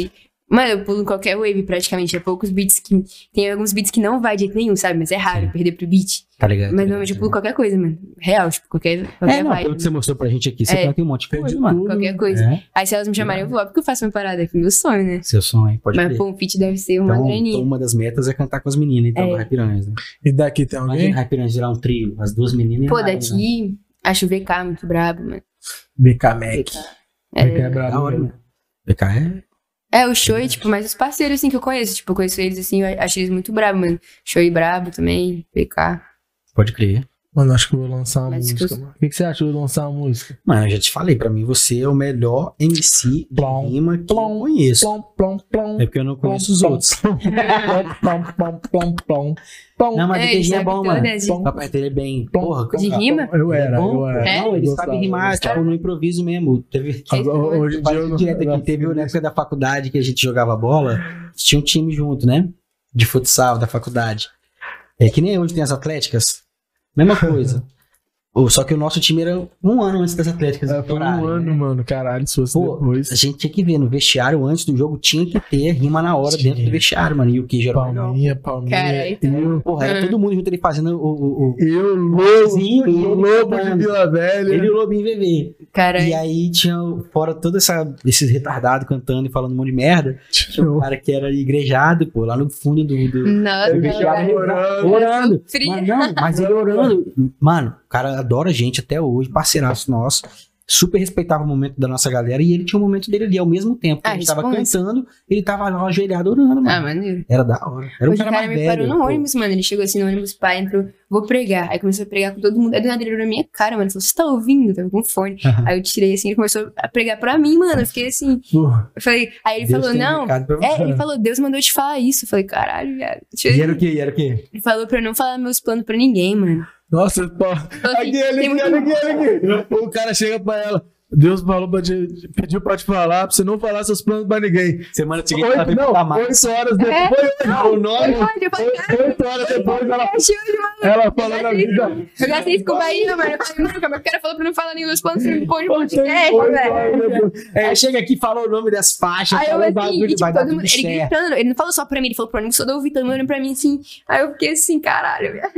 Mano, eu pulo qualquer wave praticamente. É poucos beats que... Tem alguns beats que não vai de jeito nenhum, sabe? Mas é raro Sim. perder pro beat. Tá ligado? Mas normalmente eu pulo qualquer coisa, mano. Real, tipo, qualquer, qualquer É, não, vibe. pelo que você mostrou pra gente aqui, você É. coloca um monte de Tem coisa, de mano. tudo. Qualquer coisa. É, Aí se elas me chamarem, eu vou lá, porque eu faço uma parada aqui, meu sonho, né? seu sonho, pode Mas, crer. pô, um feat deve ser uma Então, graninha. então, uma das metas é cantar com as meninas, então, É. do Raipiranhas, né? E daqui tem alguém? Imagina Raipiranhas virar um trio, as duas meninas. e Pô, a Mari, né? daqui, acho o V K muito brabo, mano. B K Mac. V K. É, B K é Da hora, brabo. né? B K é... é, o Shoei, tipo, mas os parceiros, assim, que eu conheço. Tipo, eu conheço eles, assim, eu acho eles muito brabo, mano. Shoei brabo também, V K. Pode crer. Mano, acho que eu vou lançar uma Mas música, que eu- mano. O que, que você achou de lançar uma música? Mano, eu já te falei, pra mim você é o melhor M C de Plom, rima que plom, eu conheço. Plom, plom, plom. É porque eu não conheço os Plom, outros. plom, plom, plom, plom, plom, plom. Não, mas É, o ele D J é sabe bom, mano. todas. O papai dele é bem... Plom. Porra, De rima? Eu era, bom, eu era. É? Não, ele Eu gostava, sabe rimar, eu tipo, no improviso mesmo. Teve... gostava. Hoje em dia eu não... direto aqui, teve na época da faculdade que a gente jogava bola, tinha um time junto, né? De futsal da faculdade. É que nem hoje tem as atléticas. Mesma coisa. Ô, Só que o nosso time era um ano antes das atléticas. É, foi um estourarem, ano, né? mano. Caralho, se fosse Pô, depois. a gente tinha que ver no vestiário antes do jogo, tinha que ter rima na hora Tinha. dentro do vestiário, mano. E o que gerou melhor. Palminha, palminha. Cara, então- eu, Porra, era Hum. todo mundo junto ele fazendo o. o, o eu, lobo, Lobozinho e ele lobo de cantando. Vila Velha. ele e o Lobinho V V. Cara, E aí tinha, fora todo essa, esses retardados cantando e falando um monte de merda, tinha um cara que era igrejado, pô, lá no fundo do. do... nossa, Ele vestiário cara. orando. Orando. Fria. Mas não, mas ele orando. Mano, o cara adora a gente até hoje, parceiraço nosso. Super respeitava o momento da nossa galera e ele tinha um momento dele ali ao mesmo tempo. que Ah, a gente tava responde. cantando, ele tava lá ajoelhado orando, mano. Ah, maneiro. Era da hora. Era um Hoje cara o cara mais me velho. parou no pô. ônibus, mano. Ele chegou assim no ônibus, pai, entrou, vou pregar. Aí começou a pregar com todo mundo. Aí do nada ele olhou na minha cara, mano. Ele falou, você tá ouvindo? Eu tava com fone. Aham. Aí eu tirei assim, ele começou a pregar pra mim, mano. Eu fiquei assim. Porra. Eu falei, aí ele Deus falou, tem um não. recado pra você. É, ele falou, Deus mandou eu te falar isso. Eu falei, caralho, viado. Deixa eu- E era o quê? E era o quê? Ele falou pra eu não falar meus planos pra ninguém, mano. Nossa, pô. Falou assim, Aqui, ali, tem aqui, muito- aqui, aqui. O cara chega pra ela. Deus falou pra te, pediu pra te falar, pra você não falar seus planos pra ninguém. Semana seguinte ela Oito, veio não, falar mais. oito horas depois, o nome. Olha, eu falei, cara, Oito horas depois, ela, eu achei hoje, mano. ela falando a vida. Eu gastei isso com o Bahia, mano. Eu falei, nunca, mas o cara falou pra não falar nenhum dos planos assim, pô, de Oito podcast, velho. horas depois. É, chega aqui, fala o nome das faixas, Aí eu fala o assim, bagulho, e, tipo, vai dar todo tudo mundo, ele certo. gritando, ele não falou só pra mim, ele falou pra mim, só do ouvido, todo mundo olhando pra mim assim. Aí eu fiquei assim, caralho, velho.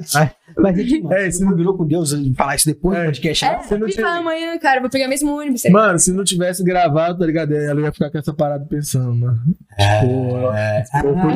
Mas gente, É, é, se você não- virou com Deus e falar isso depois É. do podcast? É, Você não me tinha- fala amanhã, cara, eu vou pegar mesmo ônibus. sério. Mano, se não tivesse gravado, tá ligado? Ela ia ficar com essa parada pensando, mano. Tipo, ela- foi, por,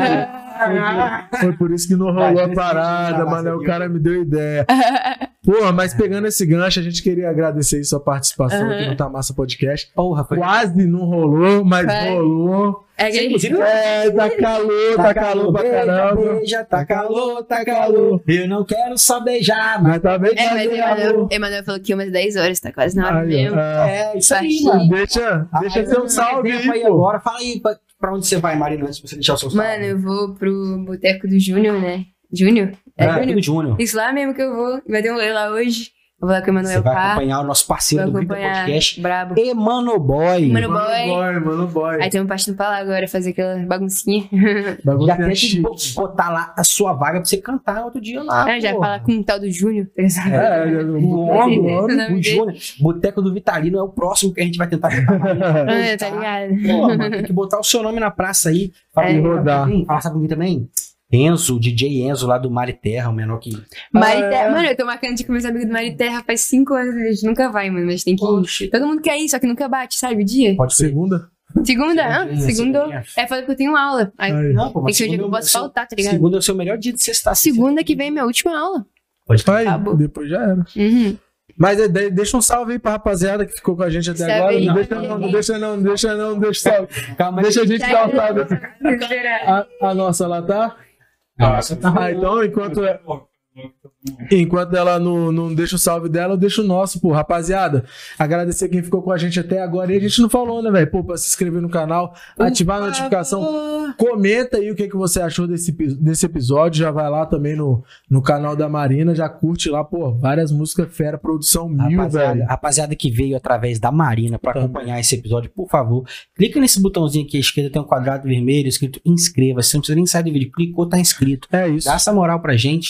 foi- foi por isso que não rolou a parada, mano. O cara me deu ideia. Porra, mas pegando esse gancho, a gente queria agradecer aí sua participação Aham. aqui no Tamassa Podcast. Porra, foi. Quase não rolou, mas Vai. rolou. É que ele... Inclusive, É, tá calor, tá calor pra caramba. Beija, tá calor, tá calor. Eu não quero só beijar, mas Mas tá bem É, mas calor. Emanuel, Emanuel falou que umas dez horas, tá quase na hora Aí, mesmo. ó, é. é isso aí, Baixinho. mano. Deixa, deixa Ah, seu eu- salve exemplo aí, aí pô. agora. Fala aí pra, pra onde você vai, Marina, antes de você deixar o seu salve. Mano, eu vou pro boteco do Júnior, né? Júnior? É, É, Júnior? do Júnior. Isso lá mesmo que eu vou. Vai ter um rolê lá hoje. Eu vou lá com o Você Emanuel vai Pá. acompanhar o nosso parceiro Vou do Vida acompanhar. Podcast, Brabo. Emano Boy. Mano Mano boy. boy, mano boy. Aí tem um partido pra lá agora, fazer aquela baguncinha. Bagulho Já que é tem que chique. bo- botar lá a sua vaga pra você cantar outro dia lá. Ah, já pô. falar com o tal do Júnior. tá ligado? É, é, O o nome, Esse é o o nome dele. Júnior. Boteco do Vitalino é o próximo que a gente vai tentar botar. Ah, tá ligado? Pô, mano, tem que botar o seu nome na praça aí. Fala, É. com- Rodar. Fala, sabe com quem também? Enzo, D J Enzo lá do Mari Terra, o menor que. Mari Ah, Terra. é. Mano, eu tô marcando de com meus amigos do Mari Terra faz cinco anos. A gente nunca vai, mano. Mas tem que Oxi. ir. Todo mundo quer ir, só que nunca bate, sabe? O dia. Pode ser. Segunda? Segunda, ah, Segunda, segunda. segunda. É foda que eu tenho aula. Aí, Aí. Não, pô, tem mas que ser o dia que eu segunda posso é o seu- faltar, tá ligado? Segunda é o seu melhor dia de sexta. Segunda que vem é minha última aula. Pode Aí, Acabou. depois já era. Uhum. Mas é, de- deixa um salve aí pra rapaziada que ficou com a gente até Salve agora. aí. Não deixa não, não deixa não, não deixa não, deixa salve. Calma aí. Deixa a gente dar um salve. Será? A, a nossa lá tá? Nossa, Ah, então enquanto, enquanto ela não, não deixa o salve dela, eu deixo o nosso, pô. Rapaziada, agradecer quem ficou com a gente até agora. E a gente não falou, né, velho? Pô, pra se inscrever no canal, ativar a notificação. Comenta aí o que, que você achou desse, epi- desse episódio. Já vai lá também no, no canal da Marina, já curte lá, pô, várias músicas fera, produção mil, Rapaziada, velho. rapaziada que veio através da Marina pra Também. acompanhar esse episódio, por favor, clica nesse botãozinho aqui à esquerda, tem um quadrado vermelho escrito inscreva-se. Você não precisa nem sair do vídeo, clicou, tá inscrito. É isso. Dá essa moral pra gente, demorou?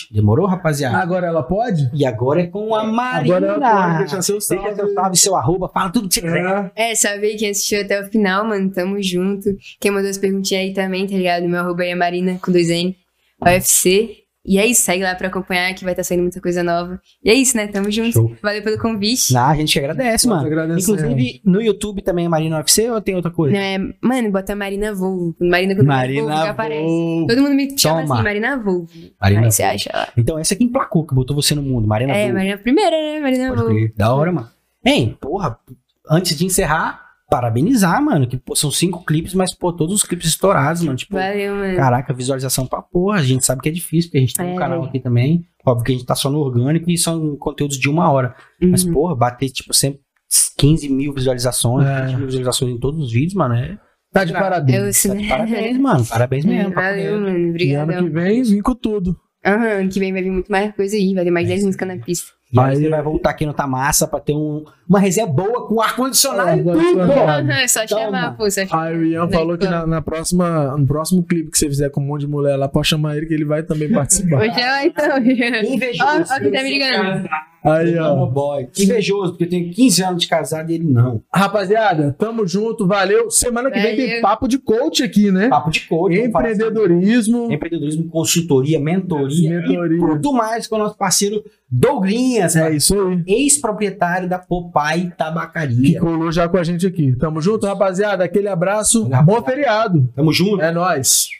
rapaziada. Agora ela pode? E agora é com a Marina. Agora ela pode deixar seu Deixa salve. seu salve, seu arroba, fala tudo que você quiser. É. É, salve aí quem assistiu até o final, mano. Tamo junto. Quem mandou as perguntinhas aí também, tá ligado? Meu arroba aí é Marina, com dois N, U F C. E é isso, segue lá pra acompanhar que vai estar saindo muita coisa nova. E é isso, né? Tamo junto. Show. Valeu pelo convite. Não, a gente agradece, Nós mano. agradecemos. Inclusive, no YouTube também é Marina U F C ou tem outra coisa? Não, é, mano, bota Marina Volvo. Marina com Marina Volvo que aparece. Volvo. Todo mundo me chama Toma. assim, Marina Volvo. Marina aí você Volvo. acha lá. Então essa que emplacou, que botou você no mundo. Marina É, Volvo. Marina primeira, né? Marina Pode Volvo. crer. Da hora, mano. Hein, porra, antes de encerrar, parabenizar, mano. Que pô, são cinco clipes, mas, pô, todos os clipes estourados, mano. Tipo, Valeu, mano. caraca, visualização pra porra. A gente sabe que é difícil, porque a gente tem um É. canal aqui também. Óbvio que a gente tá só no orgânico e são conteúdos de uma hora. Mas, Uhum. porra, bater, tipo, sempre quinze mil visualizações, É. vinte mil visualizações em todos os vídeos, mano. É. Tá de parabéns. Eu, Tá de parabéns, mano. Parabéns mesmo. papo Valeu, reto. mano. E ano Obrigadão. que vem, vim com tudo. Aham, ano que vem vai vir muito mais coisa aí. Vai ter mais dez músicas na pista. E aí, Aí- você vai voltar aqui no Tamassa pra ter um, uma resenha boa com ar-condicionado e tudo, Ar-condicionado. pô. Aham, só Toma. chamar, pô. Só chamar. Aí o Ian Daí, falou que pô. na, na próxima, no próximo clipe que você fizer com um monte de mulher lá, pode chamar ele que ele vai também participar. Hoje é então. Invejoso. Ó, ó quem tá me ligando. Aí, Não, ó. boy. Invejoso, porque eu tenho quinze anos de casado e ele não. Rapaziada, tamo junto, valeu. Semana que vem tem Valeu. papo de coach aqui, né? Papo de coach. vamos falar sobre Empreendedorismo. Empreendedorismo, consultoria, mentoria, Mentoria. e tudo mais com o nosso parceiro Douglinhas, É isso aí. ex-proprietário da Popai Que Tabacaria. colou já com a gente aqui. Tamo junto, rapaziada. Aquele abraço. Valeu, Bom feriado. Tamo junto. É nóis.